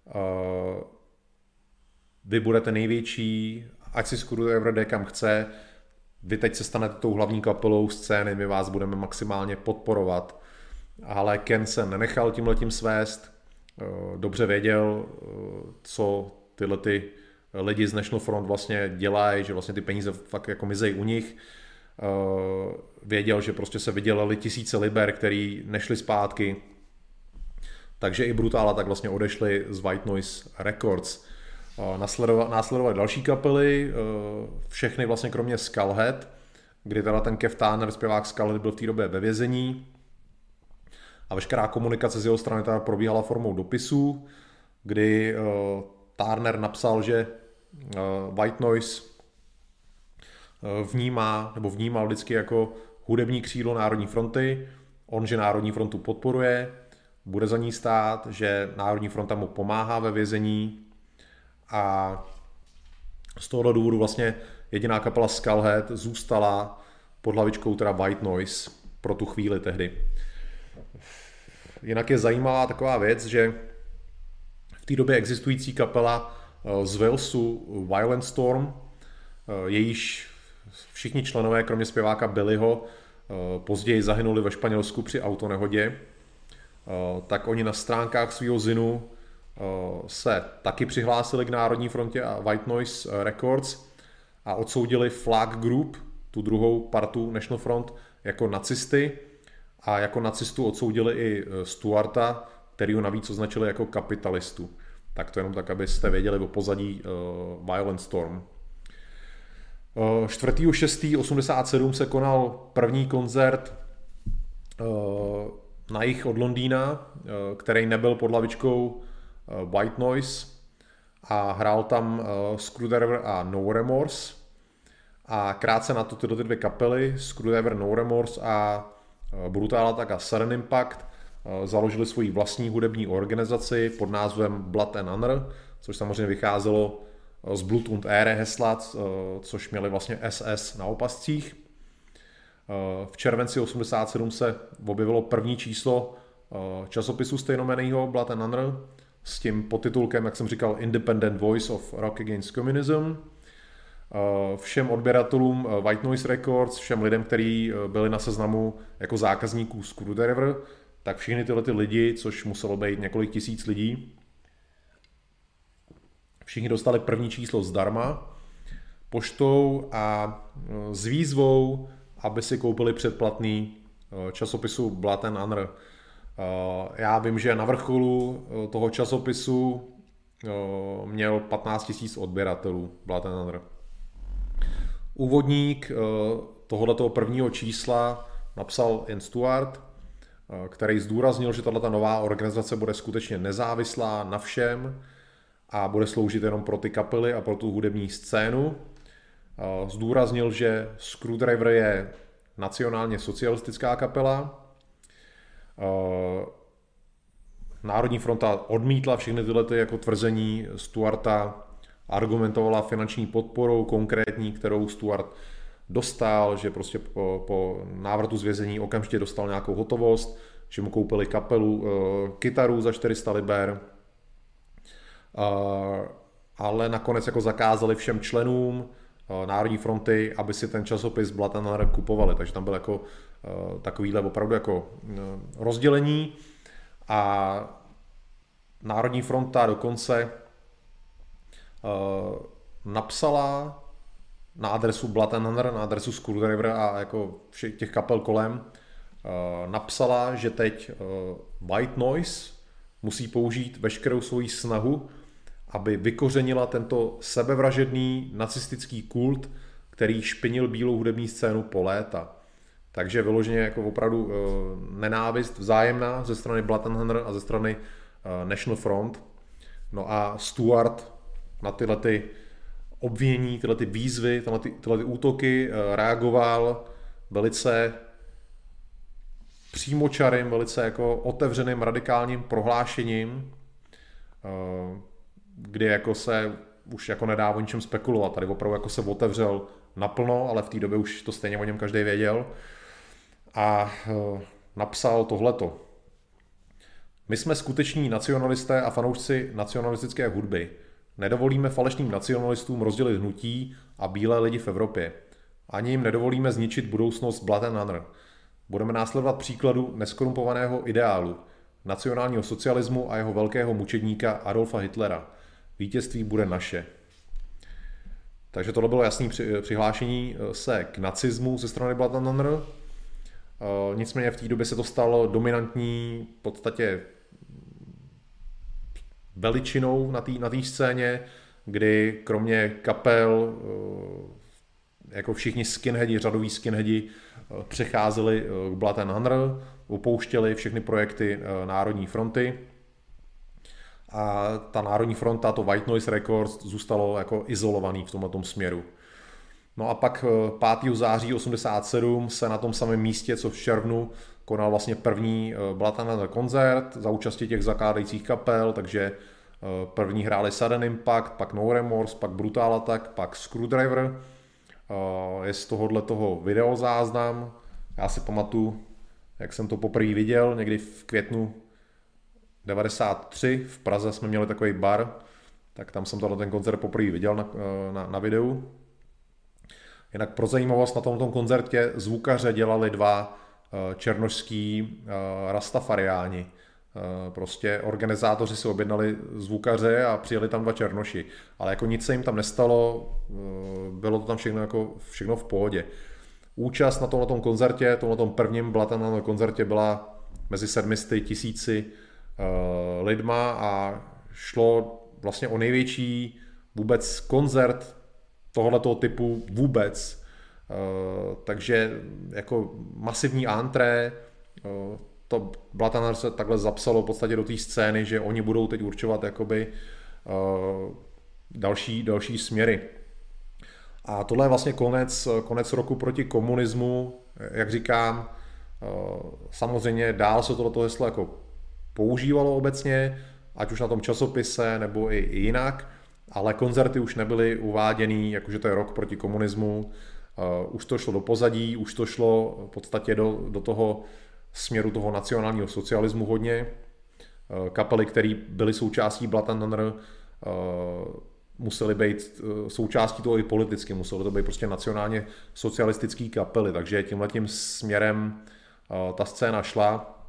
vy budete největší, ať si Screwdriver jde kam chce, vy teď se stanete tou hlavní kapelou scény, my vás budeme maximálně podporovat. Ale Ken se nenechal tímhletím svést, dobře věděl, co tyhle ty lidi z National Front vlastně dělají, že vlastně ty peníze fakt jako mizejí u nich. Věděl, že prostě se vydělali tisíce liber, který nešli zpátky. Takže i Brutala tak vlastně odešli z White Noise Records. Následovaly další kapely, všechny vlastně kromě Skullhead, kdy teda ten Kev Turner, zpěvák Skullhead, byl v té době ve vězení. A veškerá komunikace z jeho strany teda probíhala formou dopisů, kdy Turner napsal, že White Noise vnímal vždycky jako hudební křídlo Národní fronty, on, že Národní frontu podporuje, bude za ní stát, že Národní fronta mu pomáhá ve vězení a z tohoto důvodu vlastně jediná kapela Skullhead zůstala pod hlavičkou teda White Noise pro tu chvíli tehdy. Jinak je zajímavá taková věc, že v té době existující kapela z Walesu Violent Storm, jejíž všichni členové, kromě zpěváka Billyho, později zahynuli ve Španělsku při autonehodě, tak oni na stránkách svého zinu se taky přihlásili k Národní frontě a White Noise Records a odsoudili Flag Group, tu druhou partu National Front, jako nacisty a jako nacistu odsoudili i Stuarta, který ho navíc označili jako kapitalistu. Tak to jenom tak, abyste věděli o pozadí Violent Storm. 4.6.87 se konal první koncert na jih od Londýna, který nebyl pod hlavičkou White Noise a hrál tam Screwdriver a No Remorse. A krátce na to tyhle dvě kapely, Screwdriver, No Remorse a Brutal Attack a Sudden Impact, založili svoji vlastní hudební organizaci pod názvem Blood and Honor, což samozřejmě vycházelo z Blut und Ehre hesla, což měli vlastně SS na opascích. V červenci 87 se objevilo první číslo časopisu stejnojmenného Blood and Honor s tím podtitulkem, jak jsem říkal, Independent Voice of Rock Against Communism. Všem odběratelům White Noise Records, všem lidem, kteří byli na seznamu jako zákazníků Screwdriver, tak všichni tyhle ty lidi, což muselo být několik tisíc lidí, všichni dostali první číslo zdarma poštou a s výzvou, aby si koupili předplatný časopisu Blood and Honor. Já vím, že na vrcholu toho časopisu měl 15 000 odběratelů Blood and Honor. Úvodník tohoto prvního čísla napsal Ian Stewart, který zdůraznil, že tato nová organizace bude skutečně nezávislá na všem a bude sloužit jenom pro ty kapely a pro tu hudební scénu. Zdůraznil, že Screwdriver je nacionálně socialistická kapela. Národní fronta odmítla všechny tyhle jako tvrzení Stuarta, argumentovala finanční podporou konkrétní, kterou Stuart dostal, že prostě po návratu z vězení okamžitě dostal nějakou hotovost, že mu koupili kapelu, kytaru za 400 liber, ale nakonec jako zakázali všem členům Národní fronty, aby si ten časopis Blood and Honor kupovali, takže tam byl jako takovýhle opravdu jako rozdělení a Národní fronta dokonce napsala na adresu Blood and Honor, na adresu Screwdriver a jako všech těch kapel kolem, napsala, že teď White Noise musí použít veškerou svoji snahu, aby vykořenila tento sebevražedný nacistický kult, který špinil bílou hudební scénu po léta. Takže vyloženě jako opravdu nenávist vzájemná ze strany Blood and Honor a ze strany National Front. No a Stuart na tyhle ty obvinění, tyhle ty výzvy, tyhle ty útoky reagoval velice přímočarým, velice jako otevřeným radikálním prohlášením, kdy jako se už jako nedá o ničem spekulovat. Tady opravdu jako se otevřel naplno, ale v té době už to stejně o něm každý věděl. A napsal tohleto. My jsme skuteční nacionalisté a fanoušci nacionalistické hudby. Nedovolíme falešným nacionalistům rozdělit hnutí a bílé lidi v Evropě. Ani jim nedovolíme zničit budoucnost Blood and Honor. Budeme následovat příkladu neskorumpovaného ideálu, nacionálního socialismu a jeho velkého mučedníka Adolfa Hitlera. Vítězství bude naše. Takže tohle bylo jasné přihlášení se k nacismu ze strany Blood and Honor. Nicméně v té době se to stalo dominantní v podstatě veličinou na té scéně, kdy kromě kapel jako všichni skinheadi, řadoví skinheadi přecházeli k Blood and Honor, opouštěli všechny projekty Národní fronty a ta Národní fronta, to White Noise Records, zůstalo jako izolovaný v tomto směru. No a pak 5. září 87 se na tom samém místě, co v červnu, konal vlastně první Blood and Honor koncert za účasti těch zakládajících kapel, takže první hráli Sudden Impact, pak No Remorse, pak Brutal Attack, pak Screwdriver. Je z toho videozáznam. Já si pamatuju, jak jsem to poprvé viděl, někdy v květnu 93 v Praze jsme měli takový bar, tak tam jsem ten koncert poprvé viděl na videu. Jinak pro zajímavost, na tomto koncertě zvukaře dělali dva černošský rastafariáni. Prostě organizátoři si objednali zvukaře a přijeli tam dva černoši. Ale jako nic se jim tam nestalo, bylo to tam všechno v pohodě. Účast na tomto koncertě, tomto prvním Blood and Honor koncertě byla mezi 700 000 lidma a šlo vlastně o největší vůbec koncert tohoto typu vůbec. Takže jako masivní antré, to Blood and Honor se takhle zapsalo v podstatě do té scény, že oni budou teď určovat jakoby další směry. A tohle je vlastně konec roku proti komunismu, jak říkám, samozřejmě dál se toto heslo jako používalo obecně, ať už na tom časopise nebo i jinak, ale koncerty už nebyly uváděný, jakože to je rok proti komunismu, už to šlo do pozadí, už to šlo v podstatě do toho směru toho nacionálního socialismu hodně. Kapely, které byly součástí Blood and Honor, musely být součástí toho i politicky, musely to být prostě nacionálně socialistické kapely, takže tímhletím směrem ta scéna šla.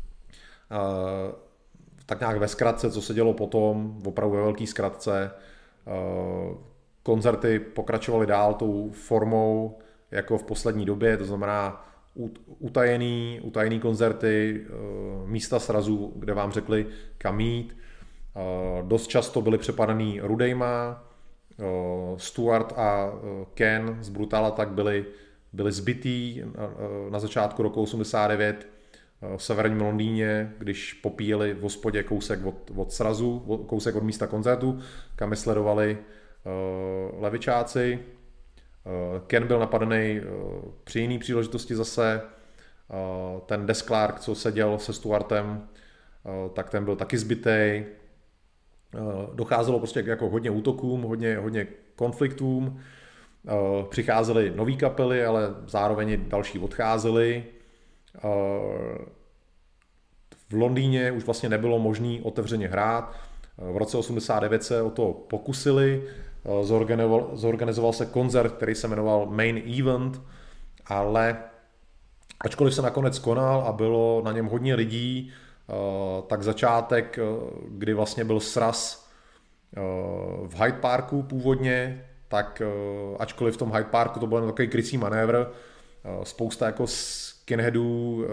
Tak nějak ve zkratce, co se dělo potom, opravdu ve velké zkratce. Koncerty pokračovaly dál tou formou, jako v poslední době, to znamená utajený koncerty, místa srazu, kde vám řekli kam jít. Dost často byly přepadaný rudejma, Stuart a Ken z Brutal Attack byli zbytý na začátku roku 89 v severním Londýně, když popíjeli v hospodě kousek od srazu, kousek od místa koncertu, kam je sledovali levičáci. Ken byl napadený při jiné příležitosti zase. Ten Des Clark, co seděl se Stuartem, tak ten byl taky zbytej. Docházelo prostě jako hodně útokům, hodně konfliktům. Přicházely nový kapely, ale zároveň další odcházely. V Londýně už vlastně nebylo možné otevřeně hrát. V roce 89 se o to pokusili. Zorganizoval se koncert, který se jmenoval Main Event, ale ačkoliv se nakonec konal a bylo na něm hodně lidí, tak začátek, kdy vlastně byl sraz v Hyde Parku původně, tak ačkoliv v tom Hyde Parku to byl takový krycí manévr, spousta jako skinheadů,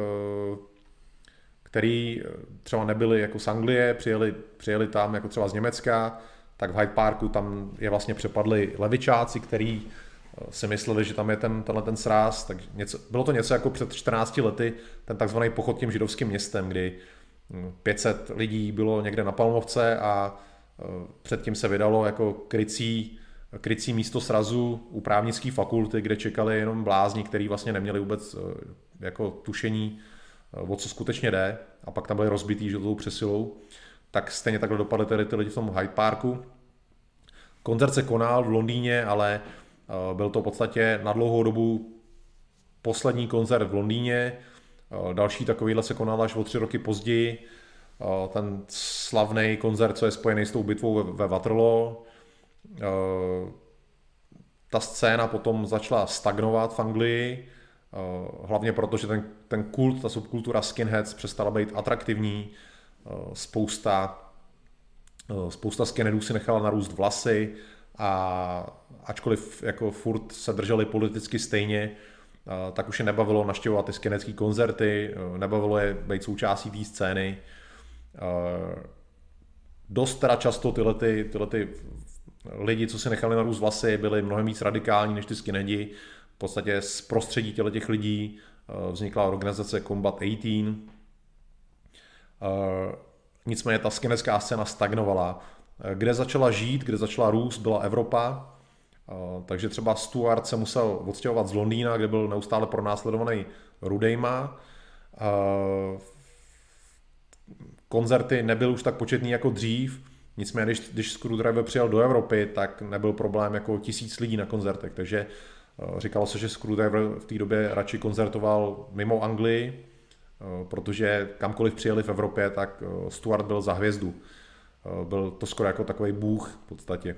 který třeba nebyli jako z Anglie, přijeli tam jako třeba z Německa, tak v Hyde Parku tam je vlastně přepadli levičáci, který si mysleli, že tam je tenhle sráz. Tak bylo to něco jako před 14 lety, ten takzvaný pochod tím židovským městem, kdy 500 lidí bylo někde na Palmovce a předtím se vydalo jako krycí místo srazu u právnické fakulty, kde čekali jenom blázni, kteří vlastně neměli vůbec jako tušení, o co skutečně jde, a pak tam byli rozbitý žlutou přesilou, tak stejně takhle dopadly tedy ty lidi v tom Hyde Parku. Koncert se konal v Londýně, ale byl to v podstatě na dlouhou dobu poslední koncert v Londýně. Další takovýhle se konal až o 3 roky později. Ten slavný koncert, co je spojený s tou bitvou ve Waterloo. Ta scéna potom začala stagnovat v Anglii, hlavně proto, že ten kult, ta subkultura skinheads přestala být atraktivní. Spousta skinheadů si nechala narůst vlasy a ačkoliv jako furt se drželi politicky stejně, tak už je nebavilo naštěvovat ty skinheadský koncerty, nebavilo je být součástí té scény. Dost teda často tyhle lidi, co si nechali narůst vlasy, byli mnohem víc radikální než ty skinheadi. V podstatě z prostředí těch lidí vznikla organizace Combat 18. Nicméně ta skinheadská scéna stagnovala. Kde začala žít, kde začala růst, byla Evropa. Takže třeba Stuart se musel odstěhovat z Londýna, kde byl neustále pronásledovaný rudejma. Koncerty nebyly už tak početný jako dřív, nicméně když Screwdriver přijel do Evropy, tak nebyl problém jako 1000 lidí na koncertech, takže říkalo se, že Screwdriver v té době radši koncertoval mimo Anglii, protože kamkoliv přijeli v Evropě, tak Stuart byl za hvězdu. Byl to skoro jako takový bůh v podstatě.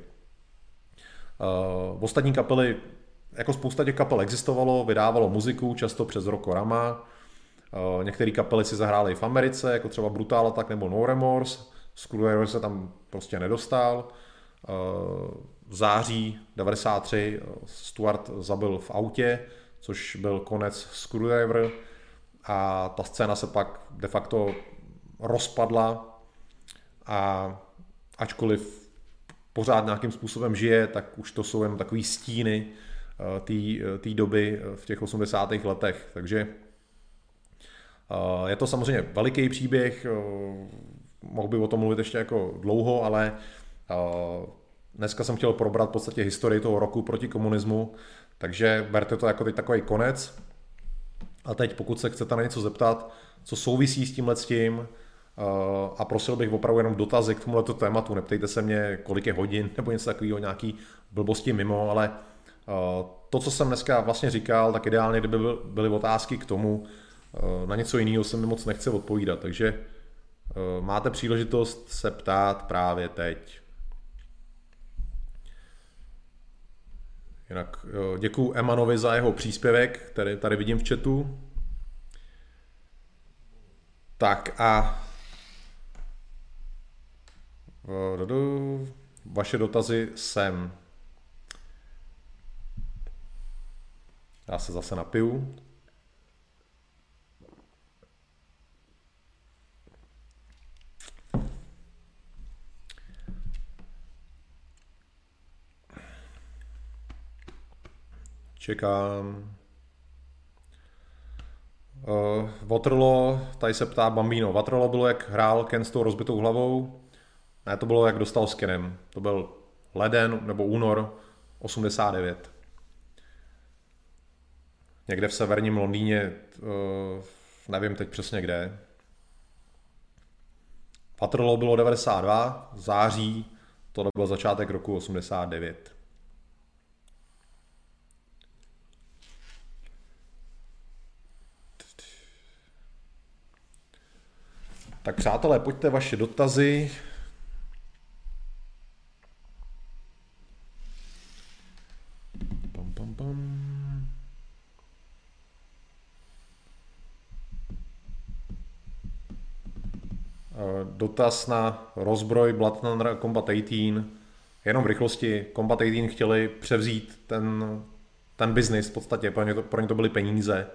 Ostatní kapely, jako spousta těch kapel existovalo, vydávalo muziku, často přes Rockorama. Některé kapely si zahrály v Americe, jako třeba Brutal Attack nebo No Remorse. Screwdriver se tam prostě nedostal. V září 93 Stuart zabil v autě, což byl konec Screwdriver, a ta scéna se pak de facto rozpadla, a ačkoliv pořád nějakým způsobem žije, tak už to jsou jen takový stíny té doby v těch 80. letech. Takže je to samozřejmě veliký příběh, mohl bych o tom mluvit ještě jako dlouho, ale dneska jsem chtěl probrat v podstatě historii toho roku proti komunismu, takže berte to jako teď takový konec. A teď pokud se chcete na něco zeptat, co souvisí s tímhletím, a prosil bych opravdu jenom dotazy k tomuto tématu, neptejte se mě, kolik je hodin nebo něco takového, nějaký blbosti mimo, ale to, co jsem dneska vlastně říkal, tak ideálně, kdyby byly otázky k tomu, na něco jiného se mi moc nechce odpovídat, takže máte příležitost se ptát právě teď. Jinak děkuju Emanovi za jeho příspěvek, který tady vidím v chatu. Tak a vaše dotazy sem. Já se zase napiju. Čekám. Waterloo, tady se ptá Bambino. Waterloo bylo, jak hrál Ken s tou rozbitou hlavou? Ne, to bylo, jak dostal s Kenem. To byl leden nebo únor 89. Někde v severním Londýně, nevím teď přesně kde. Waterloo bylo 92, září, to byl začátek roku 89. Tak přátelé, pojďte vaše dotazy. Dotaz na rozbroj Blood Thunder Combat 18. Jenom v rychlosti. Combat 18 chtěli převzít ten biznis v podstatě, pro ně to byly peníze.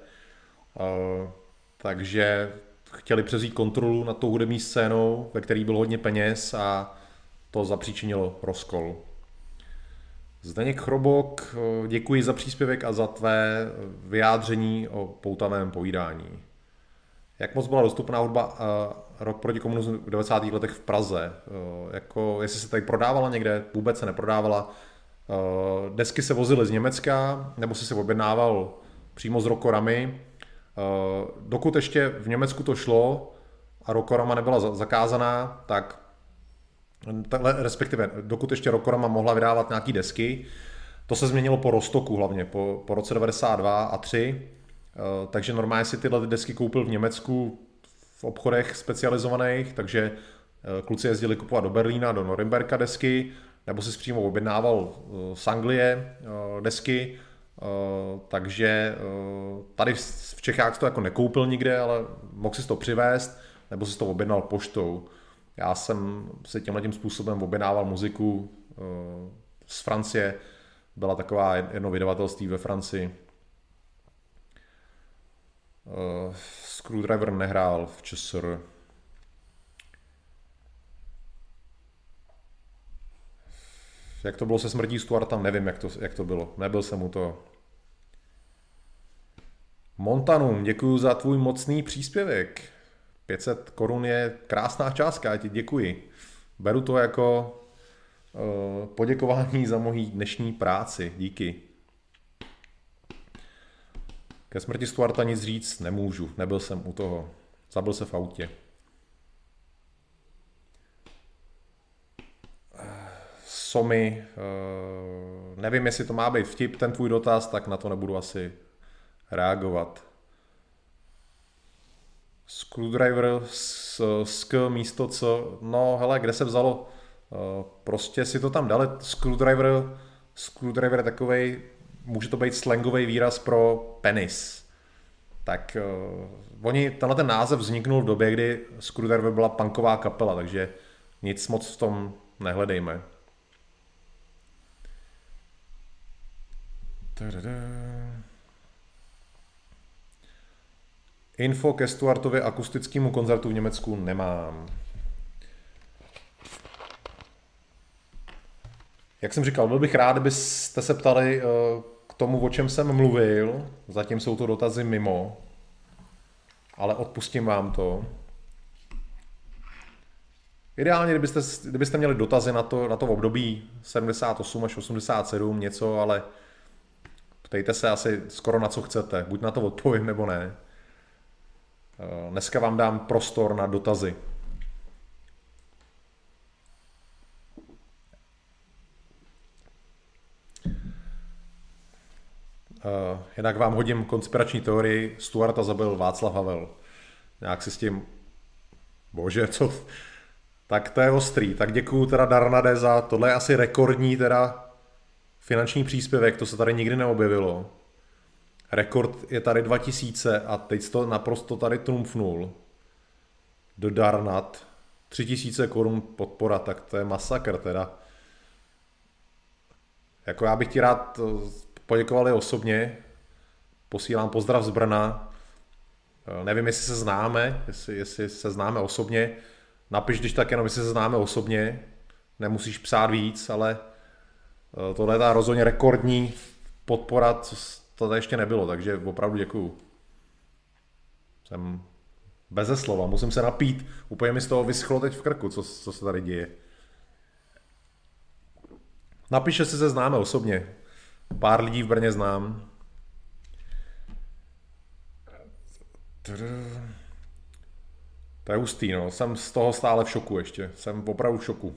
Takže chtěli převzít kontrolu nad tou hudební scénou, ve které bylo hodně peněz, a to zapříčinilo rozkol. Zdeněk Chrobok, děkuji za příspěvek a za tvé vyjádření o poutavém povídání. Jak moc byla dostupná hudba Rock proti komunismu v 90. letech v Praze? Jako, jestli se tady prodávala někde, vůbec se neprodávala. Desky se vozily z Německa, nebo si se objednával přímo z Rockoramy. Dokud ještě v Německu to šlo a Rockorama nebyla zakázaná, tak respektive dokud ještě Rockorama mohla vydávat nějaký desky, to se změnilo po Rostocku hlavně, po roce 92 a 3, takže normálně si tyhle desky koupil v Německu v obchodech specializovaných, takže kluci jezdili kupovat do Berlína, do Norimberka desky, nebo si přímo objednával z Anglie desky, takže tady v Čechách to jako nekoupil nikde, ale mohl si to přivést, nebo si to objednal poštou. Já jsem si tímhletím způsobem objednával muziku z Francie, byla taková jedno vydavatelství ve Francii. Screwdriver nehrál v ČSR. Jak to bylo se smrtí Stuarta, nevím, jak to bylo. Nebyl jsem u toho. Montanum, děkuji za tvůj mocný příspěvek. 500 korun je krásná částka, já ti děkuji. Beru to jako poděkování za moji dnešní práci. Díky. Ke smrti Stuarta nic říct nemůžu. Nebyl jsem u toho. Zabil se v autě. Somy, nevím, jestli to má být vtip, ten tvůj dotaz, tak na to nebudu asi reagovat. Screwdriver sk místo co, no hele, kde se vzalo, prostě si to tam dali, screwdriver je takovej, může to být slangový výraz pro penis. Tak tenhle ten název vzniknul v době, kdy Screwdriver byla punková kapela, takže nic moc v tom nehledejme. Info ke Stuartově akustickému koncertu v Německu nemám. Jak jsem říkal, byl bych rád, kdybyste se ptali k tomu, o čem jsem mluvil. Zatím jsou to dotazy mimo, ale odpustím vám to. Ideálně, kdybyste měli dotazy na to období 78 až 87 něco, ale ptejte se asi skoro na co chcete. Buď na to odpovím, nebo ne. Dneska vám dám prostor na dotazy. Jinak vám hodím konspirační teorii. Stuarta zabil Václav Havel. Nějak si s tím... Bože, co... Tak to je ostrý. Tak děkuju teda Darnade za... Tohle je asi rekordní teda finanční příspěvek. To se tady nikdy neobjevilo. Rekord je tady 2000 a teď to naprosto tady trumfnul. Do Darnat. 3000 korun podpora, tak to je masakr teda. Jako já bych ti rád poděkoval i osobně. Posílám pozdrav z Brna. Nevím, jestli se známe, jestli se známe osobně. Napiš, když tak jenom, jestli se známe osobně. Nemusíš psát víc, ale tohle je ta rozhodně rekordní podpora, co to ještě nebylo, takže opravdu děkuju. Jsem beze slova, musím se napít. Úplně mi z toho vyschlo teď v krku, co se tady děje. Napiš, jestli se známe osobně. Pár lidí v Brně znám. To je hustý, no. Jsem z toho stále v šoku ještě. Jsem opravdu v šoku.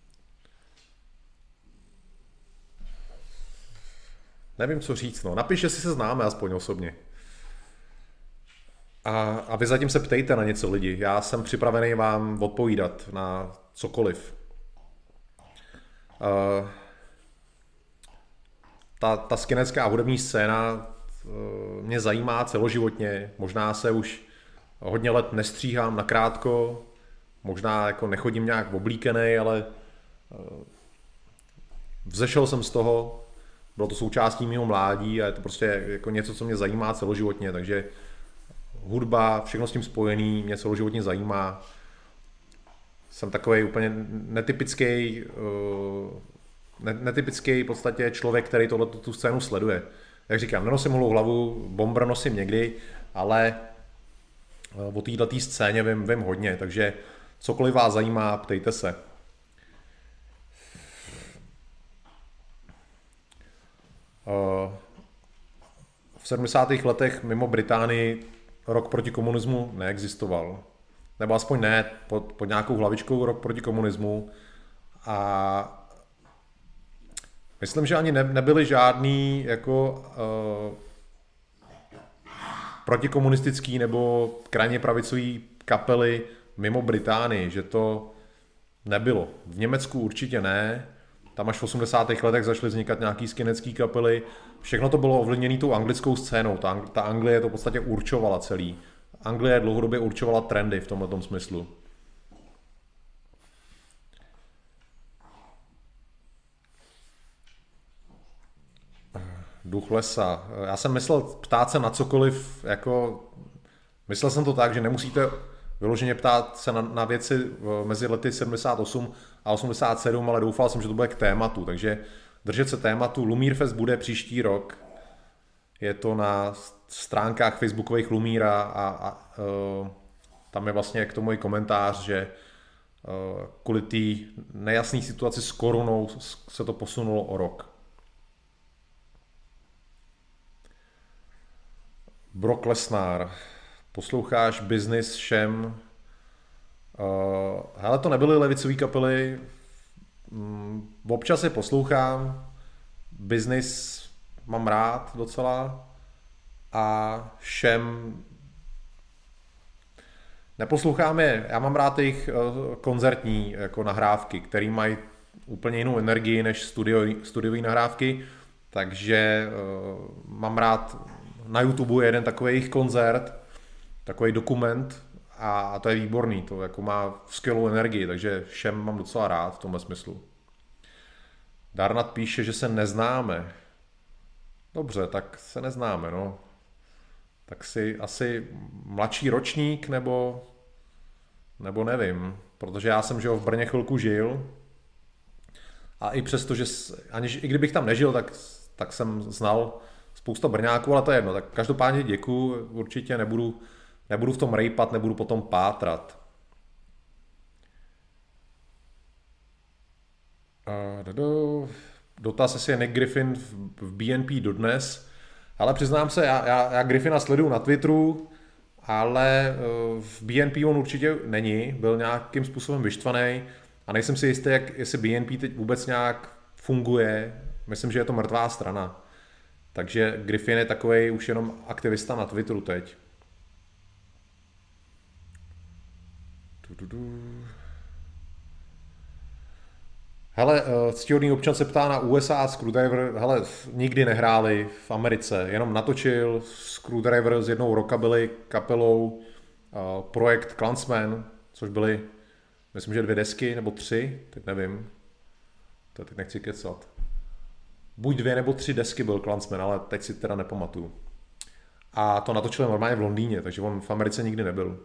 Nevím, co říct, no. Napiš, jestli se známe aspoň osobně. A vy zatím se ptejte na něco, lidi. Já jsem připravený vám odpovídat na cokoliv. Ta skinecká hudební scéna mě zajímá celoživotně. Možná se už hodně let nestříhám nakrátko. Možná jako nechodím nějak oblíkený, ale vzešel jsem z toho. Bylo to součástí mého mládí a je to prostě jako něco, co mě zajímá celoživotně, takže hudba, všechno s tím spojený, mě celoživotně zajímá. Jsem takový úplně netypický v podstatě člověk, který tu scénu sleduje. Jak říkám, nenosím holou hlavu, Bomber nosím někdy, ale o této scéně vím hodně, takže cokoliv vás zajímá, ptejte se. V 70. letech mimo Británii rok proti komunismu neexistoval. Nebo aspoň ne pod nějakou hlavičkou rok proti komunismu. A myslím, že ani nebyly žádný jako protikomunistický nebo krajně pravicový kapely mimo Británii, že to nebylo. V Německu určitě ne, tam až v 80. letech začaly vznikat nějaký skinheadský kapely, všechno to bylo ovlivněné tou anglickou scénou, ta Anglie to v podstatě určovala celý. Anglie dlouhodobě určovala trendy v tomto smyslu. Duch lesa. Já jsem myslel ptát se na cokoliv, jako myslel jsem to tak, že nemusíte vyloženě ptát se na věci mezi lety 78 a 87, ale doufal jsem, že to bude k tématu, takže držet se tématu. Lumírfest bude příští rok. Je to na stránkách facebookových Lumíra a tam je vlastně k tomu i komentář, že kvůli té nejasné situaci s korunou se to posunulo o rok. Brock Lesnar. Posloucháš Business, Shem? Hele, to nebyly levicové kapely. Občas je poslouchám. Business mám rád docela. A Shem neposlouchám je. Já mám rád jejich koncertní jako nahrávky, které mají úplně jinou energii než studiové nahrávky. Takže mám rád. Na YouTube je jeden takový jejich koncert, takový dokument a to je výborný, to jako má skvělou energii, takže všem mám docela rád v tomhle smyslu. Darnat píše, že se neznáme. Dobře, tak se neznáme, no. Tak si asi mladší ročník nebo nevím, protože já jsem, že v Brně chvilku žil a i přesto, že i kdybych tam nežil, tak jsem znal spousta Brňáků, ale to je jedno. Tak každopádně děkuju, určitě nebudu v tom rejpat, nebudu potom pátrat. Dotaz, jestli je Nick Griffin v BNP dodnes. Ale přiznám se, já Griffina sleduju na Twitteru, ale v BNP on určitě není. Byl nějakým způsobem vyštvaný a nejsem si jistý, jestli BNP teď vůbec nějak funguje. Myslím, že je to mrtvá strana. Takže Griffin je takovej už jenom aktivista na Twitteru teď. Hele, ctihodný občan se ptá na USA a Screwdriver. Hele, nikdy nehráli v Americe, jenom natočil Screwdriver s jednou rockabilly kapelou projekt Clansman, což byly, myslím, že 2 desky nebo 3, teď nevím, to teď nechci kecat. Buď 2 nebo 3 desky byl Clansman, ale teď si teda nepamatuju. A to natočili normálně v Londýně, takže on v Americe nikdy nebyl.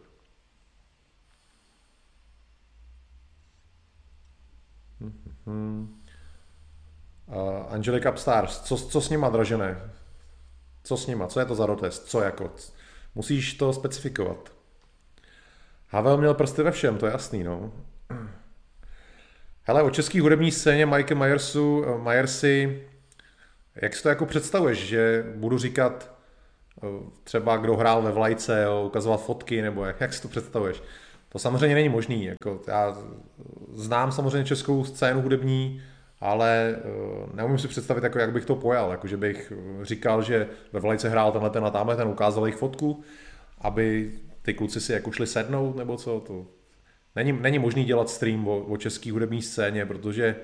Angelica Upstars, co s nima, Dražené? Co s nima? Co je to za rotest? Co jako? Musíš to specifikovat. Havel měl prsty ve všem, to je jasný, no. Hele, o český hudební scéně Mike Myersi, jak si to jako představuješ, že budu říkat třeba kdo hrál ve Vlajce, jo, ukazovat fotky, nebo jak si to představuješ? To samozřejmě není možný, jako já znám samozřejmě českou scénu hudební, ale neumím si představit, jako jak bych to pojal, jako že bych říkal, že ve Vlajce hrál tenhle a tamhle ten, ukázal jejich fotku, aby ty kluci si jako šli sednout, nebo co, to není možný dělat stream o české hudební scéně, protože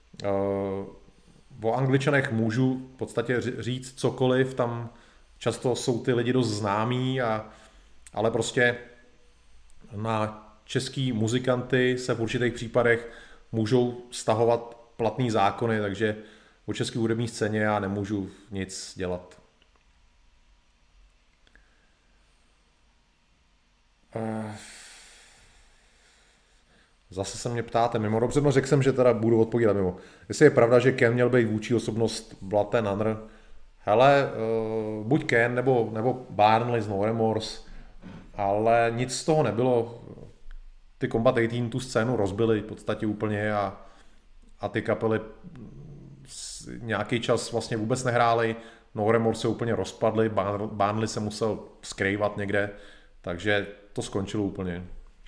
o Angličanech můžu v podstatě říct cokoliv, tam často jsou ty lidi dost známí, ale prostě na český muzikanty se v určitých případech můžou stahovat platný zákony, takže o české hudební scéně já nemůžu nic dělat. Zase se mě ptáte mimo, dobře, no řekl jsem, že teda budu odpovídat mimo. Jestli je pravda, že Ken měl být vůči osobnost Blood and Honor, hele, buď Ken nebo Barnley z No Remorse, ale nic z toho nebylo. Ty Combat 18 tu scénu rozbili v podstatě úplně a ty kapely nějaký čas vlastně vůbec nehrály. No Remorse se úplně rozpadly, Burnley se musel skrývat někde, takže to skončilo úplně.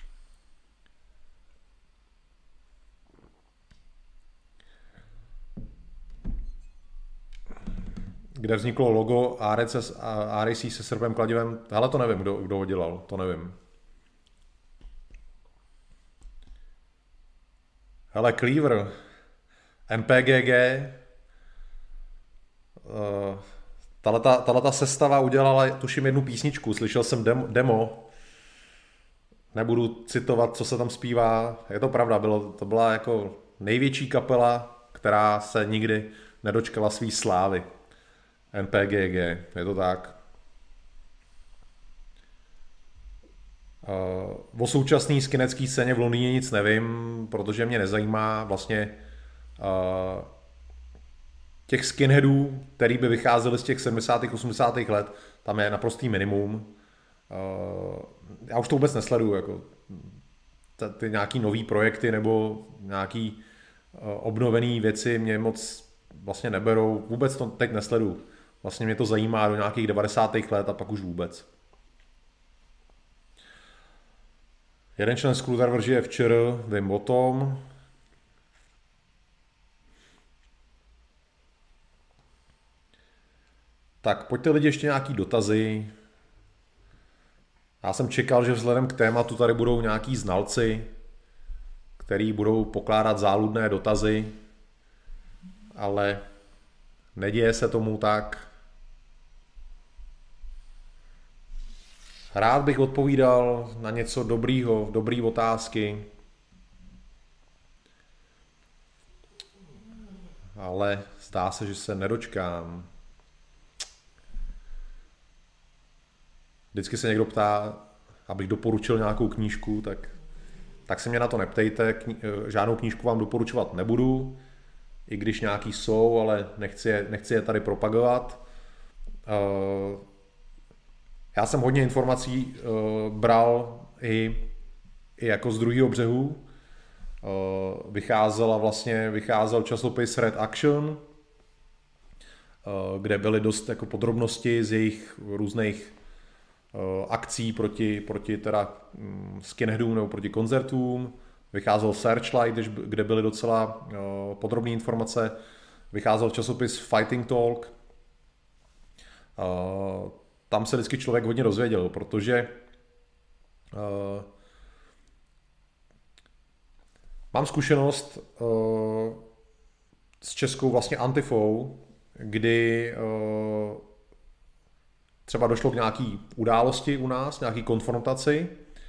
Kde vzniklo logo RAC se srpem kladivem, hele to nevím, kdo ho dělal, to nevím. Hele, Cleaver, MPGG, tato sestava udělala, tuším, jednu písničku, slyšel jsem demo, nebudu citovat, co se tam zpívá, je to pravda, to byla jako největší kapela, která se nikdy nedočkala svý slávy. MPGG, je to tak. O současné skinheadské scéně v Londýně nic nevím, protože mě nezajímá vlastně těch skinheadů, který by vycházeli z těch 70. 80. let, tam je naprostý minimum. Já už to vůbec nesleduju, jako ty nějaký nový projekty nebo nějaký obnovený věci mě moc vlastně neberou, vůbec to teď nesleduju. Vlastně mě to zajímá do nějakých 90. let a pak už vůbec. Jeden člen Screwdriver žije v ČR, vím o tom. Tak pojďte lidi ještě nějaký dotazy. Já jsem čekal, že vzhledem k tématu tady budou nějaký znalci, který budou pokládat záludné dotazy, ale neděje se tomu tak. Rád bych odpovídal na něco dobrýho, dobrý otázky, ale zdá se, že se nedočkám. Vždycky se někdo ptá, abych doporučil nějakou knížku, tak se mě na to neptejte, žádnou knížku vám doporučovat nebudu, i když nějaký jsou, ale nechci je tady propagovat. Já jsem hodně informací bral i jako z druhého břehu. Vycházel časopis Red Action, kde byly dost jako podrobnosti z jejich různých akcí proti teda skinheadům nebo proti koncertům. Vycházel Searchlight, kde byly docela podrobné informace. Vycházel časopis Fighting Talk. Tam se vždycky člověk hodně dozvěděl, protože mám zkušenost s českou vlastně Antifou, kdy třeba došlo k nějaký události u nás, nějaký konfrontaci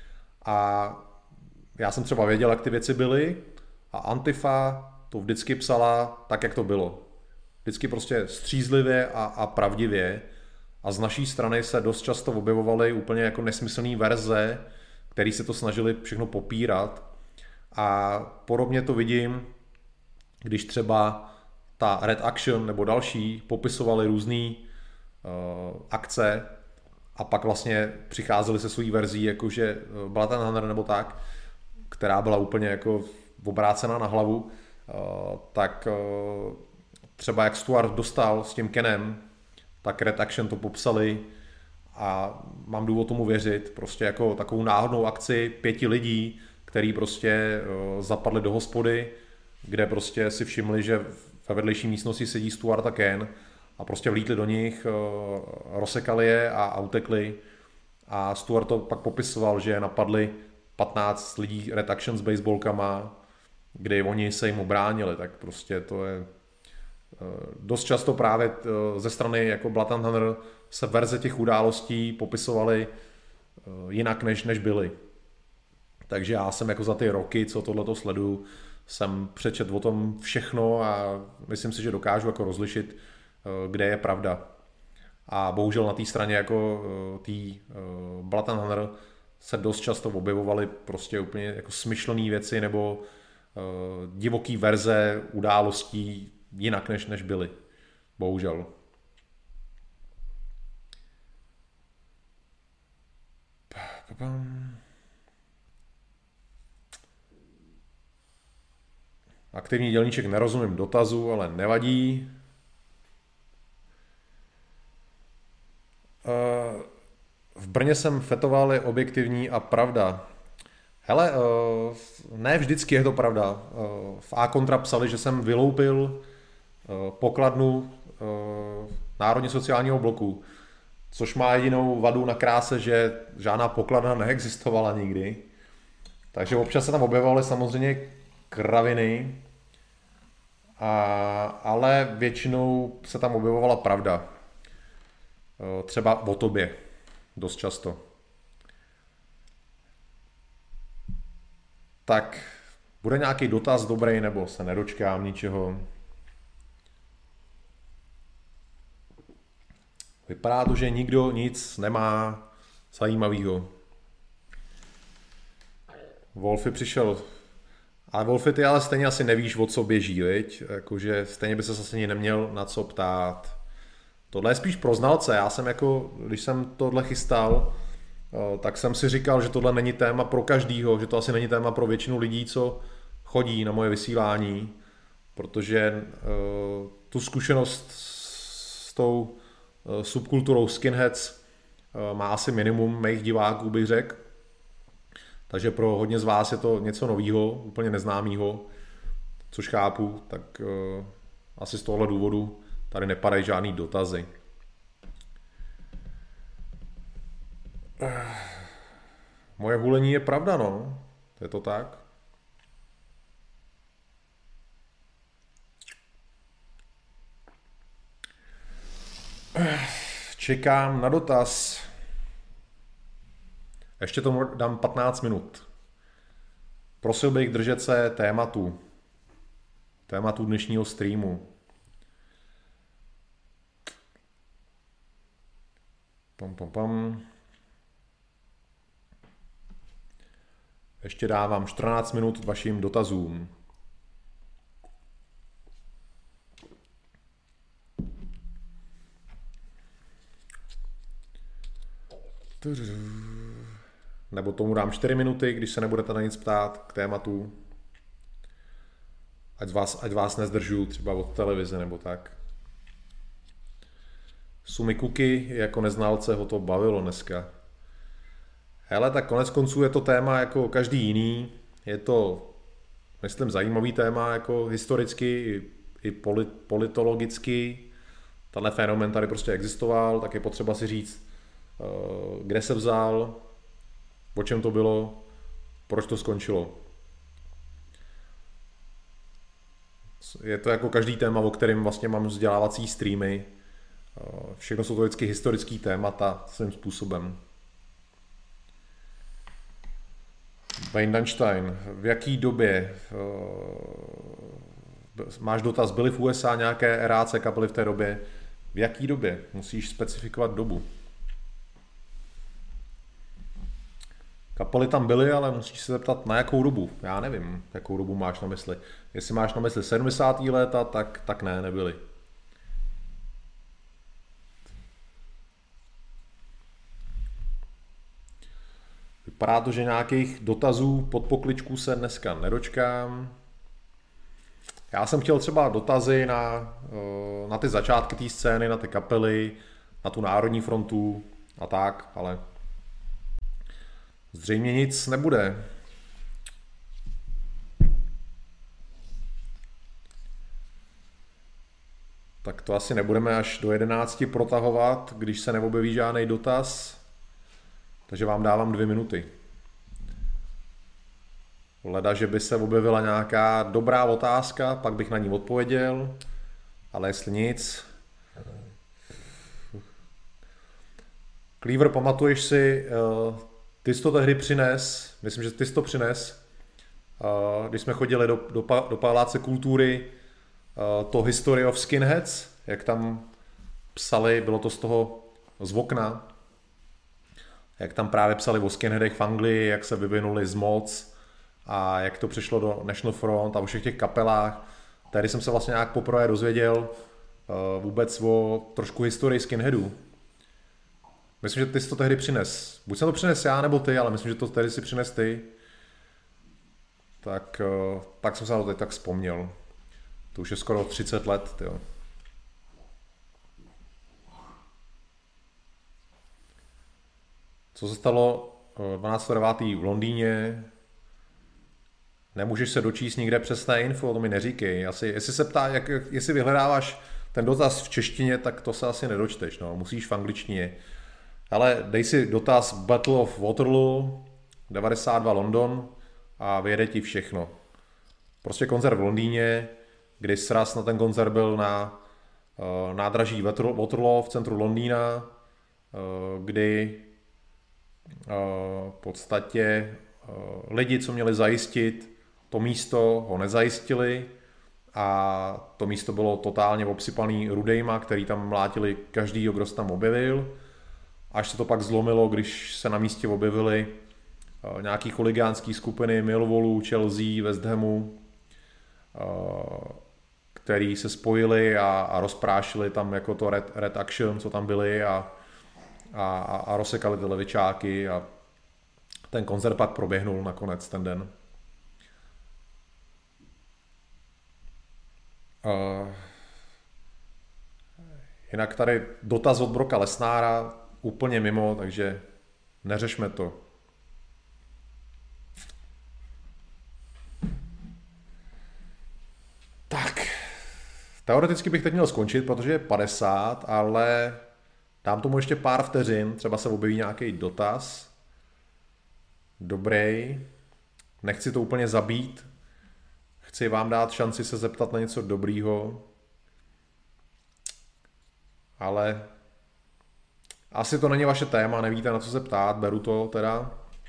a já jsem třeba věděl, jak ty věci byly a Antifa to vždycky psala tak, jak to bylo. Vždycky prostě střízlivě a pravdivě a z naší strany se dost často objevovaly úplně jako nesmyslné verze, které se to snažili všechno popírat a podobně to vidím, když třeba ta Red Action nebo další popisovali různé akce a pak vlastně přicházeli se svojí verzí, jakože Blood and Honor nebo tak, která byla úplně jako obrácená na hlavu, tak třeba jak Stuart dostal s tím Kenem, tak Red Action to popsali a mám důvod tomu věřit, prostě jako takovou náhodnou akci 5 lidí, který prostě zapadli do hospody, kde prostě si všimli, že ve vedlejší místnosti sedí Stuart a Ken a prostě vlítli do nich, rozsekali je a utekli a Stuart to pak popisoval, že napadli 15 lidí Red Action s baseballkama, kdy oni se jim obránili, tak prostě to je dost často právě ze strany jako Blood and Honor se verze těch událostí popisovaly jinak, než byly. Takže já jsem jako za ty roky, co tohleto sleduju, jsem přečet o tom všechno a myslím si, že dokážu jako rozlišit, kde je pravda. A bohužel na té straně jako tý Blood and Honor se dost často objevovaly prostě úplně jako smyšlené věci nebo divoký verze událostí jinak, než byly. Bohužel. Aktivní dělníček, nerozumím dotazu, ale nevadí. Brně jsem fetoval, je objektivní a pravda. Hele, ne vždycky je to pravda. V A-kontra psali, že jsem vyloupil pokladnu Národně sociálního bloku, což má jedinou vadu na kráse, že žádná pokladna neexistovala nikdy. Takže občas se tam objevovaly samozřejmě kraviny, ale většinou se tam objevovala pravda. Třeba o tobě. Dost často. Tak, bude nějaký dotaz dobrý, nebo se nedočkám ničeho? Vypadá to, že nikdo nic nemá zajímavého. Wolfy přišel. Ale Wolfy, ty ale stejně asi nevíš, o co běží, viď? Jakože stejně by se asi ani neměl na co ptát. Tohle je spíš pro znalce. Já jsem jako, když jsem tohle chystal, tak jsem si říkal, že tohle není téma pro každýho, že to asi není téma pro většinu lidí, co chodí na moje vysílání, protože tu zkušenost s tou subkulturou skinheads má asi minimum mých diváků, bych řekl. Takže pro hodně z vás je to něco novýho, úplně neznámýho, což chápu, tak asi z tohohle důvodu tady nepadají žádný dotazy. Moje hulení je pravda, no. Je to tak? Čekám na dotaz. Ještě tomu dám 15 minut. Prosil bych držet se tématu dnešního streamu. Ještě dávám 14 minut vašim dotazům. Nebo tomu dám 4 minuty, když se nebudete na nic ptát k tématu. Ať vás nezdržuju třeba od televize nebo tak. Sumy Kuky, jako neznalce ho to bavilo dneska. Hele, tak konec konců je to téma jako každý jiný. Je to, myslím, zajímavý téma jako historicky i politologicky. Tenhle fenomén tady prostě existoval, tak je potřeba si říct, kde se vzal, o čem to bylo, proč to skončilo. Je to jako každý téma, o kterém vlastně mám vzdělávací streamy. Všechno jsou to vždycky historický témata svým způsobem. Weinstein, v jaký době máš dotaz, byly v USA nějaké RAC kapely v té době? V jaký době? Musíš specifikovat dobu. Kapely tam byly, ale musíš se zeptat, na jakou dobu. Já nevím, jakou dobu máš na mysli. Jestli máš na mysli 70. léta, tak ne, nebyly. Vypadá to, že nějakých dotazů pod pokličku se dneska nedočkám. Já jsem chtěl třeba dotazy na ty začátky té scény, na ty kapely, na tu Národní frontu a tak, ale zřejmě nic nebude. Tak to asi nebudeme až do 11 protahovat, když se neobjeví žádný dotaz. Takže vám dávám 2 minuty. Leda, že by se objevila nějaká dobrá otázka, pak bych na ní odpověděl, ale jestli nic. Cleaver, pamatuješ si, ty jsi to tehdy přines, myslím, že ty jsi to přines, když jsme chodili do Paláce kultury, to History of Skinheads, jak tam psali, bylo to z okna, jak tam právě psali o skinheadech v Anglii, jak se vyvinuli z moc a jak to přišlo do National Front a o všech těch kapelách. Tady jsem se vlastně nějak poprvé dozvěděl vůbec o trošku historii skinheadů. Myslím, že ty jsi to tehdy přines. Buď jsem to přines já nebo ty, ale myslím, že to tehdy si přines ty. Tak jsem se na to teď tak vzpomněl. To už je skoro 30 let, tyjo. Co se stalo 12.9. v Londýně? Nemůžeš se dočíst nikde přesné info, to mi neříkej. Jestli se ptá, jestli vyhledáváš ten dotaz v češtině, tak to se asi nedočteš, no, musíš v angličtině. Ale dej si dotaz Battle of Waterloo, 92 London a vyjede ti všechno. Prostě koncert v Londýně, kdy sraz na ten koncert byl na nádraží Waterloo v centru Londýna, kdy v podstatě lidi, co měli zajistit to místo, ho nezajistili a to místo bylo totálně obsypaný rudejma, který tam mlátili každýho, kdo se tam objevil. Až se to pak zlomilo, když se na místě objevily nějaký chuligánský skupiny Millwallu, Chelsea, West Hamu, který se spojili a rozprášili tam jako to Red Action, co tam byli a rozsekali ty levičáky a ten koncert pak proběhnul nakonec ten den. Jinak tady dotaz od Broka Lesnára úplně mimo, takže neřešme to. Tak, teoreticky bych teď měl skončit, protože je 50, ale dám tomu ještě pár vteřin, třeba se objeví nějaký dotaz. Dobrý, nechci to úplně zabít, chci vám dát šanci se zeptat na něco dobrýho, ale asi to není vaše téma, nevíte na co se ptát, beru to teda.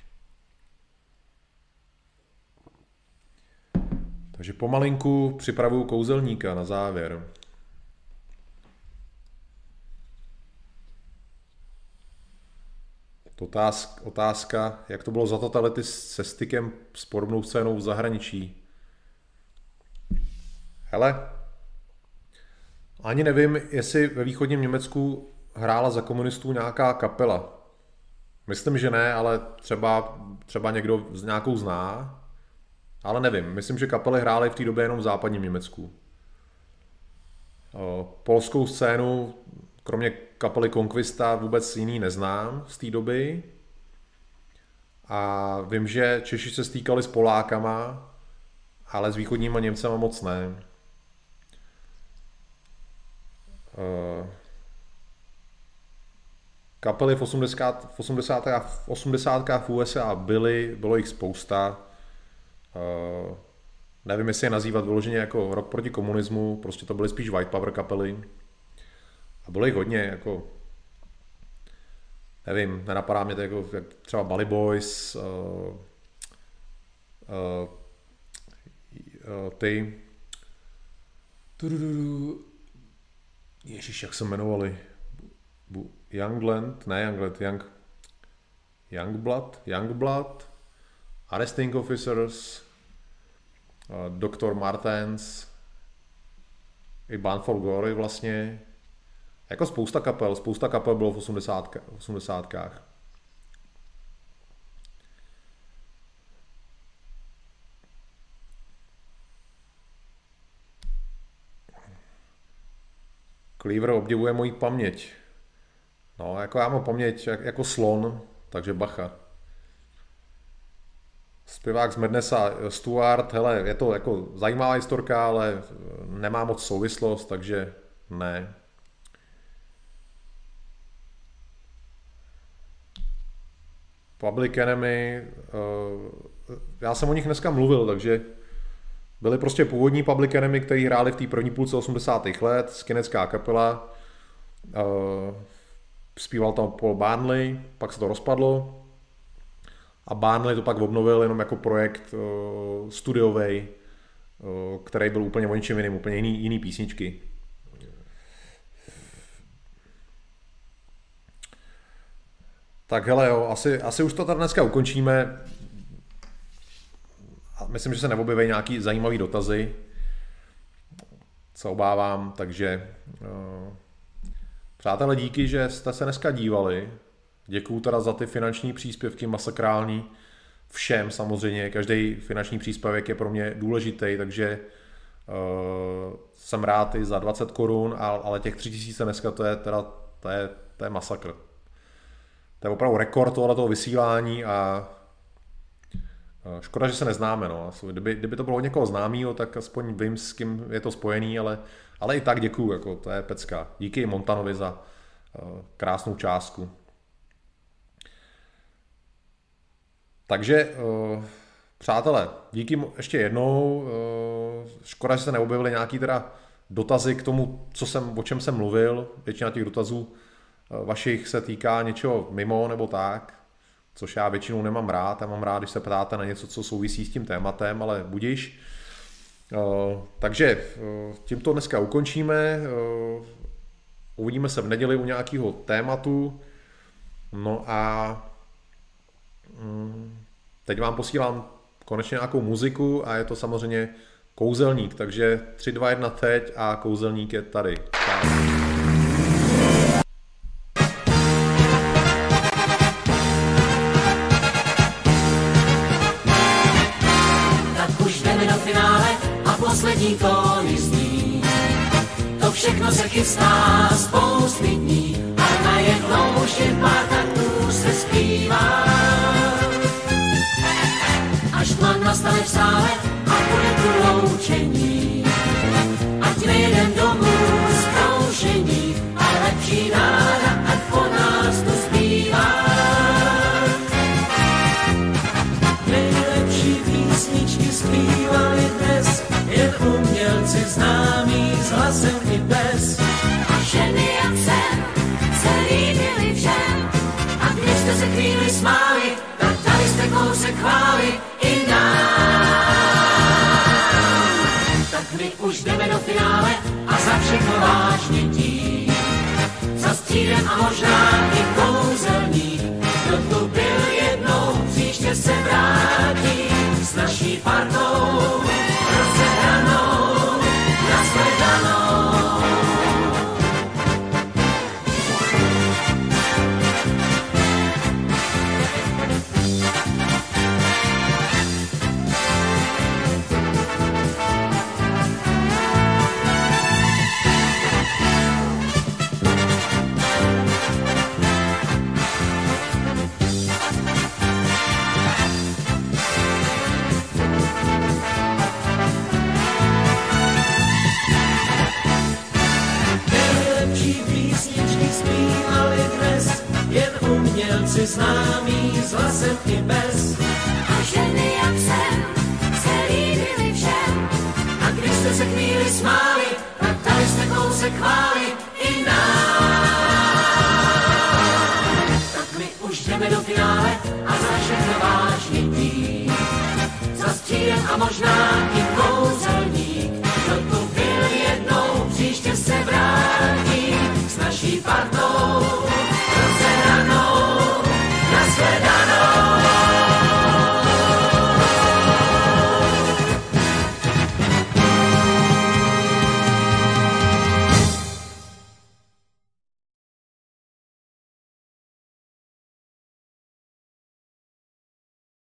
Takže pomalinku připravuju kouzelníka na závěr. Otázka, jak to bylo za totality se stykem s podobnou scénou v zahraničí. Hele, ani nevím, jestli ve východním Německu hrála za komunistů nějaká kapela. Myslím, že ne, ale třeba někdo z nějakou zná. Ale nevím, myslím, že kapely hrály v té době jenom v západním Německu. Polskou scénu, kromě kapely Conquista, vůbec jiný neznám z té doby. A vím, že Češi se stýkali s Polákama, ale s východníma Němcema moc ne. Kapely v 80. v USA bylo jich spousta. Nevím, jestli je nazývat vyloženě jako rok proti komunismu, prostě to byly spíš white power kapely. A bylo jich hodně, jako nevím, nenapadá mě to jako třeba Bally Boys, ty Ježíš, jak se jmenovali? Youngblood, Arresting Officers, Dr. Martens, i Band for Glory vlastně. Jako spousta kapel bylo v 80kách. Cleaver obdivuje moji paměť. No, jako já mám paměť jako slon, takže bacha. Zpěvák z Madnessa Stuart, hele, je to jako zajímavá historka, ale nemá moc souvislost, takže ne. Public Enemy, já jsem o nich dneska mluvil, takže byli prostě původní Public Enemy, kteří hráli v té první půlce 80. let, skinecká kapela, zpíval tam Paul Barnley, pak se to rozpadlo a Barnley to pak obnovil jenom jako projekt studiový, který byl úplně o ničem jiným, úplně jiný písničky. Tak hele jo, asi už to tady dneska ukončíme. Myslím, že se neobjeví nějaký zajímavý dotazy, se obávám, takže přátelé, díky, že jste se dneska dívali. Děkuju teda za ty finanční příspěvky masakrální všem samozřejmě, každý finanční příspěvek je pro mě důležitý, takže jsem rád i za 20 korun, ale těch 3000 dneska to je masakr. To je opravdu rekord tohoto vysílání a škoda, že se neznáme. No. Kdyby to bylo od někoho známého, tak aspoň vím, s kým je to spojený, ale i tak děkuju, jako, to je pecka. Díky Montanovi za krásnou částku. Takže, přátelé, díky ještě jednou. Škoda, že se neobjevily nějaký teda dotazy k tomu, o čem jsem mluvil. Většina těch dotazů vašich se týká něčeho mimo nebo tak, což já většinou nemám rád. Já mám rád, když se ptáte na něco, co souvisí s tím tématem, ale budiš. Takže tímto dneska ukončíme. Uvidíme se v neděli u nějakého tématu. No a teď vám posílám konečně nějakou muziku a je to samozřejmě Kouzelník, takže 3, 2, 1 teď a Kouzelník je tady. Tak už jdeme do finále a poslední tóny zní. To všechno se chystá spousty dní a najednou už jen pár taktů se zpívá. Až tma nastane v sále a bude tu loučení, ať nejedem domů z kroužení a lepší náda, ať po nás tu zpívá. Nejlepší písničky zpívali dnes jen umělci známí s hlasem i bez. A ženy jak jsem se líbily všem, A když jste se chvíli smáli, tak dali jste kousek chvály i nám. Tak my už jdeme do finále a za všechno vážně tím. Za střídem a možná i kouzelník, kdo tu byl jednou, příště se vrátí s naší partou rozehranou, nashledanou. Umělci známí s hlasem i bez. a ženy jak jsem se líbily všem. A když jste se chvíli smáli, tak dali jste kousek chvály i nám. Tak my už jdeme do finále a za všechno vážně tím. Za střídem a možná i